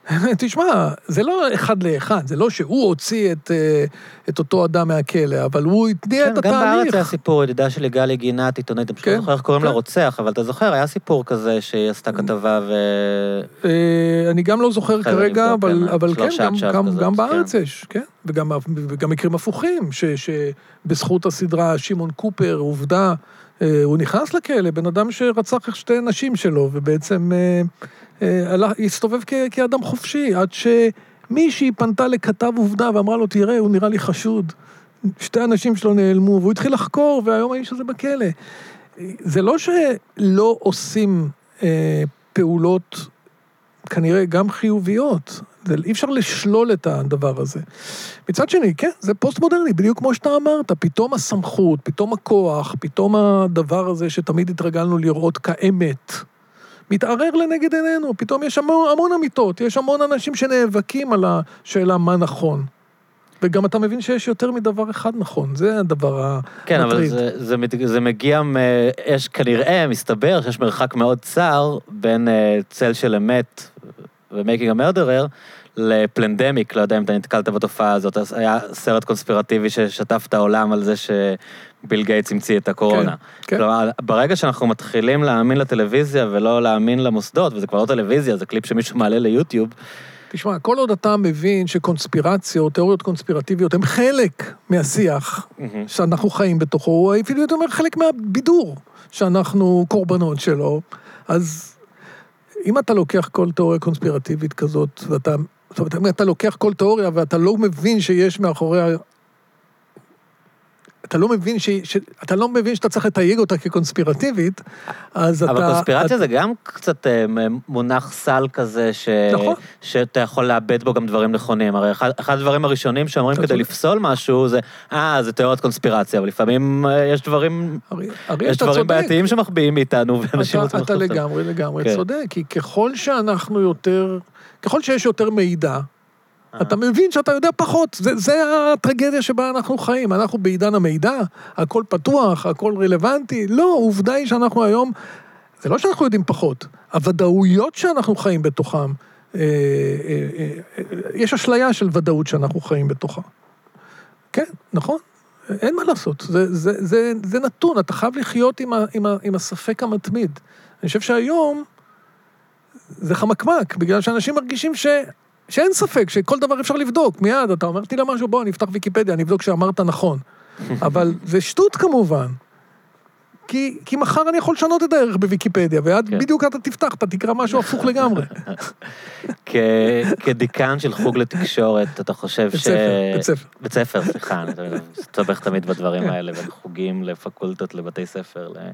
תשמע, זה לא אחד לאחד, זה לא שהוא הוציא את, את אותו אדם מהכלא, אבל הוא התניע את התהליך. גם בארץ היה סיפור, ידידה שלי גלי גינת, עיתונאית, אני לא זוכר איך קוראים לה רוצח, אבל אתה זוכר, היה סיפור כזה שהיא עשתה כתבה ו... אני גם לא זוכר כרגע, אבל כן, גם בארץ יש, כן, וגם מקרים הפוכים, שבזכות הסדרה שמעון קופר, עובדה, הוא נכנס לכלא, בן אדם שרצח את שתי נשים שלו, ובעצם הסתובב כאדם חופשי, עד שמישהי פנתה לכתב עובדה ואמרה לו, תראה, הוא נראה לי חשוד. שתי אנשים שלו נעלמו, והוא התחיל לחקור, והיום האיש הזה בכלא. זה לא שלא עושים אה, פעולות, כנראה גם חיוביות. זה, אי אפשר לשלול את הדבר הזה. מצד שני, כן, זה פוסט מודרני, בדיוק כמו שאתה אמרת, פתאום הסמכות, פתאום הכוח, פתאום הדבר הזה שתמיד התרגלנו לראות כאמת, מתערער לנגד עינינו, פתאום יש המון, המון אמיתות, יש המון אנשים שנאבקים על השאלה מה נכון. וגם אתה מבין שיש יותר מדבר אחד נכון, זה הדבר המטריד. כן, אבל זה, זה, זה מגיע, יש כנראה, מסתבר, שיש מרחק מאוד צר בין צל של אמת ומייקינג המרדרר, לפלנדמיק, לא יודע אם אתה נתקלת בתופעה הזאת, אז היה סרט קונספירטיבי ששטף את העולם על זה שביל גייטס המציא את הקורונה. כן, כן. כלומר, ברגע שאנחנו מתחילים להאמין לטלוויזיה ולא להאמין למוסדות, וזה כבר לא טלוויזיה, זה קליפ שמישהו מעלה ליוטיוב. תשמע, כל עוד אתה מבין שקונספירציות, תיאוריות קונספירטיביות, הם חלק מהשיח שאנחנו חיים בתוכו, אפילו יותר אומר חלק מהבידור שאנחנו קורבנות שלו, אז אם אתה לוקח כל תיאוריה קונספירטיבית כזאת, ואתה, זאת אומרת, אם אתה לוקח כל תיאוריה ואתה לא מבין שיש מאחוריה, אתה לא מבין ש... ש... אתה לא מבין שאתה צריך לתייג אותה כקונספירטיבית, אז אבל אתה... אבל קונספירציה אתה... זה גם קצת מונח סל כזה, ש... נכון. שאתה יכול לאבד בו גם דברים נכונים. הרי אחד, אחד הדברים הראשונים שאומרים כדי לפסול משהו, זה, אה, זה תיאוריית קונספירציה, אבל לפעמים יש דברים, הרי, הרי יש דברים בעייתיים שמחביאים מאיתנו, ואנשים אתה, אתה לגמרי, לגמרי כן. צודק, כי ככל שאנחנו יותר, ככל שיש יותר מידע, אתה מבין שאתה יודע פחות, זה, זה הטרגדיה שבה אנחנו חיים, אנחנו בעידן המידע, הכל פתוח, הכל רלוונטי, לא, עובדה היא שאנחנו היום, זה לא שאנחנו יודעים פחות, הוודאויות שאנחנו חיים בתוכם, אה, אה, אה, יש אשליה של ודאות שאנחנו חיים בתוכה. כן, נכון, אין מה לעשות, זה, זה, זה, זה נתון, אתה חייב לחיות עם, ה, עם, ה, עם הספק המתמיד. אני חושב שהיום זה חמקמק, בגלל שאנשים מרגישים ש... שאין ספק, שכל דבר אפשר לבדוק, מיד, אתה אומרתי לה משהו, בוא, אני אפתח ויקיפדיה, אני אבדוק שאמרת נכון. אבל זה שטות כמובן, כי, כי מחר אני יכול לשנות את הערך בוויקיפדיה, ועד כן. בדיוק אתה תפתח, אתה תקרא משהו הפוך לגמרי. כ- כדיקן של חוג לתקשורת, אתה חושב בית ש... ספר, בית ספר. בית ספר, סליחה, אני צובח תמיד בדברים האלה, בין חוגים לפקולטות, לבתי ספר. ל...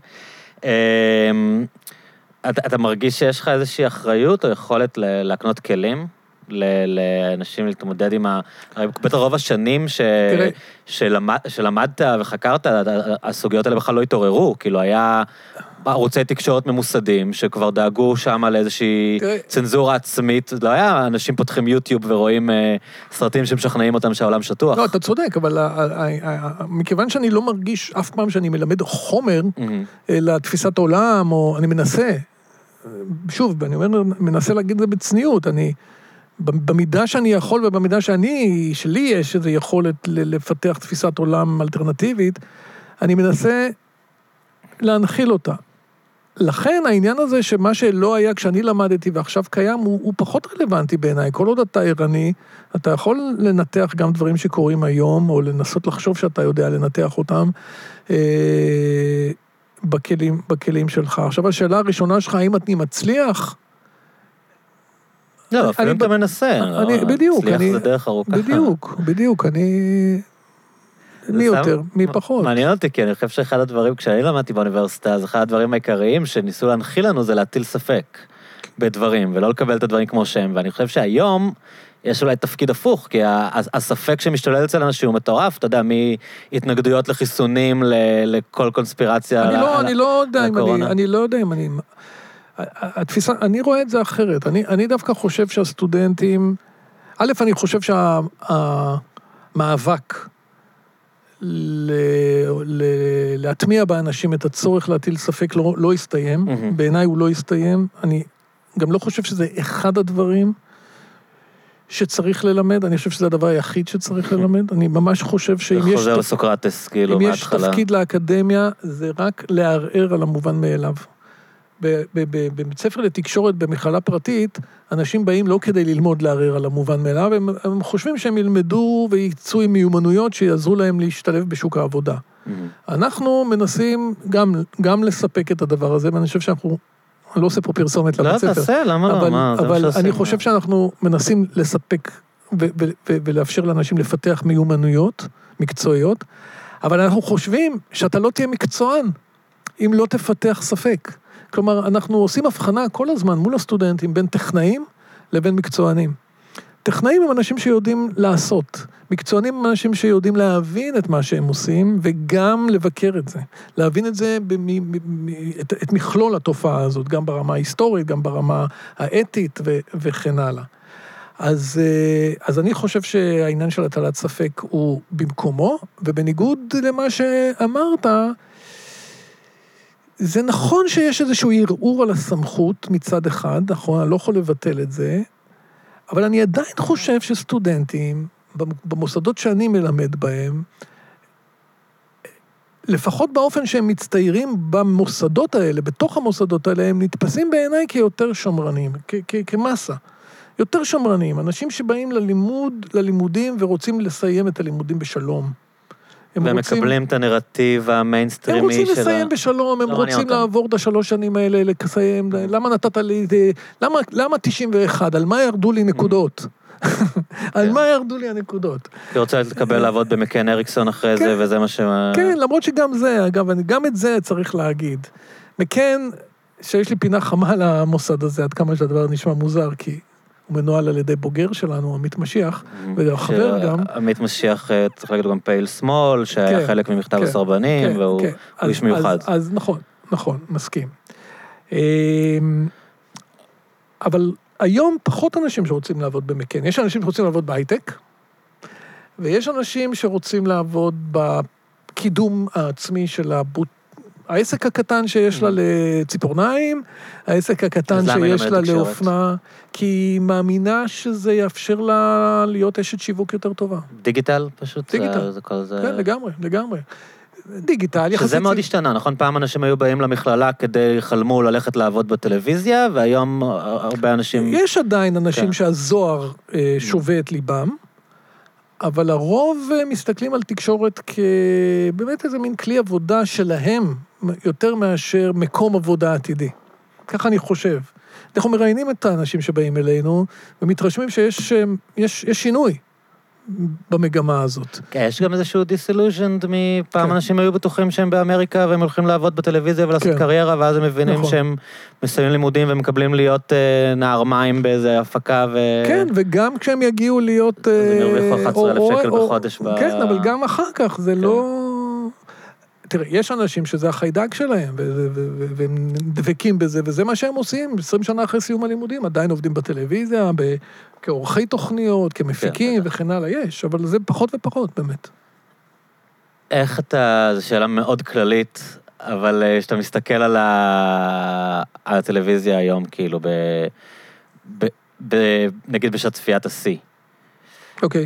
אתה, אתה מרגיש שיש לך איזושהי אחריות או יכולת להקנות כלים? לאנשים להתמודד עם ה... בטח רוב השנים ש... שלמד... שלמדת וחקרת, הסוגיות האלה בכלל לא התעוררו, כאילו היה ערוצי תקשורת ממוסדים, שכבר דאגו שם על איזושהי צנזורה עצמית, לא היה אנשים פותחים יוטיוב ורואים סרטים שמשכנעים אותם שהעולם שטוח. לא, אתה צודק, אבל מכיוון שאני לא מרגיש אף פעם שאני מלמד חומר לתפיסת העולם, או אני מנסה, שוב, אני אומר, מנסה להגיד את זה בצניעות, אני... במידה שאני יכול ובמידה שאני, שלי יש איזו יכולת לפתח תפיסת עולם אלטרנטיבית, אני מנסה להנחיל אותה. לכן העניין הזה שמה שלא היה כשאני למדתי ועכשיו קיים, הוא, הוא פחות רלוונטי בעיניי. כל עוד אתה ערני, אתה יכול לנתח גם דברים שקורים היום, או לנסות לחשוב שאתה יודע לנתח אותם אה, בכלים, בכלים שלך. עכשיו השאלה הראשונה שלך, האם אני מצליח... לא, אפילו אתה מנסה. בדיוק. צליח זה דרך ארוכה. בדיוק, בדיוק. אני... מי יותר, מי פחות. מעניין אותי, כי אני חושב שאחד הדברים, כשאני למדתי באוניברסיטה, אז אחד הדברים העיקריים שניסו להנחיל לנו זה להטיל ספק בדברים, ולא לקבל את הדברים כמו שהם. ואני חושב שהיום יש אולי תפקיד הפוך, כי הספק שמשתולל אצל אנשים הוא מטורף, אתה יודע, מהתנגדויות לחיסונים, לכל קונספירציה. אני לא יודע אם אני... אני לא יודע אם אני... התפיסה, אני רואה את זה אחרת. אני, אני דווקא חושב שהסטודנטים, א', אני חושב שהמאבק ל, ל, להטמיע באנשים את הצורך להטיל ספק לא, לא יסתיים. Mm-hmm. בעיניי הוא לא יסתיים. אני גם לא חושב שזה אחד הדברים שצריך ללמד, אני חושב שזה הדבר היחיד שצרירך ללמד, אני ממש חושב שאם יש... חוזר לסוקרטס, כאילו, אם יש תפקיד לאקדמיה, זה רק לערער על המובן מאליו. בבית ספר לתקשורת במכללה פרטית, אנשים באים לא כדי ללמוד לערער על המובן מאליו, הם, הם חושבים שהם ילמדו וייצאו עם מיומנויות שיעזרו להם להשתלב בשוק העבודה. Mm-hmm. אנחנו מנסים גם, גם לספק את הדבר הזה, ואני חושב שאנחנו, אני לא עושה פה פרסומת לבית ספר. לא, תעשה, למה אבל, לא? מה, אבל אני חושב שאנחנו מנסים לספק ו- ו- ו- ולאפשר לאנשים לפתח מיומנויות מקצועיות, אבל אנחנו חושבים שאתה לא תהיה מקצוען, אם לא תפתח ספק. כלומר, אנחנו עושים הבחנה כל הזמן מול הסטודנטים בין טכנאים לבין מקצוענים. טכנאים הם אנשים שיודעים לעשות. מקצוענים הם אנשים שיודעים להבין את מה שהם עושים, וגם לבקר את זה. להבין את זה, במ, במ, את, את מכלול התופעה הזאת, גם ברמה ההיסטורית, גם ברמה האתית ו, וכן הלאה. אז, אז אני חושב שהעניין של הטלת ספק הוא במקומו, ובניגוד למה שאמרת, זה נכון שיש איזשהו ערעור על הסמכות מצד אחד, נכון, אני לא יכול לבטל את זה, אבל אני עדיין חושב שסטודנטים, במוסדות שאני מלמד בהם, לפחות באופן שהם מצטיירים במוסדות האלה, בתוך המוסדות האלה, הם נתפסים בעיניי כיותר שמרנים, כ- כ- כמסה. יותר שמרנים, אנשים שבאים ללימוד, ללימודים ורוצים לסיים את הלימודים בשלום. הם ומקבלים רוצים, את הנרטיב המיינסטרימי של... הם רוצים לסיים ה... בשלום, הם לא רוצים לעבור את השלוש שנים האלה, לסיים, למה נתת לי... למה, למה תשעים ואחת? על מה ירדו לי נקודות? על מה ירדו לי הנקודות? אני רוצה לקבל לעבוד במקן אריקסון אחרי זה, וזה מה ש... כן, למרות שגם זה, אגב, גם את זה צריך להגיד. מקן, שיש לי פינה חמה למוסד הזה, עד כמה שהדבר נשמע מוזר, כי... הוא מנוהל על ידי בוגר שלנו, עמית משיח, וחבר גם. עמית משיח, צריך להגיד גם פעיל שמאל, שהיה חלק ממכתב הסרבנים, והוא איש מיוחד. אז נכון, נכון, מסכים. אבל היום פחות אנשים שרוצים לעבוד במקן. יש אנשים שרוצים לעבוד בהייטק, ויש אנשים שרוצים לעבוד בקידום העצמי של הבוט, העסק הקטן שיש לה לציפורניים, העסק הקטן שיש לה לאופנה, כי היא מאמינה שזה יאפשר לה להיות אשת שיווק יותר טובה. דיגיטל פשוט? דיגיטל, כן, לגמרי, לגמרי. דיגיטל, שזה מאוד השתנה, נכון? פעם אנשים היו באים למכללה כדי חלמו ללכת לעבוד בטלוויזיה, והיום הרבה אנשים... יש עדיין אנשים שהזוהר שווה את ליבם, אבל הרוב מסתכלים על תקשורת כבאמת איזה מין כלי עבודה שלהם, יותר מאשר מקום עבודה עתידי. ככה אני חושב. אנחנו מראיינים את האנשים שבאים אלינו, ומתרשמים שיש יש, יש שינוי במגמה הזאת. כן, יש גם איזשהו disillusioned מפעם כן. אנשים היו בטוחים שהם באמריקה, והם הולכים לעבוד בטלוויזיה ולעשות כן. קריירה, ואז הם מבינים נכון. שהם מסיימים לימודים, ומקבלים להיות uh, נער מים באיזה הפקה. ו... כן, וגם כשהם יגיעו להיות... אז הם ירוויחו אחת עשרה אלף שקל או, בחודש. או, ב... כן, אבל גם אחר כך זה כן. לא... תראה, יש אנשים שזה החיידק שלהם, והם דבקים בזה, וזה מה שהם עושים, עשרים שנה אחרי סיום הלימודים, עדיין עובדים בטלוויזיה, כעורכי תוכניות, כמפיקים וכן הלאה, יש, אבל זה פחות ופחות, באמת. איך אתה, זו שאלה מאוד כללית, אבל כשאתה מסתכל על, ה... על הטלוויזיה היום, כאילו, ב... ב... ב... נגיד בשעת צפיית השיא. אוקיי.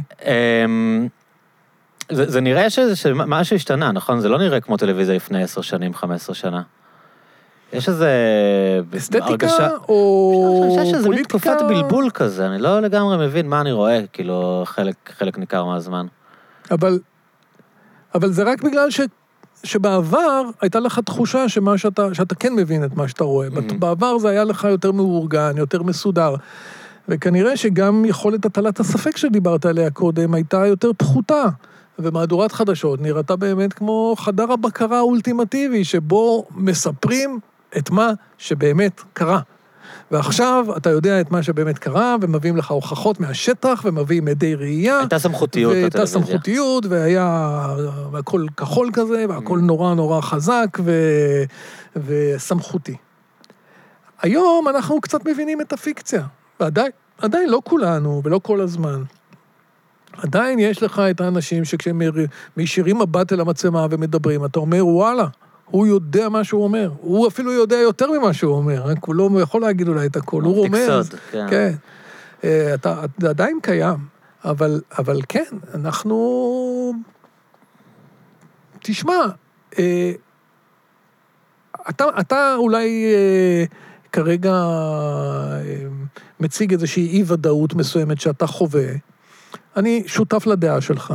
זה, זה נראה שזה, שמשהו השתנה, נכון? זה לא נראה כמו טלוויזיה לפני עשר שנים, חמש עשרה שנה. יש איזה... אסתטיקה הרגשה, או פוליטיקה? יש איזה מין תקופת בלבול כזה, אני לא לגמרי מבין מה אני רואה, כאילו, חלק, חלק ניכר מהזמן. אבל, אבל זה רק בגלל ש, שבעבר הייתה לך תחושה שמה שאתה, שאתה כן מבין את מה שאתה רואה. Mm-hmm. בעבר זה היה לך יותר מאורגן, יותר מסודר. וכנראה שגם יכולת הטלת הספק שדיברת עליה קודם הייתה יותר פחותה. ומהדורת חדשות נראתה באמת כמו חדר הבקרה האולטימטיבי, שבו מספרים את מה שבאמת קרה. ועכשיו אתה יודע את מה שבאמת קרה, ומביאים לך הוכחות מהשטח, ומביאים עדי ראייה. הייתה סמכותיות בטלוויזיה. והייתה סמכותיות, והיה הכל כחול כזה, והכל נורא נורא חזק ו... וסמכותי. היום אנחנו קצת מבינים את הפיקציה, ועדיין, עדיין לא כולנו, ולא כל הזמן. עדיין יש לך את האנשים שכשהם מישירים מבט אל המצלמה ומדברים, אתה אומר, וואלה, הוא יודע מה שהוא אומר. הוא אפילו יודע יותר ממה שהוא אומר, רק הוא לא יכול להגיד אולי את הכל, הוא רומז. כן. כן. אתה, זה עדיין קיים, אבל, אבל כן, אנחנו... תשמע, אתה, אתה אולי כרגע מציג איזושהי אי-ודאות מסוימת שאתה חווה. אני שותף לדעה שלך.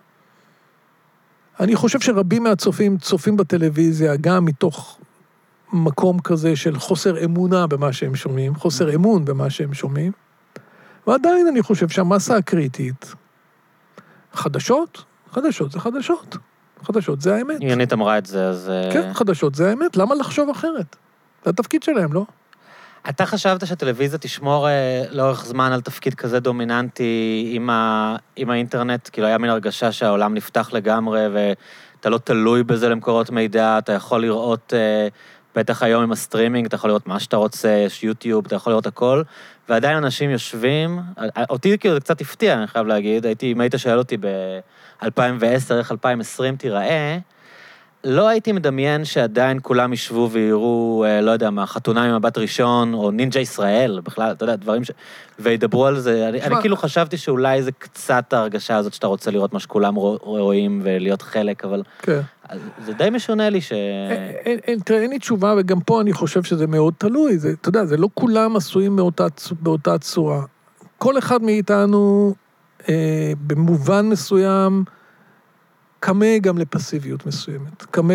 אני חושב שרבים מהצופים צופים בטלוויזיה גם מתוך מקום כזה של חוסר אמונה במה שהם שומעים, חוסר אמון במה שהם שומעים, ועדיין אני חושב שהמסה הקריטית, חדשות, חדשות זה חדשות, חדשות זה האמת. יונית אמרה את זה, אז... כן, חדשות זה האמת, למה לחשוב אחרת? זה התפקיד שלהם, לא? אתה חשבת שהטלוויזיה תשמור לאורך זמן על תפקיד כזה דומיננטי עם, ה... עם האינטרנט? כאילו היה מין הרגשה שהעולם נפתח לגמרי, ואתה לא תלוי בזה למקורות מידע, אתה יכול לראות, בטח היום עם הסטרימינג, אתה יכול לראות מה שאתה רוצה, יש יוטיוב, אתה יכול לראות הכל, ועדיין אנשים יושבים, אותי כאילו זה קצת הפתיע, אני חייב להגיד, הייתי, אם היית שואל אותי ב-אלפיים ועשר, איך אלפיים ועשרים תיראה, לא הייתי מדמיין שעדיין כולם ישבו ויראו, לא יודע מה, חתונה ממבט ראשון, או נינג'ה ישראל, בכלל, אתה יודע, דברים ש... וידברו על זה. אני, אני כאילו חשבתי שאולי זה קצת ההרגשה הזאת שאתה רוצה לראות מה שכולם רואים ולהיות חלק, אבל כן. זה די משונה לי ש... אין, אין, תראה, אין לי תשובה, וגם פה אני חושב שזה מאוד תלוי. זה, אתה יודע, זה לא כולם עשויים מאותה, באותה צורה. כל אחד מאיתנו, אה, במובן מסוים, קמה גם לפסיביות מסוימת, קמה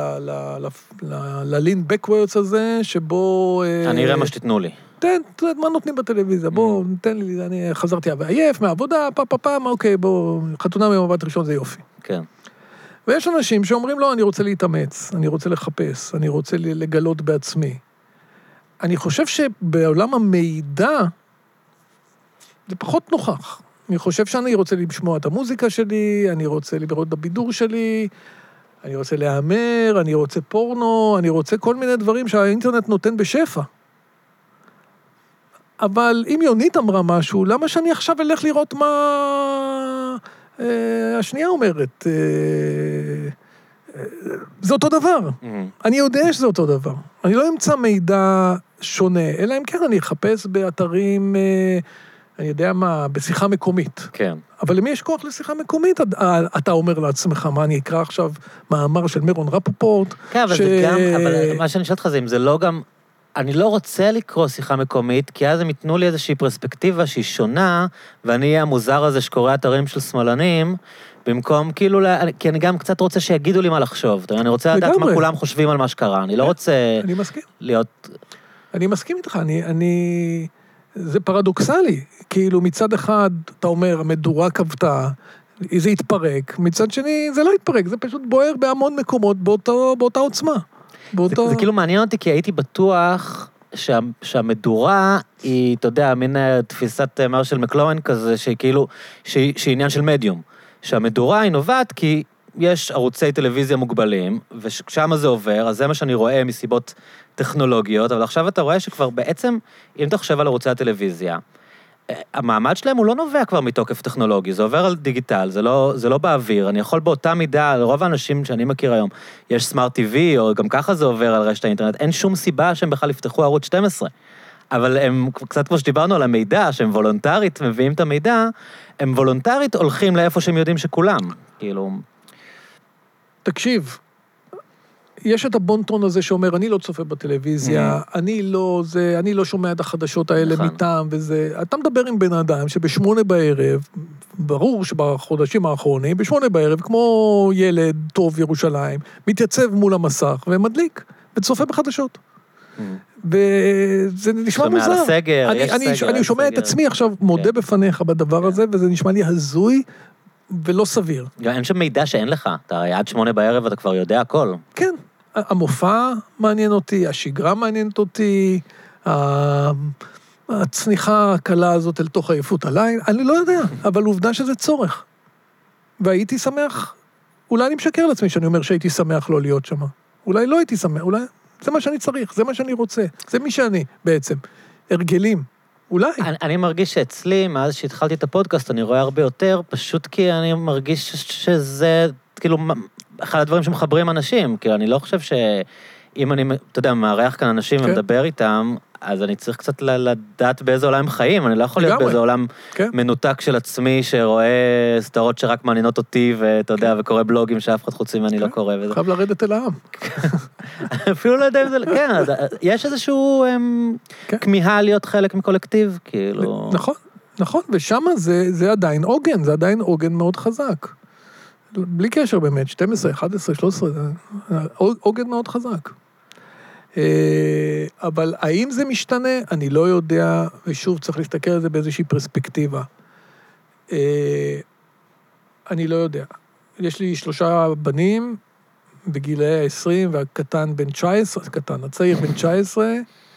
ללין בקוורדס הזה, שבו... אני אראה מה שתתנו לי. תן, תן, מה נותנים בטלוויזיה, בוא, תן לי, אני חזרתי עייף מהעבודה, פעם, פעם, פעם, אוקיי, בוא, חתונה ממבט ראשון זה יופי. כן. ויש אנשים שאומרים, לא, אני רוצה להתאמץ, אני רוצה לחפש, אני רוצה לגלות בעצמי. אני חושב שבעולם המידע, זה פחות נוכח. אני חושב שאני רוצה לשמוע את המוזיקה שלי, אני רוצה לראות את הבידור שלי, אני רוצה להאמר, אני רוצה פורנו, אני רוצה כל מיני דברים שהאינטרנט נותן בשפע. אבל אם יונית אמרה משהו, למה שאני עכשיו אלך לראות מה אה, השנייה אומרת? אה, אה, זה אותו דבר. Mm-hmm. אני יודע שזה אותו דבר. אני לא אמצא מידע שונה, אלא אם כן אני אחפש באתרים... אה, אני יודע מה, בשיחה מקומית. כן. אבל למי יש כוח לשיחה מקומית? אתה אומר לעצמך, מה אני אקרא עכשיו מאמר של מירון רפופורט? כן, אבל ש... זה גם, אבל מה שאני שואלת לך זה, אם זה לא גם, אני לא רוצה לקרוא שיחה מקומית, כי אז הם ייתנו לי איזושהי פרספקטיבה שהיא שונה, ואני אהיה המוזר הזה שקורא אתרים של שמאלנים, במקום כאילו, כי אני גם קצת רוצה שיגידו לי מה לחשוב. אני רוצה לדעת מה כולם חושבים על מה שקרה. אני לא רוצה להיות... אני מסכים איתך, אני... זה פרדוקסלי, כאילו מצד אחד, אתה אומר, המדורה כבתה, זה יתפרק, מצד שני, זה לא יתפרק, זה פשוט בוער בהמון מקומות באותו, באותה עוצמה. באותה... זה, זה כאילו מעניין אותי, כי הייתי בטוח שה, שהמדורה היא, אתה יודע, מין תפיסת מרשל מקלוהן כזה, שהיא כאילו, שהיא, שהיא עניין של מדיום. שהמדורה היא נובעת כי יש ערוצי טלוויזיה מוגבלים, ושם זה עובר, אז זה מה שאני רואה מסיבות טכנולוגיות, אבל עכשיו אתה רואה שכבר בעצם, אם אתה חושב על ערוצי הטלוויזיה, המעמד שלהם הוא לא נובע כבר מתוקף טכנולוגי, זה עובר על דיגיטל, זה לא, זה לא באוויר, אני יכול באותה מידה, לרוב האנשים שאני מכיר היום, יש סמארט טיווי, או גם ככה זה עובר על רשת האינטרנט, אין שום סיבה שהם בכלל יפתחו ערוץ שתים עשרה, אבל הם, קצת כמו שדיברנו על המידע, שהם וולונטרית מביאים את המידע, הם וולונטרית הולכים לאיפה שהם יודעים שכולם, כאילו... תקשיב, יש את הבונטון הזה שאומר, אני לא צופה בטלוויזיה, mm-hmm. אני לא, זה, אני לא שומע את החדשות האלה נכון. מטעם וזה, אתה מדבר עם בן אדם שבשמונה בערב, ברור שבחודשים האחרונים, בשמונה בערב, כמו ילד טוב ירושלים, מתייצב מול המסך ומדליק, וצופה בחדשות. Mm-hmm. וזה נשמע מוזר. שומע על הסגר, אני, יש אני, סגר. אני שומע סגר. את עצמי עכשיו מודה כן. בפניך בדבר כן. הזה, וזה נשמע לי הזוי, ולא סביר. אין שם מידע שאין לך, אתה הרי עד שמונה בערב אתה כבר יודע הכל. כן, המופע מעניין אותי, השגרה מעניינת אותי, הצניחה הקלה הזאת אל תוך עייפות הלילה, אני לא יודע, אבל עובדה שזה צורך. והייתי שמח, אולי אני משקר לעצמי שאני אומר שהייתי שמח לא להיות שם. אולי לא הייתי שמח, אולי זה מה שאני צריך, זה מה שאני רוצה, זה מי שאני בעצם. הרגלים. אולי. אני, אני מרגיש שאצלי, מאז שהתחלתי את הפודקאסט, אני רואה הרבה יותר, פשוט כי אני מרגיש שזה, כאילו, אחד הדברים שמחברים אנשים, כאילו, אני לא חושב אם אני, אתה יודע, מארח כאן אנשים כן. ומדבר איתם, אז אני צריך קצת לדעת באיזה עולם חיים, אני לא יכול להיות באיזה עולם כן. מנותק של עצמי, שרואה סדרות שרק מעניינות אותי, ואתה יודע, כן. וקורא בלוגים שאף אחד חוץ ממני לא קורא. וזה... חייב לרדת אל העם. אפילו לא יודע אם זה, כן, יש איזשהו כן. כמיהה להיות חלק מקולקטיב, כאילו... נכון, נכון, ושם זה, זה עדיין עוגן, זה עדיין עוגן מאוד חזק. בלי קשר באמת, שתים עשרה, אחת עשרה, שלוש עשרה, עוגן מאוד חזק. אבל האם זה משתנה? אני לא יודע, ושוב צריך להסתכל על זה באיזושהי פרספקטיבה. אני לא יודע. יש לי שלושה בנים בגילי ה-עשרים, והקטן בן תשע עשרה, הקטן, הצעיר בן תשע עשרה,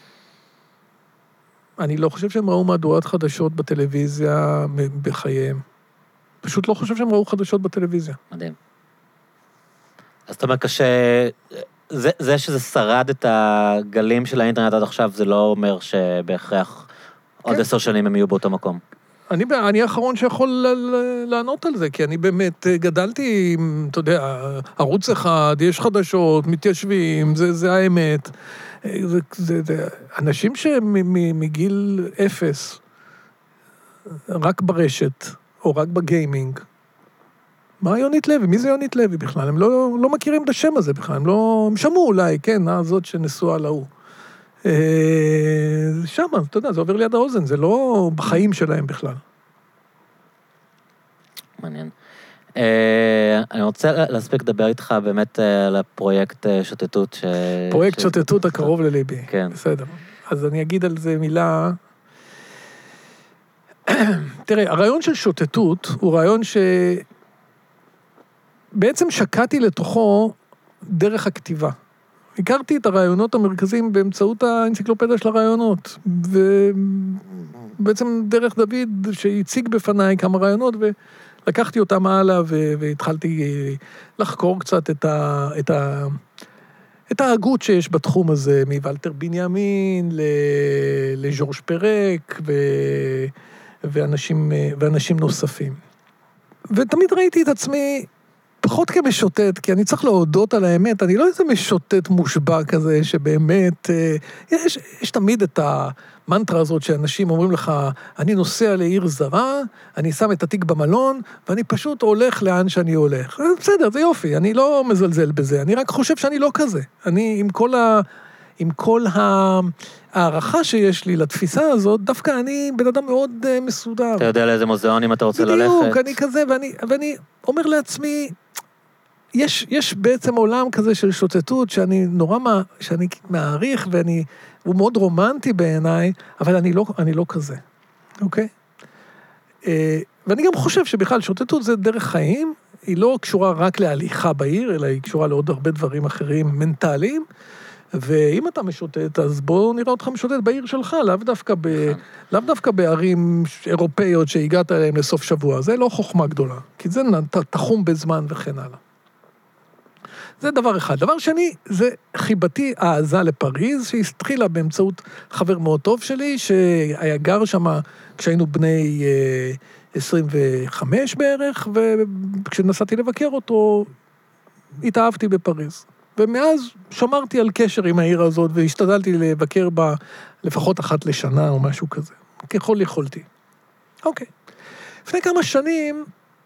אני לא חושב שהם ראו מהדורת חדשות בטלוויזיה בחייהם. פשוט לא חושב שהם ראו חדשות בטלוויזיה. מדהים. אז אתה אומר, קשה... זה, זה שזה שרד את הגלים של האינטרנט עד עכשיו, זה לא אומר שבהכרח כן. עוד עשר שנים הם יהיו באותו מקום. אני, אני האחרון שיכול לענות על זה, כי אני באמת גדלתי, אתה יודע, ערוץ אחד, יש חדשות, מתיישבים, זה, זה האמת. זה, זה, זה, אנשים שמגיל אפס, רק ברשת, או רק בגיימינג, מה יונית לוי? מי זה יונית לוי בכלל? הם לא, לא מכירים את השם הזה בכלל, הם לא, הם שמעו אולי, כן, הזאת שנשואה להוא. שם, אתה יודע, זה עובר ליד האוזן, זה לא בחיים שלהם בכלל. מעניין. אני רוצה להספיק לדבר איתך באמת על הפרויקט שוטטות. פרויקט שוטטות הקרוב לליבי. כן. בסדר. אז אני אגיד על זה מילה. תראה, הרעיון של שוטטות הוא רעיון שבעצם שקעתי לתוכו דרך הכתיבה. הכרתי את הרעיונות המרכזיים באמצעות האנציקלופדיה של הרעיונות, ובעצם דרך דוד שהציג בפניי כמה רעיונות, ולקחתי אותם הלאה, והתחלתי לחקור קצת את ה... את ה... את ההגות שיש בתחום הזה, מוולטר בנימין לז'ורז' פרק, ו... ואנשים, ואנשים נוספים. ותמיד ראיתי את עצמי פחות כמשוטט, כי אני צריך להודות על האמת, אני לא איזה משוטט מושבע כזה, שבאמת, יש, יש תמיד את המנטרה הזאת, שאנשים אומרים לך, אני נוסע לעיר זרה, אני שם את התיק במלון, ואני פשוט הולך לאן שאני הולך. בסדר, זה יופי, אני לא מזלזל בזה, אני רק חושב שאני לא כזה. אני עם כל ה... עם כל הערכה שיש לי לתפיסה הזאת, דווקא אני בן אדם מאוד מסודר. אתה יודע לאיזה מוזיאונים אתה רוצה בדיוק, ללכת? בדיוק, אני כזה, ואני, ואני אומר לעצמי, יש, יש בעצם עולם כזה של שוטטות, שאני נורא, שאני מעריך, ואני, הוא מאוד רומנטי בעיניי, אבל אני לא, אני לא כזה, אוקיי? ואני גם חושב שבכלל שוטטות זה דרך חיים, היא לא קשורה רק להליכה בעיר, אלא היא קשורה לעוד הרבה דברים אחרים מנטליים, ואם אתה משוטט, אז בואו נראה אותך משוטט בעיר שלך, לאו דווקא, ב, לאו דווקא בערים אירופאיות שהגעת אליהם לסוף שבוע. זה לא חוכמה גדולה, כי זה תחום בזמן וכן הלאה. זה דבר אחד. דבר שני, זה חיבתי העזה לפריז, שהתחילה באמצעות חבר מאוד טוב שלי, שהיה גר שם כשהיינו בני עשרים וחמש בערך, וכשנסעתי לבקר אותו, התאהבתי בפריז. ומאז שמרתי על קשר עם העיר הזאת, והשתדלתי לבקר בה לפחות אחת לשנה או משהו כזה, ככל יכולתי. אוקיי. לפני כמה שנים,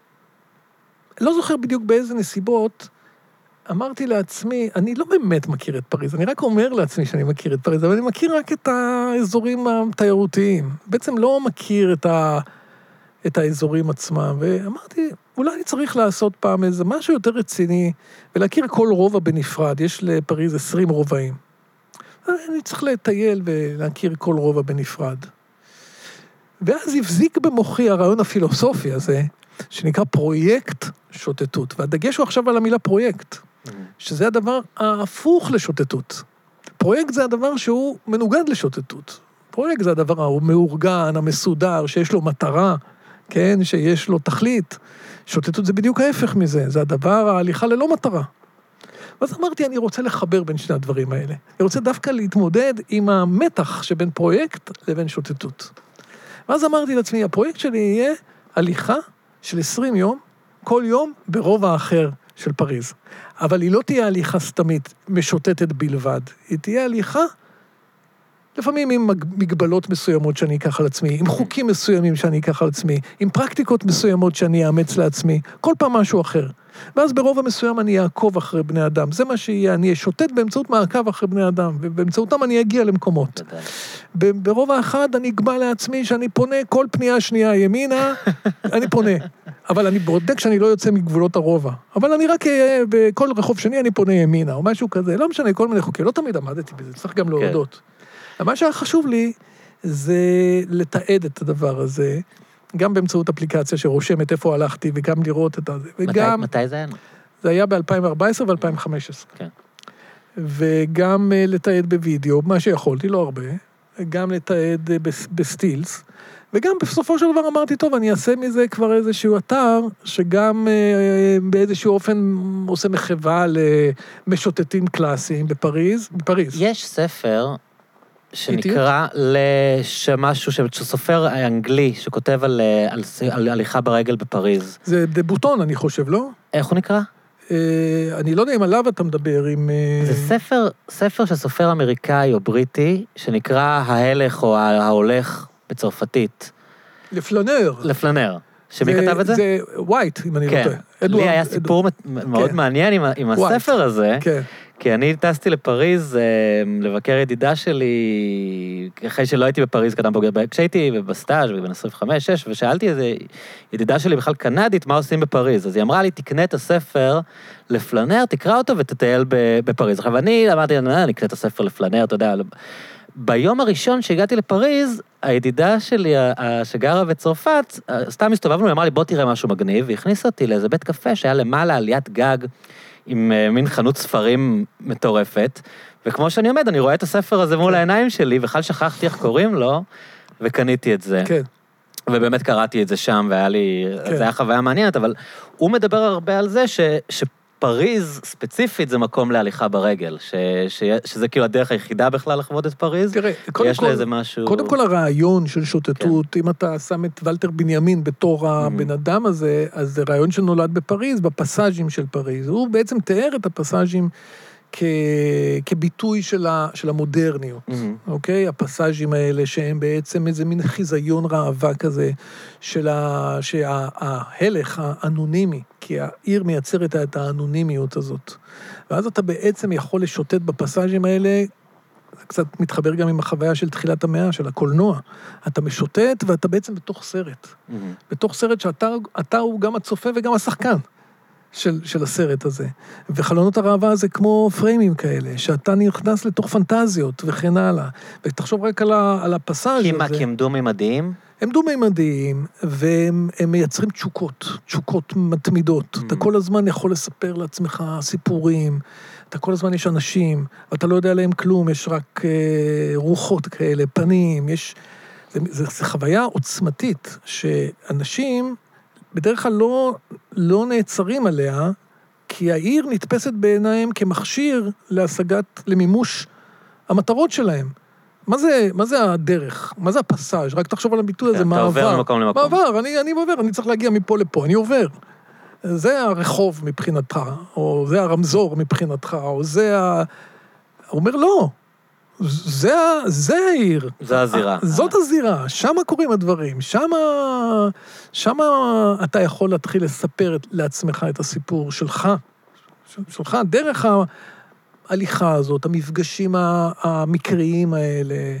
לא זוכר בדיוק באיזה נסיבות, אמרתי לעצמי, אני לא באמת מכיר את פריז, אני רק אומר לעצמי שאני מכיר את פריז, אבל אני מכיר רק את האזורים התיירותיים. בעצם לא מכיר את ה... את האזורים עצמם, ואמרתי, אולי אני צריך לעשות פעם איזה משהו יותר רציני, ולהכיר כל רובע בנפרד, יש לפריז עשרים רובעים. אני צריך לטייל ולהכיר כל רובע בנפרד. ואז הבזיק במוחי הרעיון הפילוסופי הזה, שנקרא פרויקט שוטטות, והדגש הוא עכשיו על המילה פרויקט, שזה הדבר ההפוך לשוטטות. פרויקט זה הדבר שהוא מנוגד לשוטטות. פרויקט זה הדבר המאורגן, המסודר, שיש לו מטרה, כן, שיש לו תכלית. שוטטות זה בדיוק ההפך מזה, זה הדבר, ההליכה ללא מטרה. ואז אמרתי, אני רוצה לחבר בין שני הדברים האלה. אני רוצה דווקא להתמודד עם המתח שבין פרויקט לבין שוטטות. ואז אמרתי לעצמי, הפרויקט שלי יהיה הליכה של עשרים יום, כל יום ברובע אחר של פריז. אבל היא לא תהיה הליכה סתמית, משוטטת בלבד. היא תהיה הליכה, לפעמים עם מגבלות מסוימות שאני אקח על עצמי, עם חוקים מסוימים שאני אקח על עצמי, עם פרקטיקות מסוימות שאני אאמץ לעצמי, כל פעם משהו אחר. ואז ברוב המסוים אני אעקוב אחרי בני אדם. זה מה שיהיה, אני אשוטט באמצעות מעקב אחרי בני אדם, ובאמצעותם אני אגיע למקומות. ברוב האחד אני אקבע לעצמי שאני פונה כל פנייה שנייה ימינה, אני פונה. אבל אני בודק שאני לא יוצא מגבולות הרובע. אבל אני רק, בכל רחוב שני אני פונה ימינה, או משהו כזה. לא משנה, כל מיני חוקים. לא תמיד עמדתי בזה, צריך גם להודות. מה שהיה חשוב לי, זה לתעד את הדבר הזה, גם באמצעות אפליקציה שרושמת איפה הלכתי, וגם לראות את זה. וגם, מתי, מתי זה היה? זה היה ב-אלפיים וארבע עשרה ו-אלפיים וחמש עשרה. כן. וגם לתעד בווידאו, מה שיכולתי, לא הרבה, גם לתעד בסטילס, וגם בסופו של דבר אמרתי, טוב, אני אעשה מזה כבר איזשהו אתר, שגם באיזשהו אופן עושה מחווה למשוטטים קלאסיים בפריז, בפריז. יש ספר שנקרא לשמשהו, שסופר האנגלי, שכותב על, על, על הליכה ברגל בפריז. זה דבוטון, אני חושב, לא? איך הוא נקרא? אני לא יודע אם עליו אתה מדבר, עם... זה ספר, ספר של סופר אמריקאי או בריטי, שנקרא ההלך או ההולך בצרפתית. לפלנר. לפלנר. שמי כתב את זה? זה ווייט, אם אני לא טועה. לי היה סיפור מאוד מעניין עם הספר הזה. כן. כי אני טסתי לפריז לבקר ידידה שלי, אחרי שלא הייתי בפריז קדם בוגר, כשהייתי בסטאז' בן עשרים וחמש שש, ושאלתי איזה ידידה שלי בכלל קנדית, מה עושים בפריז? אז היא אמרה לי, תקנה את הספר לפלנר, תקרא אותו ותטייל בפריז. עכשיו אני אמרתי, אני אקנה את הספר לפלנר, אתה יודע, ביום הראשון שהגעתי לפריז, הידידה שלי שגרה בצרפת, סתם הסתובבנו, היא אמרה לי, בוא תראה משהו מגניב, והכניסה אותי לאיזה בית קפה שהיה למעלה עליית גג, עם מין חנות ספרים מטורפת, וכמו שאני עומד, אני רואה את הספר הזה מול העיניים שלי, בכלל שכחתי איך קוראים לו, וקניתי את זה. כן. ובאמת קראתי את זה שם, והיה לי, זה היה חוויה מעניינת, אבל הוא מדבר הרבה על זה, ש, שפריז ספציפית זה מקום להליכה ברגל, ש, ש, שזה כאילו הדרך היחידה בכלל לחוות את פריז. תראה, קודם כל, איזה משהו... קודם כל הרעיון של שוטטות, כן. אם אתה שם את ולטר בנימין בתור הבן אדם הזה, אז זה רעיון שנולד בפריז, בפסאז'ים של פריז. הוא בעצם תיאר את הפסאז'ים כ... כביטוי של, ה... של המודרניות, mm-hmm. אוקיי? הפסאז'ים האלה שהם בעצם איזה מין חיזיון ראווה כזה, של ה... שההלך האנונימי, כי העיר מייצרת את האנונימיות הזאת. ואז אתה בעצם יכול לשוטט בפסאז'ים האלה, זה קצת מתחבר גם עם החוויה של תחילת המאה, של הקולנוע. אתה משוטט ואתה בעצם בתוך סרט. Mm-hmm. בתוך סרט שאתה אתה הוא גם הצופה וגם השחקן. של, של הסרט הזה. וחלונות הראווה זה כמו פריימים כאלה, שאתה נכנס לתוך פנטזיות וכן הלאה. ותחשוב רק על, ה, על הפסאז' הזה. כי מה, כי הם דו-מימדיים? הם דו-מימדיים, והם מייצרים תשוקות, תשוקות מתמידות. Mm-hmm. אתה כל הזמן יכול לספר לעצמך סיפורים, אתה כל הזמן יש אנשים, ואתה לא יודע עליהם כלום, יש רק אה, רוחות כאלה, פנים, יש... זה, זה, זה חוויה עוצמתית, שאנשים... בדרך כלל לא, לא נעצרים עליה, כי העיר נתפסת בעיניים כמכשיר להשגת, למימוש המטרות שלהם. מה זה, מה זה הדרך? מה זה הפסאז'? רק תחשוב על הביטוי הזה, מעבר. אתה עובר ממקום למקום. מעבר, אני, אני עובר, אני צריך להגיע מפה לפה, אני עובר. זה הרחוב מבחינתך, או זה הרמזור מבחינתך, או זה ה... הוא אומר, לא. זה, זה העיר. זה הזירה. זאת הזירה, שם קורים הדברים, שם, שם אתה יכול להתחיל לספר לעצמך את הסיפור שלך, שלך, דרך ההליכה הזאת, המפגשים המקריים האלה,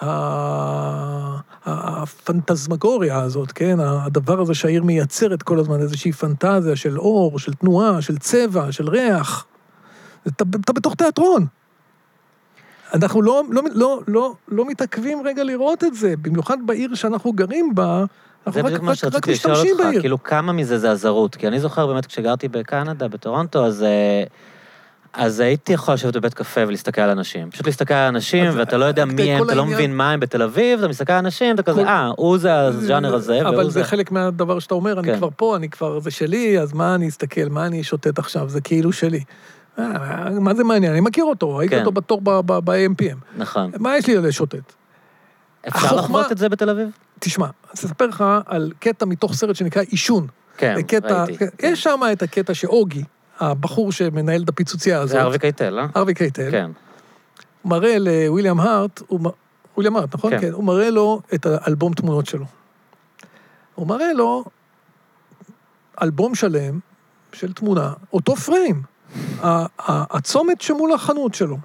הפנטזמגוריה הזאת, כן? הדבר הזה שהעיר מייצרת כל הזמן, איזושהי פנטזיה של אור, של תנועה, של צבע, של ריח. אתה, אתה בתוך תיאטרון. אנחנו לא, לא, לא, לא, לא מתעכבים רגע לראות את זה, במיוחד בעיר שאנחנו גרים בה, אנחנו רק, רק, רק משתמשים בעיר. כאילו, כמה מזה זה הזרות? כי אני זוכר באמת, כשגרתי בקנדה, בטורונטו, אז, אז הייתי יכול לשבת בבית קפה ולהסתכל על אנשים. פשוט להסתכל על אנשים, ואתה לא יודע מי הם, אתה לא מבין מה הם בתל אביב, אתה מסתכל על אנשים, אתה כזה, אה, הוא זה הז'אנר הזה, אבל זה חלק מהדבר שאתה אומר, אני כבר פה, אני כבר, זה שלי, אז מה אני אסתכל, מה אני שוטט עכשיו, זה כאילו שלי. מה זה מעניין? אני מכיר אותו, הייתי אותו בתור ב-אם פי אם. נכון. מה יש לי לשוטט? אפשר לחוות את זה בתל אביב? תשמע, אני אספר לך על קטע מתוך סרט שנקרא אישון. כן, ראיתי. יש שם את הקטע שאוגי, הבחור שמנהל את הפיצוציה הזאת. זה ארווי קייטל, לא? ארווי קייטל. כן. הוא מראה לוויליאם הארט, וויליאם הארט, נכון? כן. כן. הוא מראה לו את האלבום תמונות שלו. הוא מראה לו אלבום שלם של תמונה, אותו פריים, הצומת שמול החנות שלו.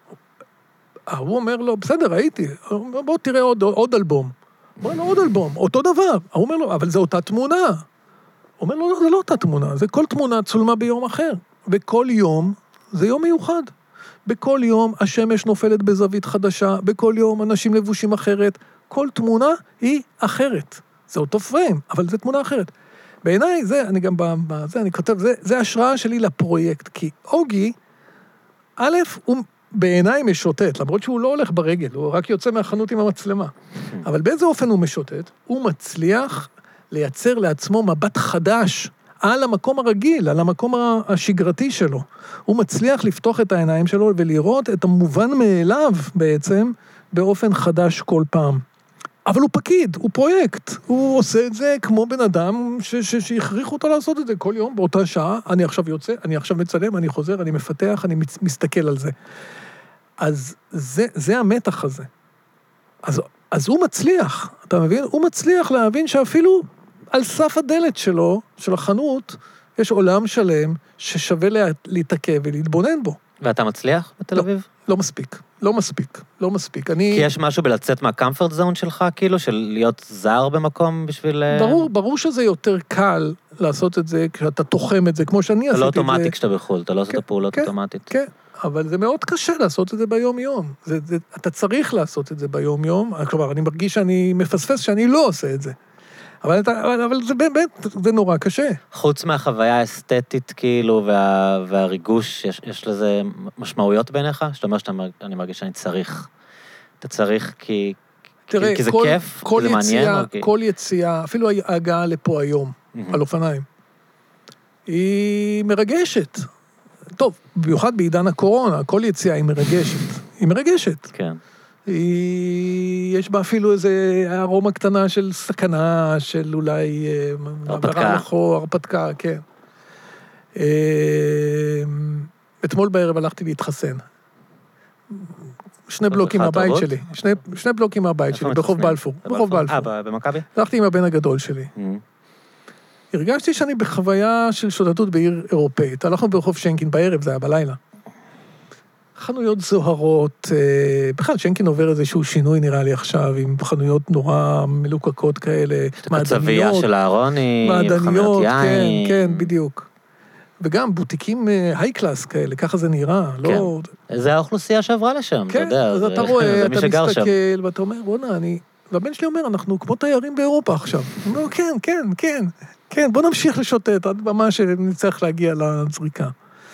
הוא אומר לו, בסדר, ראיתי, בוא תראה עוד, עוד אלבום. הוא אומר לו, עוד אלבום, אותו דבר. הוא אומר לו, אבל זה אותה תמונה. הוא אומר לו, זה לא אותה תמונה, זה כל תמונה צולמה ביום אחר. וכל יום, זה יום מיוחד. בכל יום השמש נופלת בזווית חדשה, בכל יום אנשים לבושים אחרת. כל תמונה היא אחרת. זה אותו פריים, אבל זה תמונה אחרת. בעיניי, זה, אני גם בזה, אני כותב, זה, זה השראה שלי לפרויקט, כי אוגי, א', הוא בעיניי משוטט, למרות שהוא לא הולך ברגל, הוא רק יוצא מהחנות עם המצלמה. אבל באיזה אופן הוא משוטט? הוא מצליח לייצר לעצמו מבט חדש על המקום הרגיל, על המקום השגרתי שלו. הוא מצליח לפתוח את העיניים שלו ולראות את המובן מאליו בעצם, באופן חדש כל פעם. אבל הוא פקיד, הוא פרויקט, הוא עושה את זה כמו בן אדם ש- ש- שהכריחו אותו לעשות את זה כל יום, באותה שעה, אני עכשיו יוצא, אני עכשיו מצלם, אני חוזר, אני מפתח, אני מסתכל על זה. אז זה, זה המתח הזה. אז, אז הוא מצליח, אתה מבין? הוא מצליח להבין שאפילו על סף הדלת שלו, של החנות, יש עולם שלם ששווה לה, להתעכב ולהתבונן בו. ואתה מצליח בתל אביב? לא, לא מספיק, לא מספיק, לא מספיק. אני... כי יש משהו בלצאת מהקמפורט זון שלך, כאילו, של להיות זר במקום בשביל... ברור, ברור שזה יותר קל לעשות את זה, כשאתה תוחם את זה, כמו שאני עשיתי את זה. אתה לא אוטומטי כשאתה בחול, אתה לא עושה את הפעולות אוטומטית. כן, אבל זה מאוד קשה לעשות את זה ביום-יום. זה, זה, אתה צריך לעשות את זה ביום-יום, כלומר, אני מרגיש שאני מפספס שאני לא עושה את זה. אבל, אבל, אבל זה באמת, זה נורא קשה. חוץ מהחוויה האסתטית, כאילו, וה, והריגוש, יש, יש לזה משמעויות בעיניך? שאתה אומר שאני מרגיש שאני צריך. אתה צריך כי, תראה, כי זה כל, כיף, כל כי זה יציאה, מעניין? כי... כל יציאה, אפילו ההגעה לפה היום, mm-hmm. על אופניים, היא מרגשת. טוב, במיוחד בעידן הקורונה, כל יציאה היא מרגשת. היא מרגשת. כן. היא... יש בה אפילו איזה ארומה קטנה של סכנה, של אולי... הרפתקה. הרפתקה, כן. אתמול בערב הלכתי להתחסן. שני בלוקים מהבית שלי. שני, שני בלוקים מהבית שלי, ברחוב בלפור. ברחוב בלפור. אה, במכבי? הלכתי עם הבן הגדול שלי. הרגשתי שאני בחוויה של שוטטות בעיר אירופאית. הלכנו ברחוב שנקין בערב, זה היה בלילה. חנויות זוהרות, בכלל שנקין עובר איזשהו שינוי נראה לי עכשיו, עם חנויות נורא מלוקקות כאלה, מעדניות. הצביעה של הארוני, מעדניות, כן, כן, בדיוק. וגם בוטיקים היי-קלאס כאלה, ככה זה נראה, לא... זה האוכלוסייה שעברה לשם, אתה יודע, אז אתה רואה, אתה מסתכל, ואתה אומר, בוא'נה, אני... והבן שלי אומר, אנחנו כמו תיירים באירופה עכשיו. הוא אומר, כן, כן, כן, כן, בוא נמשיך לשוטט, עד במה שנצטרך להגיע לזריקה.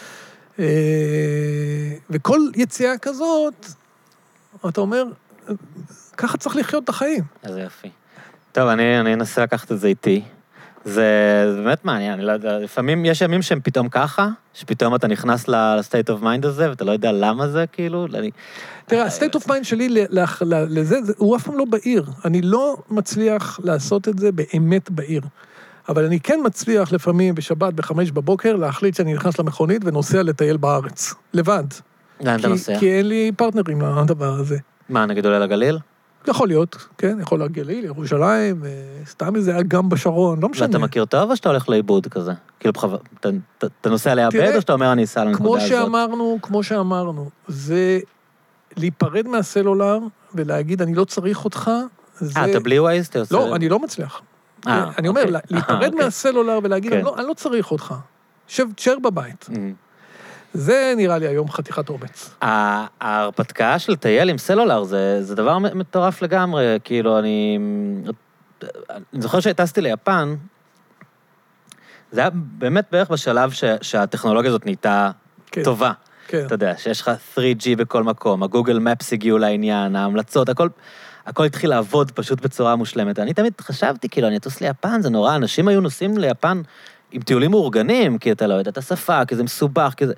וכל יציאה כזאת, אתה אומר, ככה צריך לחיות את החיים. אז יפי. טוב, אני, אני אנסה לקחת את זה איתי. זה, זה באמת מעניין, אני לא יודע, לפעמים יש ימים שהם פתאום ככה, שפתאום אתה נכנס ל-state of mind הזה, ואתה לא יודע למה זה, כאילו, אני... תראה, ה-state of mind שלי לזה, הוא אף פעם לא בעיר. אני לא מצליח לעשות את זה באמת בעיר. אבל אני כן מצליח לפעמים בשבת בחמש בבוקר להחליט שאני נכנס למכונית ונוסע לטייל בארץ, לבד. לאן אתה נוסע? כי אין לי פרטנרים לדבר הזה. מה, נגיד עולה לגליל? יכול להיות, כן, יכול לגליל, ירושלים, סתם איזה אגם בשרון, לא משנה. ואתה מכיר טוב או שאתה הולך לאיבוד כזה? כאילו, אתה נוסע לאבד או שאתה אומר אני אסע לנקודה הזאת? כמו שאמרנו, כמו שאמרנו, זה להיפרד מהסלולר ולהגיד אני לא צריך אותך. אה, אתה בלי ווייז? לא, אני לא מצליח. אני אומר, להיפרד מהסלולר ולהגיד, אני לא צריך אותך, שב בבית. זה נראה לי היום חתיכת אומץ. ההרפתקה של טייל עם סלולר, זה דבר מטורף לגמרי, כאילו, אני... אני זוכר שהטסתי ליפן, זה היה באמת בערך בשלב שהטכנולוגיה הזאת נהייתה טובה. אתה יודע, שיש לך תרי ג'י בכל מקום, הגוגל מפס הגיעו לעניין, ההמלצות, הכל... הכל התחיל לעבוד פשוט בצורה מושלמת. אני תמיד חשבתי, כאילו, אני אטוס ליפן, זה נורא, אנשים היו נוסעים ליפן עם טיולים מאורגנים, כי אתה לא יודע את השפה, כי זה מסובך, כי זה...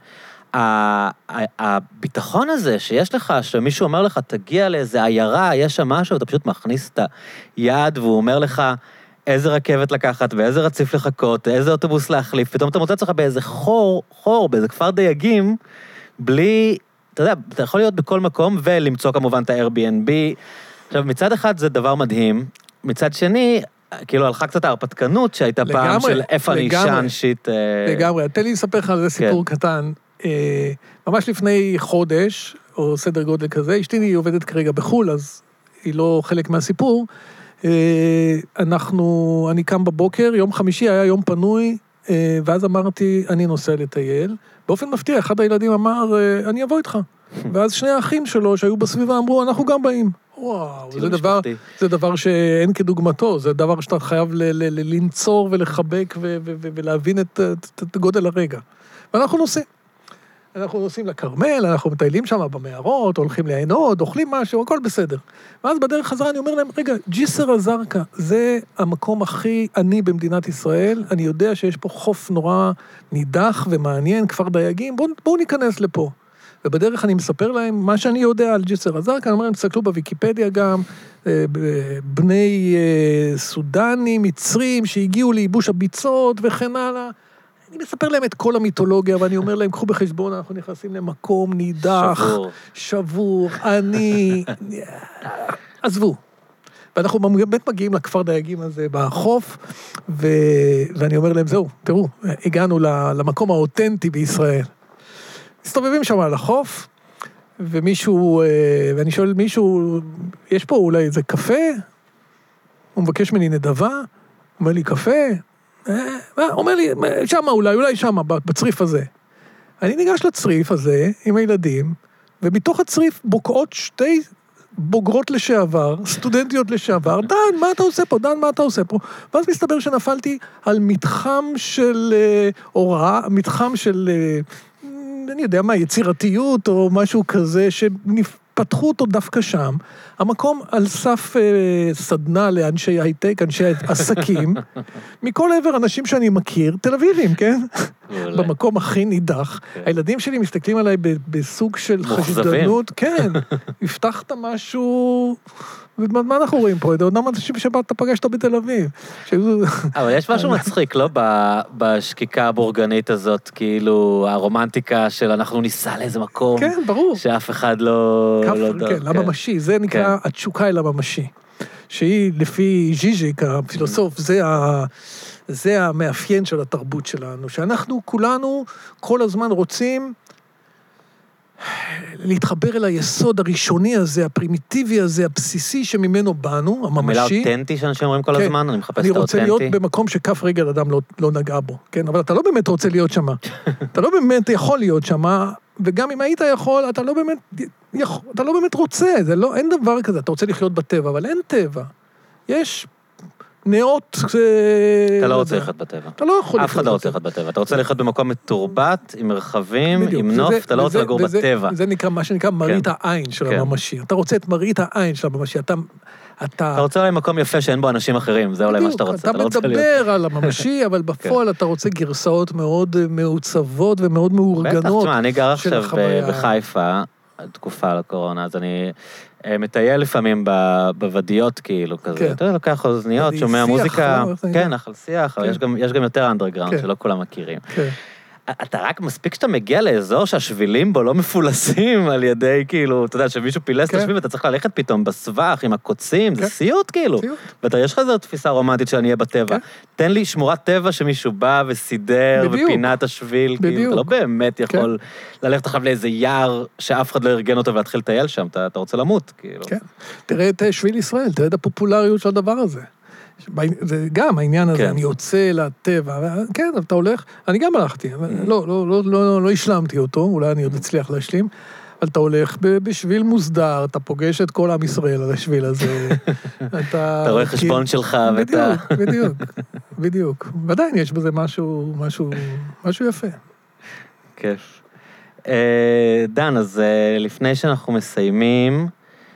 הביטחון הזה שיש לך, שמישהו אומר לך, תגיע לאיזה עיירה, יש שם משהו, אתה פשוט מכניס את היד, והוא אומר לך, איזה רכבת לקחת, באיזה רציף לחכות, איזה אוטובוס להחליף, פתאום אתה מוצא לך באיזה חור, חור, באיזה כפר דייגים, בלי, אתה יודע, אתה יכול להיות בכל מקום, ולמצוא כמובן את ה-Airbnb. עכשיו, מצד אחד זה דבר מדהים, מצד שני, כאילו הלכה קצת ההרפתקנות שהייתה לגמרי, פעם של איפה אני אשן שיט. לגמרי, תן לי לספר לך על זה סיפור כן. קטן. ממש לפני חודש, או סדר גודל כזה, אשתי עובדת כרגע בחול, אז היא לא חלק מהסיפור. אנחנו, אני קם בבוקר, יום חמישי היה יום פנוי, ואז אמרתי, אני נוסע לטייל. באופן מפתיע, אחד הילדים אמר, אני אבוא איתך. ואז שני האחים שלו שהיו בסביבה אמרו, אנחנו גם באים. וואו, זה דבר, זה דבר שאין כדוגמתו, זה דבר שאתה חייב לנצור ולחבק ולהבין את גודל הרגע. ואנחנו נוסעים. אנחנו נוסעים לקרמל, אנחנו מטיילים שם במערות, הולכים ליהנות, אוכלים משהו, הכל בסדר. ואז בדרך חזרה אני אומר להם, רגע, ג'יסר א-זרקא, זה המקום הכי עני במדינת ישראל, אני יודע שיש פה חוף נורא נידח ומעניין, כפר דייגים, בואו בוא ניכנס לפה. ובדרך אני מספר להם מה שאני יודע על ג'יסר א-זרקא, אני אומר להם, תסתכלו בוויקיפדיה גם, בני סודנים, מצרים, שהגיעו לייבוש הביצות וכן הלאה, אני מספר להם את כל המיתולוגיה, ואני אומר להם, קחו בחשבון, אנחנו נכנסים למקום נידח, שבור, שבור אני, עזבו. ואנחנו באמת מגיעים לכפר דייגים הזה בחוף, ו... ואני אומר להם, זהו, תראו, הגענו למקום האותנטי בישראל. מסתובבים שם על החוף, ומישהו, ואני שואל מישהו, יש פה אולי איזה קפה? הוא מבקש ממני נדבה, הוא אומר לי, קפה? אומר לי, שמה אולי, אולי שמה, בצריף הזה. אני ניגש לצריף הזה, עם הילדים, ומתוך הצריף בוקעות שתי בוגרות לשעבר, סטודנטיות לשעבר, דן, מה אתה עושה פה? דן, מה אתה עושה פה? ואז מסתבר שנפלתי על מתחם של הוראה, מתחם של, אני יודע מה, יצירתיות, או משהו כזה, שפתחו אותו דווקא שם. המקום על סף אה, סדנה לאנשי הייטק, אנשי עסקים, מכל עבר אנשים שאני מכיר, תל אביבים, כן? במקום הכי נידח. הילדים שלי מסתכלים עליי בסוג של חשדנות, כן, הבטחת משהו, ומה אנחנו רואים פה? זה עוד נאמר אנשים שבאת פגשת בתל אביב. אבל יש משהו מצחיק, לא? בשקיקה הבורגנית הזאת, כאילו, הרומנטיקה של אנחנו ניסע לאיזה מקום, כן, ברור. שאף אחד לא... כן, לממשי, זה נקרא התשוקה אל הממשי, שהיא לפי ז'יז'יק, הפילוסוף, זה ה... זה המאפיין של התרבות שלנו, שאנחנו כולנו כל הזמן רוצים להתחבר אל היסוד הראשוני הזה, הפרימיטיבי הזה, הבסיסי שממנו באנו, הממשי. המילה אותנטי שאנשים אומרים כל הזמן, אני מחפש את האותנטי. אני רוצה להיות במקום שכף רגל אדם לא, לא נגע בו, כן? אבל אתה לא באמת רוצה להיות שמה. אתה לא באמת יכול להיות שמה, וגם אם היית יכול, אתה לא באמת, יכול, אתה לא באמת רוצה, זה לא, אין דבר כזה, אתה רוצה לחיות בטבע, אבל אין טבע. יש נאות... אתה לא רוצה לחיות בטבע. אתה לא יכול לחיות. אף אחד לא רוצה לחיות בטבע. אתה רוצה לחיות במקום מתורבת, עם מרחבים, עם נוף, אתה לא רוצה לגור בטבע. זה נקרא מה שנקרא מראית העין של הממשי. אתה רוצה את מראית העין של הממשי. אתה... אתה רוצה אולי מקום יפה שאין בו אנשים אחרים, זה אולי מה שאתה רוצה. אתה מדבר על הממשי, אבל בפועל אתה רוצה גרסאות מאוד מעוצבות ומאוד מאורגנות. בטח, תשמע, אני גר עכשיו בחיפה, תקופה לקורונה, אז אני מטייל לפעמים בוודיות, כאילו, כזה. אתה לוקח אוזניות, שומע מוזיקה, כן, אחל שיח, אבל יש גם יותר אנדרגראונד שלא כולם מכירים. אתה רק מספיק שאתה מגיע לאזור שהשבילים בו לא מפולסים על ידי, כאילו, אתה יודע, שמישהו פילס את השביל, ואתה צריך ללכת פתאום בסבך עם הקוצים, זה סיוט, כאילו. ואתה, יש לך איזו תפיסה רומנטית שאני אהיה בטבע. תן לי שמורת טבע שמישהו בא וסידר, ופינה את השביל, כאילו, אתה לא באמת יכול ללכת עכשיו לאיזה יער שאף אחד לא ארגן אותו ולהתחיל לטייל שם, אתה רוצה למות, כאילו. כן, תראה את שביל ישראל, תראה את הפופולריות של הדבר הזה. זה גם העניין הזה, אני יוצא לטבע, כן, אתה הולך, אני גם הלכתי, לא השלמתי אותו, אולי אני עוד אצליח להשלים, אבל אתה הולך בשביל מוסדר, אתה פוגש את כל עם ישראל על השביל הזה. אתה רואה חשבון שלך, בדיוק, בדיוק, בדיוק. ועדיין יש בזה משהו, משהו, משהו יפה. כיף. דן, אז לפני שאנחנו מסיימים,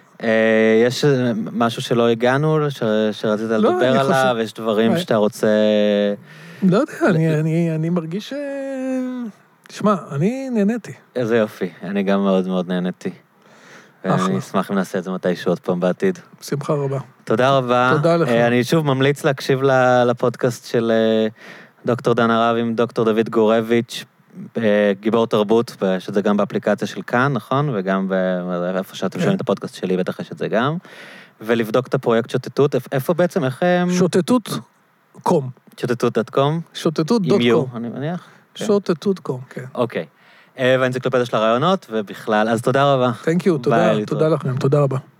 יש משהו שלא הגענו, שרצית לדבר עליו, יש דברים שאתה רוצה... לא יודע, אני מרגיש ש... תשמע, אני נהניתי. איזה יופי, אני גם מאוד מאוד נהניתי. ואני אשמח אם נעשה את זה מתישהו עוד פעם בעתיד. שמחה רבה. תודה רבה. תודה לך. אני שוב ממליץ להקשיב לפודקאסט של דוקטור דן הרב עם דוקטור דוד גורביץ', גיבור תרבות, שזה גם באפליקציה של כאן, נכון? וגם איפה שאתם שומעים את הפודקאסט שלי, בטח יש את זה גם. ולבדוק את הפרויקט שוטטות. איפה בעצם, איך הם... שוטטות קום. שוטטות דוט קום? שוטטות דוט קום. אני מניח? שוטטות קום, כן. אוקיי. והאנציקלופדיה של הרעיונות, ובכלל, אז תודה רבה. Thank you, תודה, תודה לכם, תודה רבה.